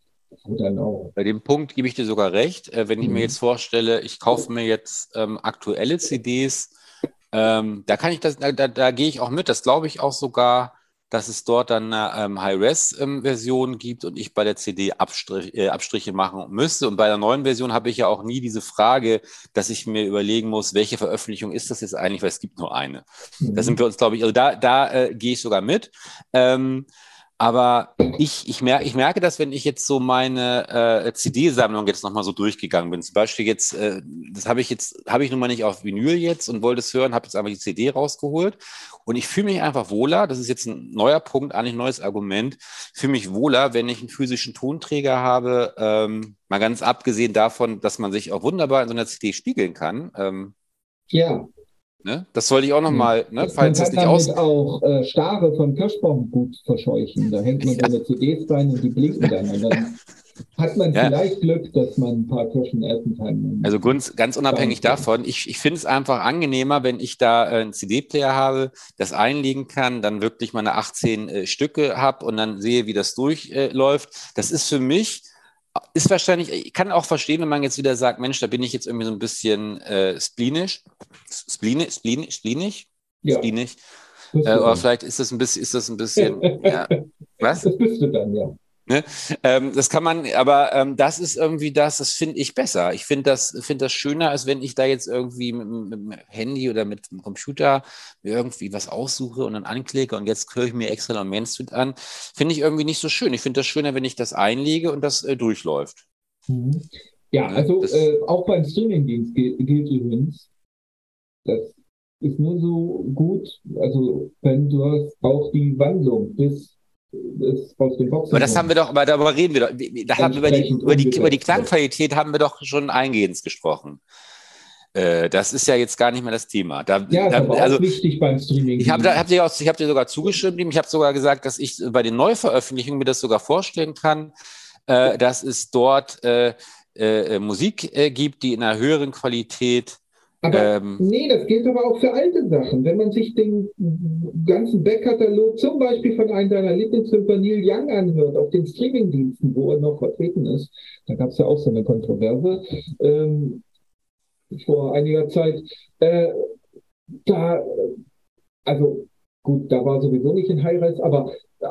Dann auch. Bei dem Punkt gebe ich dir sogar recht. Äh, wenn ich mhm. mir jetzt vorstelle, ich kaufe mir jetzt ähm, aktuelle C Ds, ähm, da kann ich das, da, da, da gehe ich auch mit. Das glaube ich auch sogar, dass es dort dann eine ähm, High-Res-Version ähm, gibt und ich bei der C D Abstrich, äh, Abstriche machen müsste. Und bei der neuen Version habe ich ja auch nie diese Frage, dass ich mir überlegen muss, welche Veröffentlichung ist das jetzt eigentlich, weil es gibt nur eine. Mhm. Da sind wir uns, glaube ich, also da, da äh, gehe ich sogar mit. Ähm, Aber ich, ich, mer- ich merke das, wenn ich jetzt so meine äh, C D-Sammlung jetzt nochmal so durchgegangen bin. Zum Beispiel jetzt, äh, das habe ich jetzt, habe ich nun mal nicht auf Vinyl jetzt und wollte es hören, habe jetzt einfach die C D rausgeholt. Und ich fühle mich einfach wohler, das ist jetzt ein neuer Punkt, eigentlich ein neues Argument, ich fühle mich wohler, wenn ich einen physischen Tonträger habe, ähm, mal ganz abgesehen davon, dass man sich auch wunderbar in so einer C D spiegeln kann. Ähm, ja. Ne? Das wollte ich auch nochmal, ne? Das, falls es nicht aus... Man kann damit auch äh, Stare von Kirschbaum gut verscheuchen. Da hängt man ja. seine C Ds rein und die blinken dann. Und dann hat man ja. vielleicht Glück, dass man ein paar Kirschen essen kann. Also ganz, ganz unabhängig davon, ich, ich finde es einfach angenehmer, wenn ich da äh, einen C D-Player habe, das einlegen kann, dann wirklich meine achtzehn äh, Stücke habe und dann sehe, wie das durchläuft. Äh, das ist für mich... Ist wahrscheinlich, ich kann auch verstehen, wenn man jetzt wieder sagt, Mensch, da bin ich jetzt irgendwie so ein bisschen äh, splinisch, splinisch, splinisch, splinisch, ja. splinisch. Äh, oder vielleicht ist das ein bisschen, ist das ein bisschen, ja, was? Das bist du dann, ja. Ne? Ähm, das kann man, aber ähm, das ist irgendwie das, das finde ich besser. Ich finde das, find das schöner, als wenn ich da jetzt irgendwie mit, mit dem Handy oder mit dem Computer mir irgendwie was aussuche und dann anklicke und jetzt höre ich mir extra noch Main Street an. Finde ich irgendwie nicht so schön. Ich finde das schöner, wenn ich das einlege und das äh, durchläuft. Mhm. Ja, ne? also das, äh, auch beim Streamingdienst gilt, gilt übrigens, das ist nur so gut, also wenn du hast auch die Wandlung bis Ist aus den Boxen aber das haben wir doch, aber darüber reden wir doch. Da haben wir über die, über, die, über die Klangqualität haben wir doch schon eingehend gesprochen. Äh, das ist ja jetzt gar nicht mehr das Thema. Da, ja, da, ist aber also, auch wichtig beim Streaming. Ich habe hab dir, auch- ich hab dir sogar zugestimmt, ich habe sogar gesagt, dass ich bei den Neuveröffentlichungen mir das sogar vorstellen kann, äh, dass es dort äh, äh, Musik äh, gibt, die in einer höheren Qualität. Aber Ähm, nee, das gilt aber auch für alte Sachen. Wenn man sich den ganzen Backkatalog zum Beispiel von einem deiner Lieblingsfilme Neil Young anhört, auf den Streamingdiensten, wo er noch vertreten ist, da gab es ja auch so eine Kontroverse ähm, vor einiger Zeit. Äh, da, also gut, da war sowieso nicht in High-Res, aber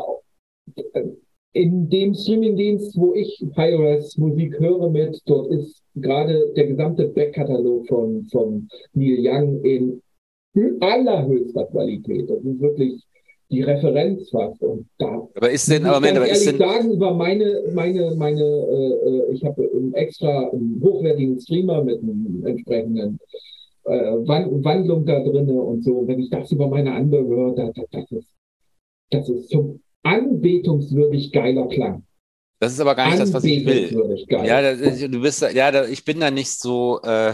äh, in dem Streamingdienst, wo ich High-Res-Musik höre mit, dort ist gerade der gesamte Backkatalog von, von Neil Young in allerhöchster Qualität. Das ist wirklich die Referenz fast. Und da aber ist denn, muss aber ich Moment, ganz aber ist ehrlich denn, sagen, über meine, meine, meine, äh, ich habe extra einen hochwertigen Streamer mit einem entsprechenden äh, Wand Wandlung da drin und so. Und wenn ich das über meine andere höre, das, das ist, das ist so anbetungswürdig geiler Klang. das ist aber gar nicht das, was ich will. Anbetungswürdig geil. Ja, das, du bist, ja, da, ich bin da nicht so, äh,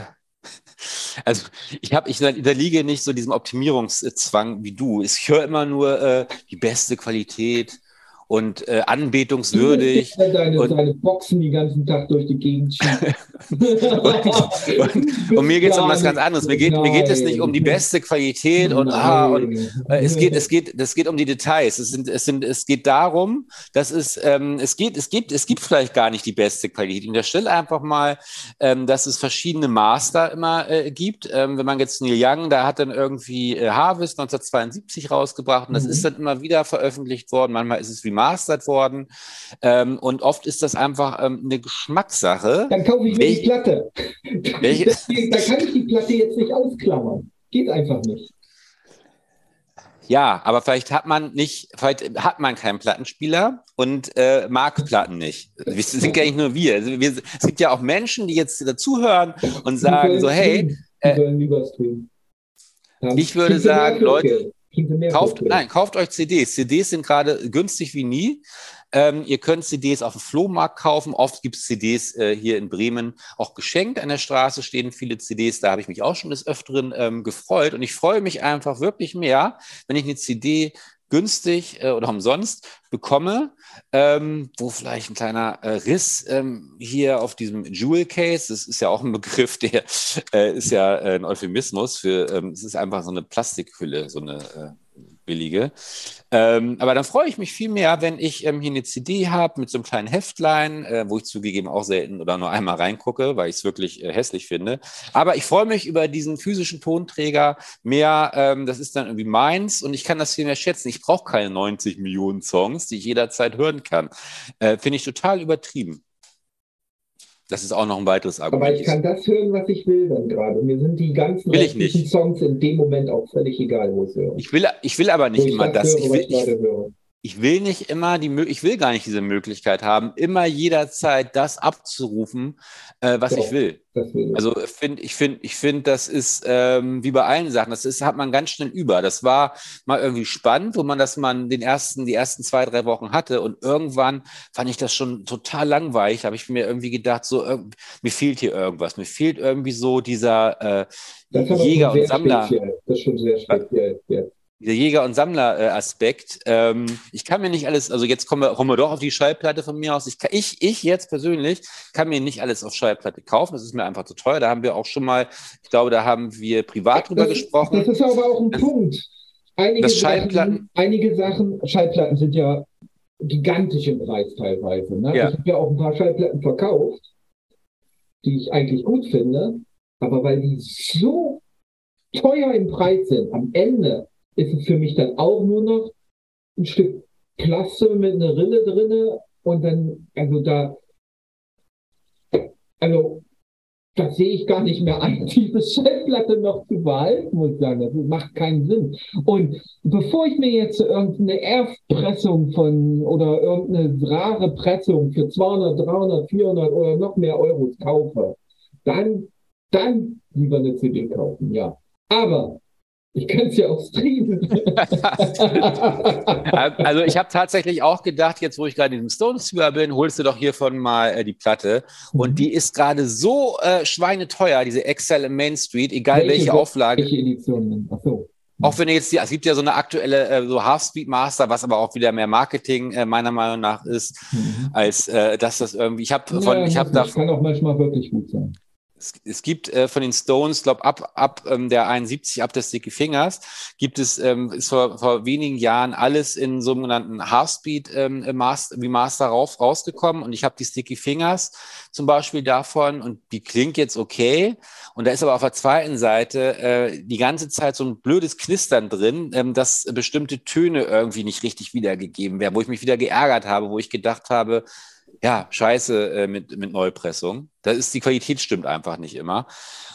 also ich habe, ich unterliege nicht so diesem Optimierungszwang wie du. Ich höre immer nur äh, die beste Qualität und äh, anbetungswürdig. Du deine, und, deine Boxen die ganzen Tag durch die Gegend schießen. und, und, und mir geht es um was ganz anderes. Mir geht, mir geht es nicht um die beste Qualität und, ah, und äh, es geht, es geht, es geht um die Details. Es sind, es sind, es geht darum, dass es, ähm, es geht, es gibt, es gibt vielleicht gar nicht die beste Qualität. Ich unterstelle einfach mal, ähm, dass es verschiedene Master immer äh, gibt. Ähm, wenn man jetzt Neil Young, da hat dann irgendwie äh, Harvest neunzehnhundertzweiundsiebzig rausgebracht und das mhm. ist dann immer wieder veröffentlicht worden. Manchmal ist es remastert worden ähm, und oft ist das einfach ähm, eine Geschmackssache. Dann kaufe ich mir Welch, die Platte. Welche? Da kann ich die Platte jetzt nicht ausklammern. Geht einfach nicht. Ja, aber vielleicht hat man nicht, vielleicht hat man keinen Plattenspieler und äh, mag Platten nicht. Es sind ja nicht nur wir. Also wir. Es gibt ja auch Menschen, die jetzt dazuhören und sagen so, hey, äh, ich würde sagen, Leute, kauft, nein, kauft euch C Ds. C Ds sind gerade günstig wie nie. Ähm, ihr könnt C Ds auf dem Flohmarkt kaufen. Oft gibt es C Ds äh, hier in Bremen auch geschenkt. An der Straße stehen viele C Ds. Da habe ich mich auch schon des Öfteren ähm, gefreut. Und ich freue mich einfach wirklich mehr, wenn ich eine C D günstig äh, oder umsonst bekomme, ähm, wo vielleicht ein kleiner äh, Riss ähm, hier auf diesem Jewel Case, das ist ja auch ein Begriff, der äh, ist ja äh, ein Euphemismus für, ähm, es ist einfach so eine Plastikhülle, so eine äh, billige. Ähm, aber dann freue ich mich viel mehr, wenn ich ähm, hier eine C D habe mit so einem kleinen Heftlein, äh, wo ich zugegeben auch selten oder nur einmal reingucke, weil ich es wirklich äh, hässlich finde. Aber ich freue mich über diesen physischen Tonträger mehr. Ähm, das ist dann irgendwie meins und ich kann das viel mehr schätzen. Ich brauche keine neunzig Millionen Songs, die ich jederzeit hören kann. Äh, finde ich total übertrieben. Das ist auch noch ein weiteres Argument. Aber ich kann das hören, was ich will dann gerade. Mir sind die ganzen restlichen Songs in dem Moment auch völlig egal, wo ich höre. Ich will, ich will aber nicht immer das. Höre, ich, will, ich, ich, ich will nicht immer die ich will gar nicht diese Möglichkeit haben, immer jederzeit das abzurufen, äh, was Doch, ich will. will also find, ich finde, ich finde, das ist ähm, wie bei allen Sachen, das ist, hat man ganz schnell über. Das war mal irgendwie spannend, wo man das mal den ersten, die ersten zwei, drei Wochen hatte und irgendwann fand ich das schon total langweilig. Da habe ich mir irgendwie gedacht, so mir fehlt hier irgendwas, mir fehlt irgendwie so dieser äh, Jäger und Sammler. Speziell. Das ist schon sehr speziell. Ja. Der Jäger- und Sammler-Aspekt. Ähm, ich kann mir nicht alles, also jetzt kommen wir, kommen wir doch auf die Schallplatte von mir aus. Ich, kann, ich, ich jetzt persönlich kann mir nicht alles auf Schallplatte kaufen. Das ist mir einfach zu teuer. Da haben wir auch schon mal, ich glaube, da haben wir privat drüber das, gesprochen. Das ist aber auch ein das, Punkt. Einige das Schallplatten, Sachen, einige Sachen, Schallplatten sind ja gigantisch im Preis teilweise. Ne? Ja. Ich habe ja auch ein paar Schallplatten verkauft, die ich eigentlich gut finde, aber weil die so teuer im Preis sind, am Ende ist es für mich dann auch nur noch ein Stück Klasse mit einer Rille drinne und dann, also da, also das sehe ich gar nicht mehr ein, diese Schallplatte noch zu behalten, muss ich sagen. Das macht keinen Sinn. Und bevor ich mir jetzt irgendeine Erstpressung von oder irgendeine rare Pressung für zweihundert, dreihundert, vierhundert oder noch mehr Euros kaufe, dann, dann lieber eine C D kaufen, ja. Aber Ich kann es ja auch streamen. Also ich habe tatsächlich auch gedacht, jetzt wo ich gerade in dem Stones-Tour bin, holst du doch hiervon mal äh, die Platte. Und Mhm. die ist gerade so äh, schweineteuer, diese Excel im Main Street, egal welche, welche Auflage. Welche Edition? Ach so. Auch wenn jetzt die, es gibt ja so eine aktuelle äh, so Half-Speed Master, was aber auch wieder mehr Marketing äh, meiner Meinung nach ist, mhm. als äh, dass das irgendwie. Ich habe von, ja, ich habe da. Kann auch manchmal wirklich gut sein. Es, es gibt äh, von den Stones, glaube ab ab ähm, der einundsiebzig, ab der Sticky Fingers, gibt es ähm, ist vor, vor wenigen Jahren alles in sogenannten Half-Speed ähm, Master, wie Master rauf, rausgekommen und ich habe die Sticky Fingers zum Beispiel davon und die klingt jetzt okay und da ist aber auf der zweiten Seite äh, die ganze Zeit so ein blödes Knistern drin, ähm, dass bestimmte Töne irgendwie nicht richtig wiedergegeben werden, wo ich mich wieder geärgert habe, wo ich gedacht habe, ja, scheiße äh, mit, mit Neupressung. Das ist, die Qualität stimmt einfach nicht immer.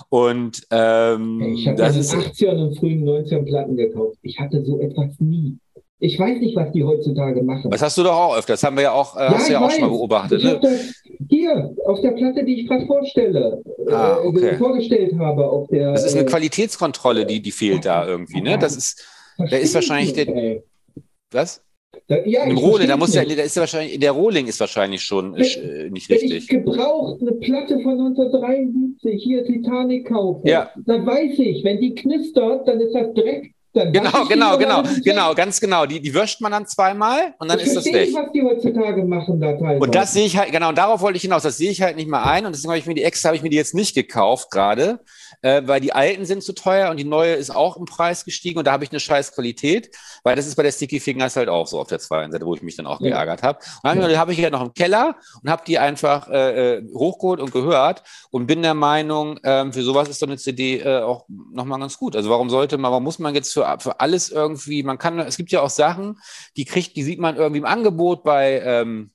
Und ähm, ich habe in den achtzigern und frühen neunzigern Platten gekauft. Ich hatte so etwas nie. Ich weiß nicht, was die heutzutage machen. Das hast du doch auch öfter. Das haben wir ja auch, äh, ja, hast du ja auch schon mal beobachtet. Ich ne? das hier auf der Platte, die ich gerade vorstelle, ah, okay. äh, vorgestellt habe. Auf der, das ist eine Qualitätskontrolle, die, die fehlt da irgendwie. Ne? Das ist, da ist wahrscheinlich der. Ey. Was? Da, ja, Im Rohling, da muss ja, da ist ja wahrscheinlich, der Rohling ist wahrscheinlich schon wenn, äh, nicht wenn richtig. Wenn ich gebraucht eine Platte von neunzehnhundertdreiundsiebzig, hier Titanic kaufe, ja. dann weiß ich, wenn die knistert, dann ist das Dreck. Dann genau, genau, genau, genau, ganz genau. Die, die wäscht man dann zweimal und dann ich ist das weg. Ich verstehe, was die heutzutage machen da teilweise. Und das sehe ich halt, genau, und darauf wollte ich hinaus, das sehe ich halt nicht mal ein und deswegen habe ich mir die extra, habe ich mir die jetzt nicht gekauft gerade, äh, weil die alten sind zu teuer und die neue ist auch im Preis gestiegen und da habe ich eine scheiß Qualität, weil das ist bei der Sticky Fingers halt auch so auf der zweiten Seite, wo ich mich dann auch ja. geärgert habe. Und dann ja. habe ich die halt noch im Keller und habe die einfach äh, hochgeholt und gehört und bin der Meinung, äh, für sowas ist so eine C D äh, auch nochmal ganz gut. Also warum sollte man, warum muss man jetzt für, für alles irgendwie, man kann, es gibt ja auch Sachen, die kriegt, die sieht man irgendwie im Angebot bei ähm,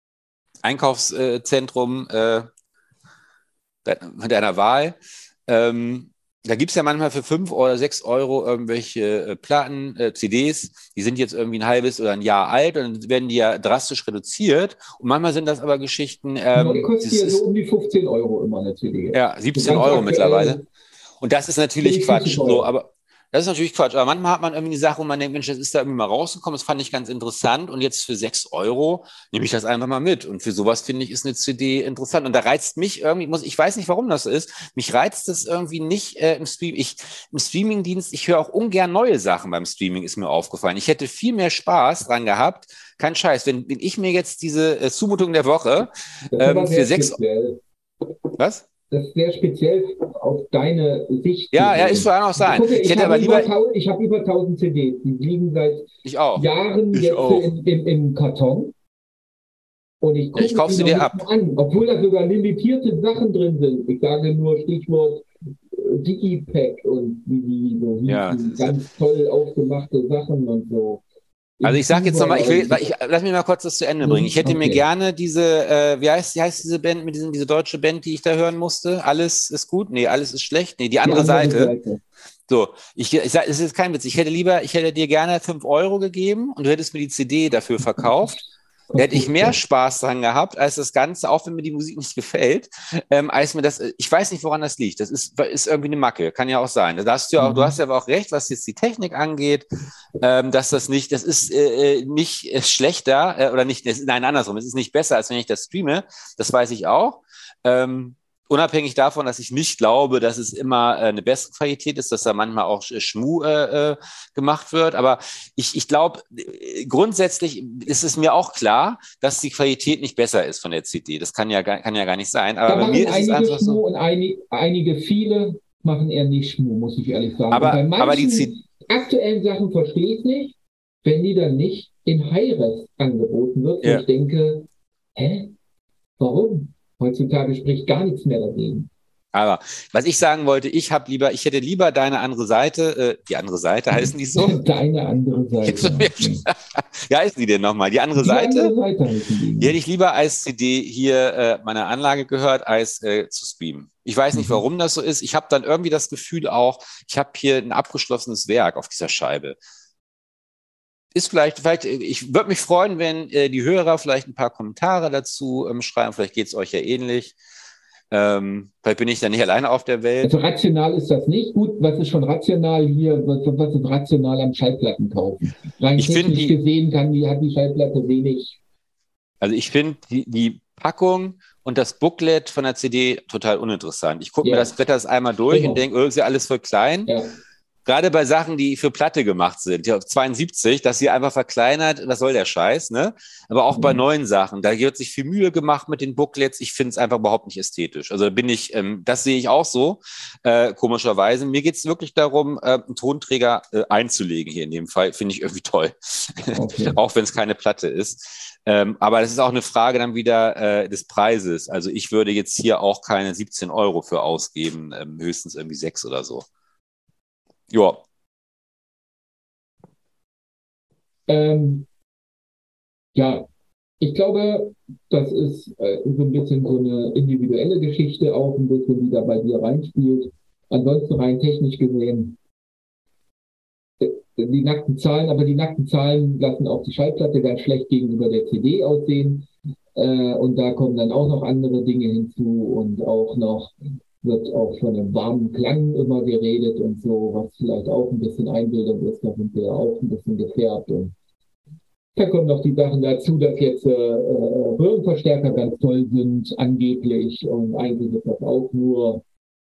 Einkaufszentrum äh, deiner Wahl. Ähm, da gibt es ja manchmal für fünf oder sechs Euro irgendwelche äh, Platten, äh, C Ds, die sind jetzt irgendwie ein halbes oder ein Jahr alt und dann werden die ja drastisch reduziert. Und manchmal sind das aber Geschichten. Ähm, die kostet hier so um die fünfzehn Euro immer eine C D. Ja, siebzehn Euro mittlerweile. Und das ist natürlich Quatsch. So, aber das ist natürlich Quatsch, aber manchmal hat man irgendwie eine Sache, wo man denkt, Mensch, das ist da irgendwie mal rausgekommen, das fand ich ganz interessant und jetzt für sechs Euro nehme ich das einfach mal mit und für sowas finde ich, ist eine C D interessant und da reizt mich irgendwie, muss, ich weiß nicht, warum das so ist, mich reizt das irgendwie nicht äh, im Stream, ich, im Streamingdienst, ich höre auch ungern neue Sachen beim Streaming, ist mir aufgefallen. Ich hätte viel mehr Spaß dran gehabt, kein Scheiß, wenn, wenn ich mir jetzt diese äh, Zumutung der Woche ähm, für sechs Euro... Was? Das ist sehr speziell auf deine Sicht. Ja, ja, ist so auch sein. Gucke, ich, ich hätte aber lieber. Über, ich habe über tausend C Ds. Die liegen seit ich auch. Jahren ich jetzt auch. Im, im, im Karton. Und ich, ich kaufe sie dir ab. An, obwohl da sogar limitierte Sachen drin sind. Ich sage nur Stichwort Digipack und wie die so ja, ganz toll aufgemachte Sachen und so. Also ich sage jetzt nochmal, ich will, ich, lass mich mal kurz das zu Ende bringen. Ich hätte okay. mir gerne diese, äh, wie heißt, wie heißt diese Band, mit diesen, diese deutsche Band, die ich da hören musste? Alles ist gut? Nee, alles ist schlecht? Nee, die andere, die andere Seite. Seite. So, ich, ich sage, es ist kein Witz. Ich hätte lieber, ich hätte dir gerne fünf Euro gegeben und du hättest mir die C D dafür verkauft. Da hätte ich mehr Spaß dran gehabt, als das Ganze, auch wenn mir die Musik nicht gefällt, ähm, als mir das, ich weiß nicht, woran das liegt. Das ist, ist irgendwie eine Macke, kann ja auch sein. Da hast du, ja auch, du hast ja aber auch recht, was jetzt die Technik angeht, ähm, dass das nicht, das ist äh, nicht äh, schlechter äh, oder nicht, nein, andersrum, es ist nicht besser, als wenn ich das streame, das weiß ich auch. Ähm, Unabhängig davon, dass ich nicht glaube, dass es immer äh, eine bessere Qualität ist, dass da manchmal auch Schmu äh, gemacht wird. Aber ich, ich glaube, grundsätzlich ist es mir auch klar, dass die Qualität nicht besser ist von der C D. Das kann ja, kann ja gar nicht sein. Aber da bei mir ist es einfach Schmu so. Und einige, einige, viele machen eher nicht Schmu, muss ich ehrlich sagen. Aber, bei manchen aber die C D aktuellen Sachen verstehe ich nicht, wenn die dann nicht in Hi-Res angeboten wird. Ja. Ich denke, hä? Warum? Heutzutage spricht gar nichts mehr dagegen. Aber was ich sagen wollte, ich habe lieber, ich hätte lieber deine andere Seite, äh, die andere Seite, heißen die so? Deine andere Seite. Ja, heißen die denn nochmal? Die andere die Seite? Andere Seite heißen die. Die hätte ich lieber als C D hier äh, meiner Anlage gehört, als äh, zu streamen. Ich weiß nicht, warum das so ist. Ich habe dann irgendwie das Gefühl auch, ich habe hier ein abgeschlossenes Werk auf dieser Scheibe. Ist vielleicht, vielleicht, ich würde mich freuen, wenn äh, die Hörer vielleicht ein paar Kommentare dazu ähm, schreiben. Vielleicht geht es euch ja ähnlich. Ähm, vielleicht bin ich da nicht alleine auf der Welt. Also rational ist das nicht. Gut, was ist schon rational hier? Was, was ist rational am Schallplatten kaufen? Rein Ich technisch die, gesehen kann die, hat die Schallplatte wenig. Also ich finde die, die Packung und das Booklet von der C D total uninteressant. Ich gucke ja. mir das Blätter einmal durch genau. und denke, oh, ist ja alles voll klein. Ja. Gerade bei Sachen, die für Platte gemacht sind, ja, zweiundsiebzig, dass sie einfach verkleinert, was soll der Scheiß, ne? Aber auch mhm. bei neuen Sachen, da wird sich viel Mühe gemacht mit den Booklets. Ich finde es einfach überhaupt nicht ästhetisch. Also da bin ich, ähm, das sehe ich auch so, äh, komischerweise. Mir geht es wirklich darum, äh, einen Tonträger äh, einzulegen hier in dem Fall. Finde ich irgendwie toll. Okay. Auch wenn es keine Platte ist. Ähm, aber das ist auch eine Frage dann wieder äh, des Preises. Also ich würde jetzt hier auch keine siebzehn Euro für ausgeben, ähm, höchstens irgendwie sechs oder so. Ja. Ähm, ja, ich glaube, das ist äh, so ein bisschen so eine individuelle Geschichte auch ein bisschen, die da bei dir reinspielt. Ansonsten rein technisch gesehen, die nackten Zahlen, aber die nackten Zahlen lassen auch die Schallplatte ganz schlecht gegenüber der C D aussehen. Äh, und da kommen dann auch noch andere Dinge hinzu und auch noch wird auch von einem warmen Klang immer geredet und so, was vielleicht auch ein bisschen Einbildung ist, da sind wir auch ein bisschen gefärbt. Und da kommen noch die Sachen dazu, dass jetzt äh, Röhrenverstärker ganz toll sind, angeblich, und eigentlich ist das auch nur,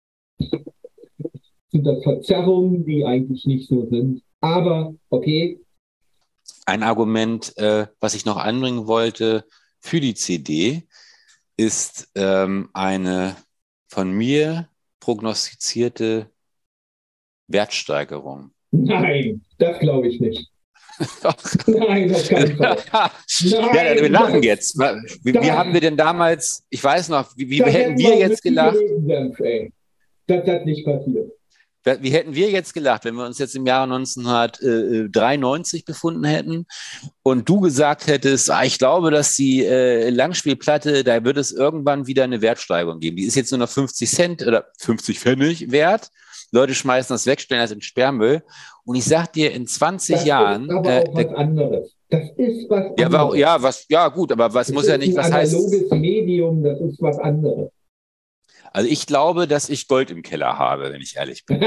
sind das Verzerrungen, die eigentlich nicht so sind. Aber, okay. Ein Argument, äh, was ich noch anbringen wollte für die C D, ist ähm, eine von mir prognostizierte Wertsteigerung. Nein, das glaube ich nicht. Nein, auf keinen Fall. Nein, ja, wir lachen das, jetzt. Wie, wie haben wir denn damals, ich weiß noch, wie, wie hätten wir jetzt gelacht? Das hat nicht passiert. Wie hätten wir jetzt gelacht, wenn wir uns jetzt im Jahre neunzehnhundertdreiundneunzig befunden hätten und du gesagt hättest, ah, ich glaube, dass die äh, Langspielplatte, da wird es irgendwann wieder eine Wertsteigerung geben. Die ist jetzt nur noch fünfzig Cent oder fünfzig Pfennig wert. Leute schmeißen das weg, stellen das in Sperrmüll. Und ich sag dir, in zwanzig das Jahren... Das ist aber äh, auch was anderes. Das ist was anderes. Ja, aber, ja, was, ja gut, aber was das muss ja nicht, was heißt... Das ist ein analoges Medium, das ist was anderes. Also ich glaube, dass ich Gold im Keller habe, wenn ich ehrlich bin.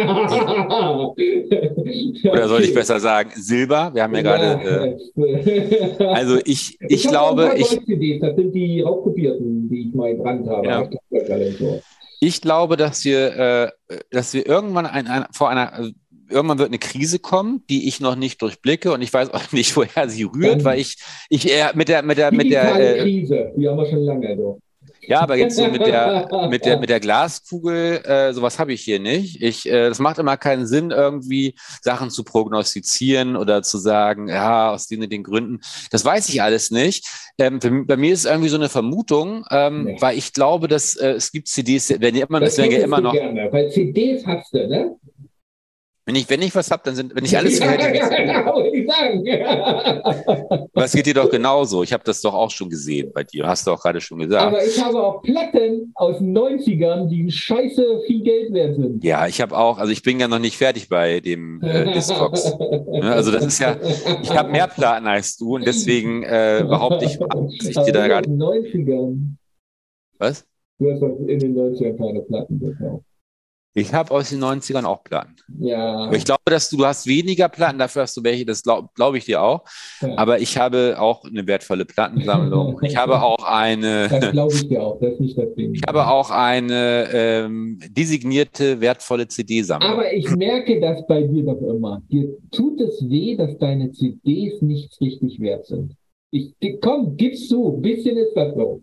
Oder soll ich besser sagen, Silber? Wir haben ja, ja gerade... Äh, also ich, ich, ich glaube... Ich, das sind die raubkopierten, die ich mal in Brand habe. Ja. Ich glaube, dass wir, äh, dass wir irgendwann ein, ein, vor einer... Also irgendwann wird eine Krise kommen, die ich noch nicht durchblicke und ich weiß auch nicht, woher sie rührt, Dann weil ich, ich eher mit der... Mit der, mit der äh, Krise, die haben wir schon lange, doch. Ja, aber jetzt so mit der, mit der, mit der Glaskugel, äh, sowas habe ich hier nicht. Ich, äh, das macht immer keinen Sinn, irgendwie Sachen zu prognostizieren oder zu sagen, ja, aus den, den Gründen. Das weiß ich alles nicht. Ähm, für, bei mir ist es irgendwie so eine Vermutung, ähm, ja. weil ich glaube, dass äh, es gibt C Ds, wenn ja immer, das werden ja immer noch. Gerne, weil C Ds hast du, ne? Wenn ich, wenn ich was habe, dann sind, wenn ich alles ja, hätte. Ja, genau, ich sagen. Aber es geht dir doch genauso. Ich habe das doch auch schon gesehen bei dir. Hast du auch gerade schon gesagt. Aber ich habe auch Platten aus den neunzigern, die scheiße viel Geld wert sind. Ja, ich habe auch, also ich bin ja noch nicht fertig bei dem äh, Discogs. Also das ist ja, ich habe mehr Platten als du und deswegen äh, behaupte ich, dass ich dir da gerade. In den neunzigern. Was? Du hast doch in den neunzigern keine Platten gekauft. Ich habe aus den neunzigern auch Platten. Ja. Aber ich glaube, dass du, du hast weniger Platten, dafür hast du welche, das glaube glaub ich dir auch. Ja. Aber ich habe auch eine wertvolle Plattensammlung. Ich habe auch eine... Das glaube ich dir auch, das ist nicht das Ding. Ich habe auch eine ähm, designierte, wertvolle C D-Sammlung. Aber ich merke das bei dir doch immer. Dir tut es weh, dass deine C Ds nichts richtig wert sind. Ich, komm, gib's zu, ein bisschen ist das so.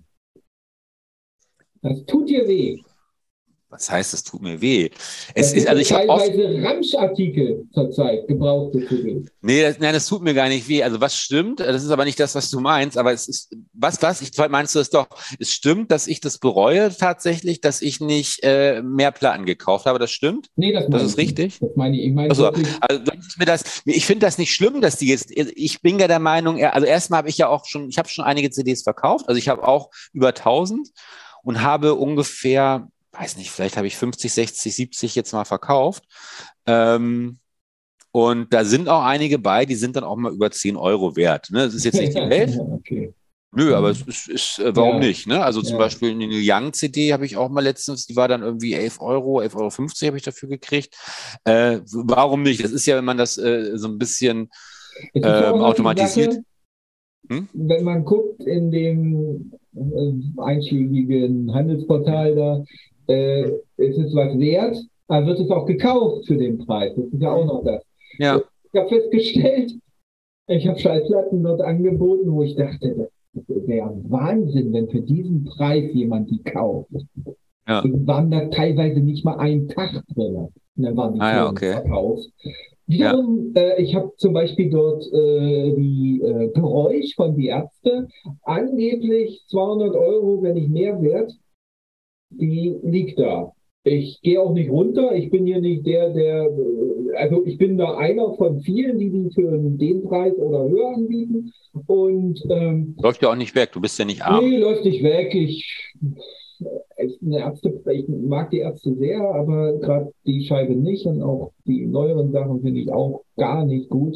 Das tut dir weh. Was heißt, es tut mir weh? Es das ist, also ich habe teilweise Ramschartikel zurzeit gebrauchte C Ds. Nee, das, nein, das tut mir gar nicht weh. Also was stimmt, das ist aber nicht das, was du meinst, aber es ist, was, was, ich meinst du es doch, es stimmt, dass ich das bereue tatsächlich, dass ich nicht äh, mehr Platten gekauft habe, das stimmt? Nee, das, das ist richtig? Das meine ich, ich meine also, also mir das, ich finde das nicht schlimm, dass die jetzt, ich bin ja der Meinung, also erstmal habe ich ja auch schon, ich habe schon einige C Ds verkauft, also ich habe auch über tausend und habe ungefähr, weiß nicht, vielleicht habe ich fünfzig, sechzig, siebzig jetzt mal verkauft. Ähm, und da sind auch einige bei, die sind dann auch mal über zehn Euro wert. Ne? Das ist jetzt nicht die Welt. Okay. Nö, aber es ist, ist äh, warum Ja. nicht? Ne? Also zum Ja. Beispiel eine Young-C D habe ich auch mal letztens, die war dann irgendwie elf Euro, elf Euro fünfzig habe ich dafür gekriegt. Äh, warum nicht? Das ist ja, wenn man das äh, so ein bisschen Es ist ja auch ähm, noch die automatisiert. Sache, Hm? wenn man guckt in dem äh, einschlägigen Handelsportal da, äh, ist es was wert, aber wird es auch gekauft für den Preis. Das ist ja auch noch das. Ja, Ich habe festgestellt, ich habe Schallplatten dort angeboten, wo ich dachte, das wäre Wahnsinn, wenn für diesen Preis jemand die kauft. ja. Die waren da teilweise nicht mal einen Tag drin. Und dann waren die Ah ja, schon okay. verkauft. Wiederum, äh, ich habe zum Beispiel dort äh, die äh, Geräusch von Die Ärzte, angeblich zweihundert Euro, wenn nicht mehr wert, die liegt da. Ich gehe auch nicht runter, ich bin hier nicht der, der, äh, also ich bin da einer von vielen, die die für den Preis oder höher anbieten. Und ähm, Läuft ja auch nicht weg, du bist ja nicht arm. nee, läuft nicht weg. Ich, ich, eine Ärzte, ich mag die Ärzte sehr, aber gerade die Scheibe nicht und auch die neueren Sachen finde ich auch gar nicht gut.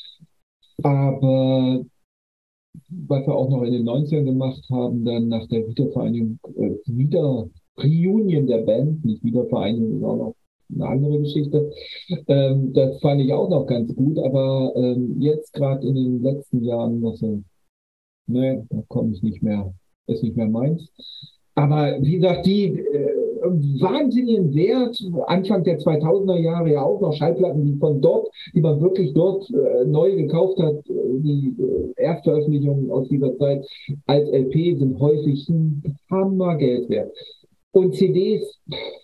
Aber was wir auch noch in den neunzigern gemacht haben, dann nach der Wiedervereinigung, äh, wieder Reunion der Band, nicht Wiedervereinigung, ist auch noch eine andere Geschichte. Ähm, das fand ich auch noch ganz gut, aber ähm, jetzt gerade in den letzten Jahren, also, ne, da komme ich nicht mehr, ist nicht mehr meins. Aber wie gesagt, die äh, wahnsinnigen Wert, Anfang der zweitausender Jahre ja auch noch Schallplatten, die von dort, die man wirklich dort äh, neu gekauft hat, die äh, Erstveröffentlichungen aus dieser Zeit als L P sind häufig ein Hammergeld wert. Und C Ds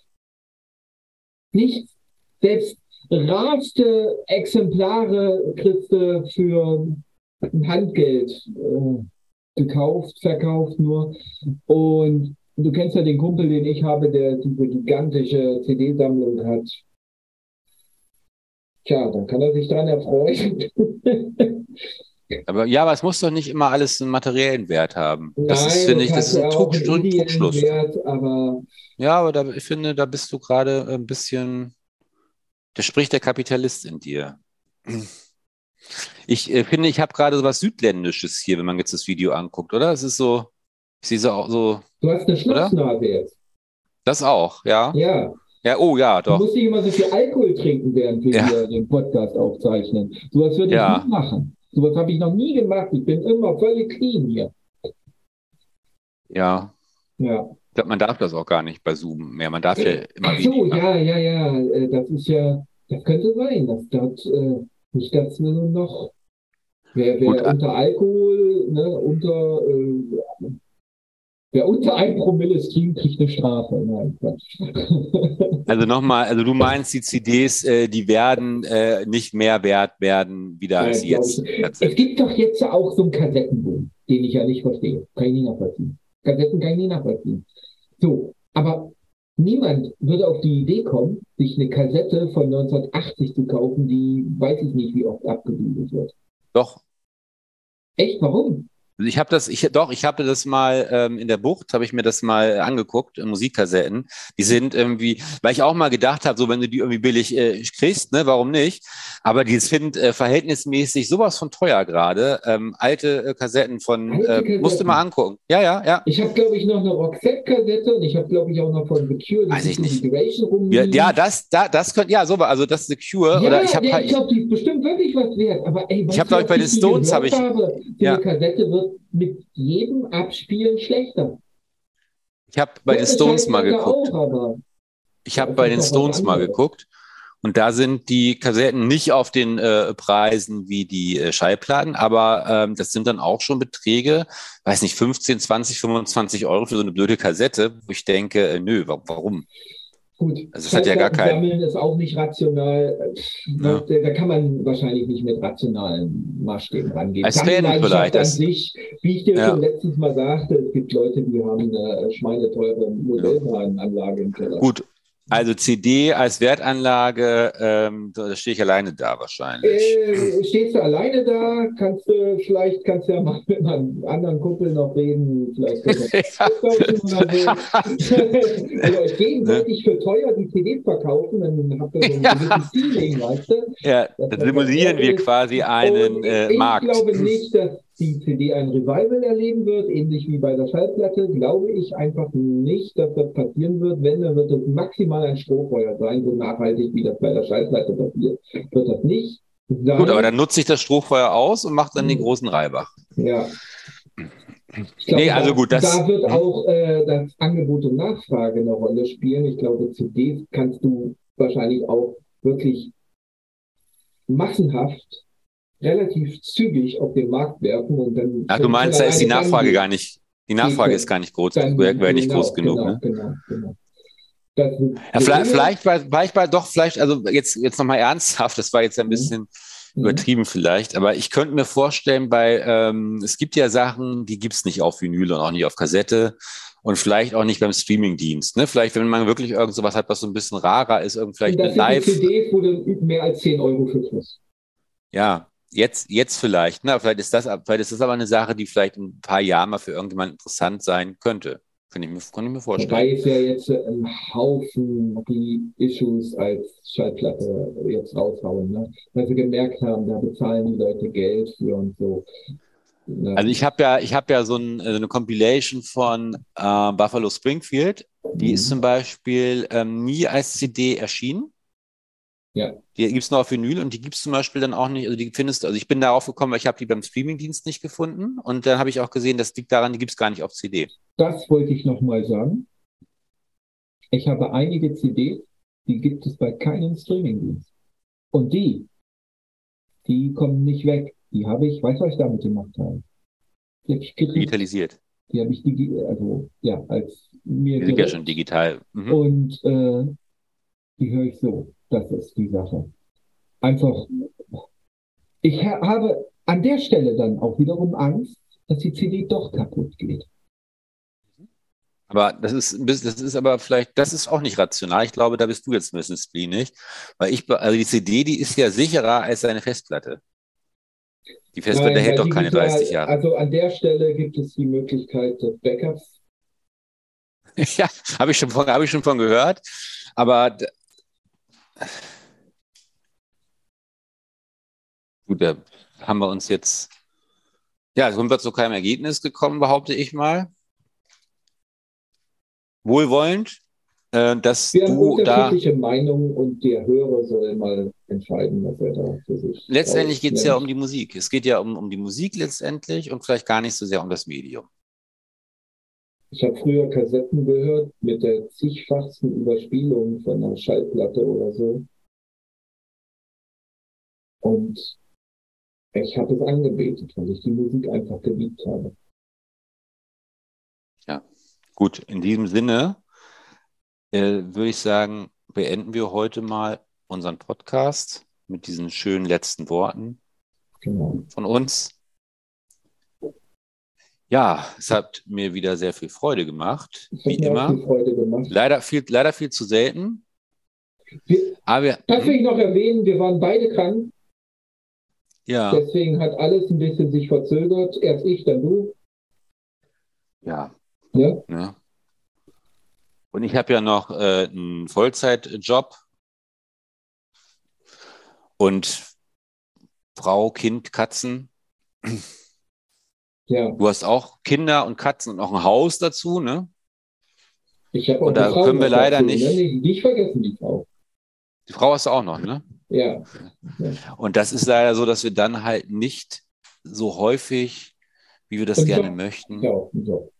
nicht, selbst rarste Exemplare kriegst du für ein Handgeld äh, gekauft, verkauft nur. Und du kennst ja den Kumpel, den ich habe, der diese gigantische C D-Sammlung hat. Tja, dann kann er sich daran erfreuen. Aber ja, aber es muss doch nicht immer alles einen materiellen Wert haben. Das ist, Nein, finde ich, das das ist hat ein ja auch Trug, einen so ein ideellen Trugschluss. Wert, aber Ja, aber da, ich finde, da bist du gerade ein bisschen, da spricht der Kapitalist in dir. Ich äh, finde, ich habe gerade so was Südländisches hier, wenn man jetzt das Video anguckt, oder? Es ist so, ich sehe so auch so, du hast eine Schnapsnase jetzt. das auch, ja. Ja, Ja, oh ja, du doch. musst nicht immer so viel Alkohol trinken, während wir Ja. hier den Podcast aufzeichnen. Sowas würde Ja. ich nie machen. Sowas habe ich noch nie gemacht. Ich bin immer völlig clean hier. Ja. Ja. Ich glaube, man darf das auch gar nicht bei Zoom mehr. Man darf ja immer Ach so, weniger. ja, ja, ja. äh, Das ist ja, das könnte sein, dass dort äh, nicht das nur noch, wer, Gut, wer äh, unter Alkohol, ne, unter, äh, wer unter ein Promille streamt, kriegt eine Strafe. Nein, Quatsch. Also nochmal, also du meinst, die C Ds, äh, die werden äh, nicht mehr wert werden, wieder als Nein, sie glaub jetzt ich nicht. wert Es sind. gibt doch jetzt auch so einen Kassettenboom, den ich ja nicht verstehe. Kann ich nicht nachvollziehen. Kassetten kann ich nicht nachvollziehen. So, aber niemand würde auf die Idee kommen, sich eine Kassette von neunzehnhundertachtzig zu kaufen, die weiß ich nicht, wie oft abgebildet wird. Doch. Echt? Warum? Also ich habe das, ich doch, ich habe das mal ähm, in der Bucht, habe ich mir das mal angeguckt, äh, Musikkassetten. Die sind irgendwie, weil ich auch mal gedacht habe, so wenn du die irgendwie billig äh, kriegst, ne, warum nicht? Aber die sind äh, verhältnismäßig sowas von teuer gerade. Ähm, alte äh, Kassetten von, Alte äh, Kassetten? musst du mal angucken. Ja, ja, ja. Ich habe, glaube ich, noch eine Roxette-Kassette und ich habe, glaube ich, auch noch von The Cure die Weiß ich nicht. Configuration Ja, rumliegen. ja, das, da, das könnte, ja, so, also das ist The Cure. Ja, Oder ich habe ja, halt, ich glaube, die ist bestimmt wirklich was wert. Aber ey, Ich weißt hab, du, glaub ich, was bei den die Stones gehört habe ich- habe? So ja. eine Kassette wird mit jedem Abspielen schlechter. ich habe bei Ja, den eine Stones mal Schallplatte geguckt. Auch, aber Ich habe Ja, bei das den ist doch was Stones mal anderes. geguckt und da sind die Kassetten nicht auf den äh, Preisen wie die äh, Schallplatten, aber ähm, das sind dann auch schon Beträge, weiß nicht, fünfzehn, zwanzig, fünfundzwanzig Euro für so eine blöde Kassette, wo ich denke, äh, nö, wa- warum? gut, Also es hat ja gar Schallplatten kein- sammeln ist auch nicht rational. Ja. Da, da kann man wahrscheinlich nicht mit rationalen Maßstäben rangehen. Als Fan Sammelleidenschaft vielleicht, an als- sich, wie ich dir Ja. schon letztens mal sagte, es gibt Leute, die haben eine schweineteure Modellwagenanlage im Keller. Gut, also C D als Wertanlage, ähm, da stehe ich alleine da wahrscheinlich. Äh, stehst du alleine da? Kannst du, vielleicht kannst du ja mal mit einem anderen Kumpel noch reden, vielleicht könnt ihr austauschen oder so. Also euch gegenseitig für teuer die C Ds verkaufen, dann habt ihr so ein Ja. gewisses Feeling, weißt du? Ja, dann simulieren wir quasi einen Und äh, ich Markt. glaube nicht, dass die C D ein Revival erleben wird, ähnlich wie bei der Schallplatte, glaube ich einfach nicht, dass das passieren wird. Wenn, dann wird es maximal ein Strohfeuer sein, so nachhaltig, wie das bei der Schallplatte passiert, wird das nicht sein. Gut, aber dann nutze ich das Strohfeuer aus und mache dann den großen Reibach. Ja. Ich glaube, nee, also da, gut, das, da wird auch äh, das Angebot und Nachfrage eine Rolle spielen. Ich glaube, C Ds kannst du wahrscheinlich auch wirklich massenhaft relativ zügig auf den Markt werfen und dann. Ach, du meinst, da ist die Nachfrage gar nicht, die Nachfrage ist gar nicht groß, wäre nicht groß genug, genau, ne? Genau, genau. Das, ja, vielleicht, vielleicht war, war ich bei, doch, vielleicht, also jetzt, jetzt nochmal ernsthaft, das war jetzt ein bisschen mhm. übertrieben vielleicht, aber ich könnte mir vorstellen, bei, ähm, es gibt ja Sachen, die gibt's nicht auf Vinyl und auch nicht auf Kassette und vielleicht auch nicht beim Streamingdienst, ne? Vielleicht, wenn man wirklich irgend sowas hat, was so ein bisschen rarer ist, irgend vielleicht eine live. C D, wo du mehr als zehn Euro für kriegst. Ja. Jetzt, jetzt vielleicht, ne? Vielleicht ist das, vielleicht ist das aber eine Sache, die vielleicht in ein paar Jahren mal für irgendjemand interessant sein könnte. Kann ich mir, kann ich mir vorstellen. Dabei ist ja jetzt ein Haufen die Issues als Schallplatte jetzt raushauen, ne? Weil sie gemerkt haben, da bezahlen die Leute Geld für und so. Ne? Also ich habe ja, ich habe ja so, ein, so eine Compilation von äh, Buffalo Springfield, die mhm. ist zum Beispiel ähm, nie als C D erschienen. Ja. Die gibt es nur auf Vinyl und die gibt es zum Beispiel dann auch nicht, also die findest du, also ich bin darauf gekommen, weil ich habe die beim Streamingdienst nicht gefunden und dann habe ich auch gesehen, das liegt daran, die gibt es gar nicht auf C D. Das wollte ich nochmal sagen. Ich habe einige C Ds, die gibt es bei keinem Streamingdienst. Und die, die kommen nicht weg. Die habe ich, weißt du, was ich damit gemacht habe? Die habe ich gekriegt. Digitalisiert. Die habe ich, digi also ja, als mir die sind ja schon digital. Mhm. Und äh, die höre ich so. Das ist die Sache. Einfach, ich ha habe an der Stelle dann auch wiederum Angst, dass die C D doch kaputt geht. Aber das ist, das ist aber vielleicht, das ist auch nicht rational. Ich glaube, da bist du jetzt ein bisschen spleenig. Weil ich, also die C D, die ist ja sicherer als eine Festplatte. Die Festplatte Nein, hält doch keine digital, dreißig Jahre. Also an der Stelle gibt es die Möglichkeit des Backups. Ja, habe ich schon von, habe ich schon von gehört. Aber gut, da haben wir uns jetzt, ja, sind wir zu keinem Ergebnis gekommen, behaupte ich mal. Wohlwollend, äh, dass wir du haben da... unterschiedliche Meinungen und der Hörer soll mal entscheiden, was er da für sich... Letztendlich geht es ja um die Musik. Es geht ja um, um die Musik letztendlich und vielleicht gar nicht so sehr um das Medium. Ich habe früher Kassetten gehört mit der zigfachsten Überspielung von einer Schallplatte oder so. Und ich habe es angebetet, weil ich die Musik einfach geliebt habe. Ja, gut. In diesem Sinne äh, würde ich sagen, beenden wir heute mal unseren Podcast mit diesen schönen letzten Worten genau. von uns. Ja, es hat mir wieder sehr viel Freude gemacht, es wie immer. Viel Freude gemacht. Leider, viel, leider viel zu selten. Wir, Aber wir, darf ich noch erwähnen, wir waren beide krank. Ja. Deswegen hat alles ein bisschen sich verzögert. Erst ich, dann du. Ja. Ja. ja. Und ich habe ja noch äh, einen Vollzeitjob und Frau, Kind, Katzen. Ja. Du hast auch Kinder und Katzen und auch ein Haus dazu, ne? Ich habe auch und da eine Frau können wir leider dazu, nicht. Ne? Nicht, nicht vergessen, die Frau. Die Frau hast du auch noch, ne? Ja. ja. Und das ist leider so, dass wir dann halt nicht so häufig, wie wir das und gerne so, möchten. Ja, so.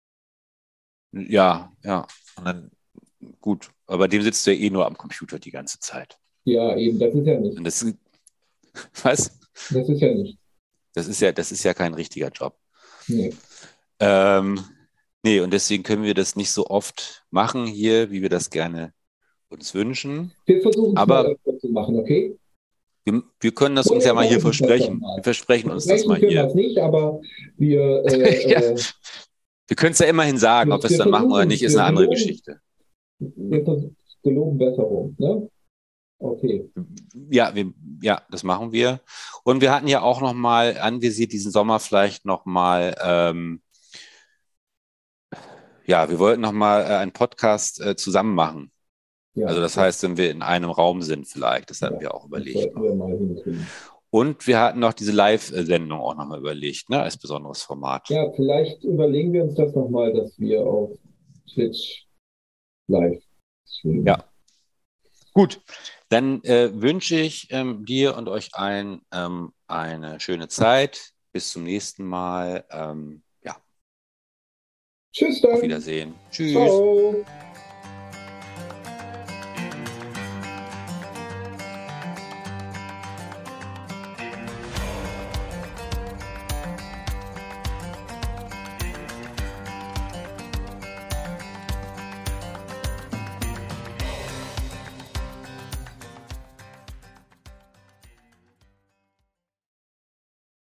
ja, ja. Und dann, gut, aber dem sitzt du ja eh nur am Computer die ganze Zeit. Ja, eben, das ist ja nicht. Und das, was? Das ist ja nicht. Das ist ja, das ist ja kein richtiger Job. Nee. Ähm, nee, und deswegen können wir das nicht so oft machen hier, wie wir das gerne uns wünschen. Wir versuchen es aber mal öfter zu machen, okay? Wir, wir können das uns ja mal hier versprechen. Wir versprechen uns das mal hier. Wir nicht, aber wir... Äh, ja. Wir können es ja immerhin sagen, ob wir es dann machen oder nicht, ist eine andere Geschichte. Wir geloben Besserung, ne? Okay. Ja, wir, ja, das machen wir. Und wir hatten ja auch noch mal anvisiert, diesen Sommer vielleicht noch mal, ähm, ja, wir wollten noch mal äh, einen Podcast äh, zusammen machen. Ja, also das ja. heißt, wenn wir in einem Raum sind vielleicht, das hatten ja, wir auch überlegt. Wir mal Und wir hatten noch diese Live-Sendung auch nochmal überlegt, ne, als besonderes Format. Ja, vielleicht überlegen wir uns das nochmal, dass wir auf Twitch live streamen. Ja. Gut, dann äh, wünsche ich ähm, dir und euch allen ähm, eine schöne Zeit. Bis zum nächsten Mal. Ähm, ja. Tschüss dann. Auf Wiedersehen. Tschüss. Ciao.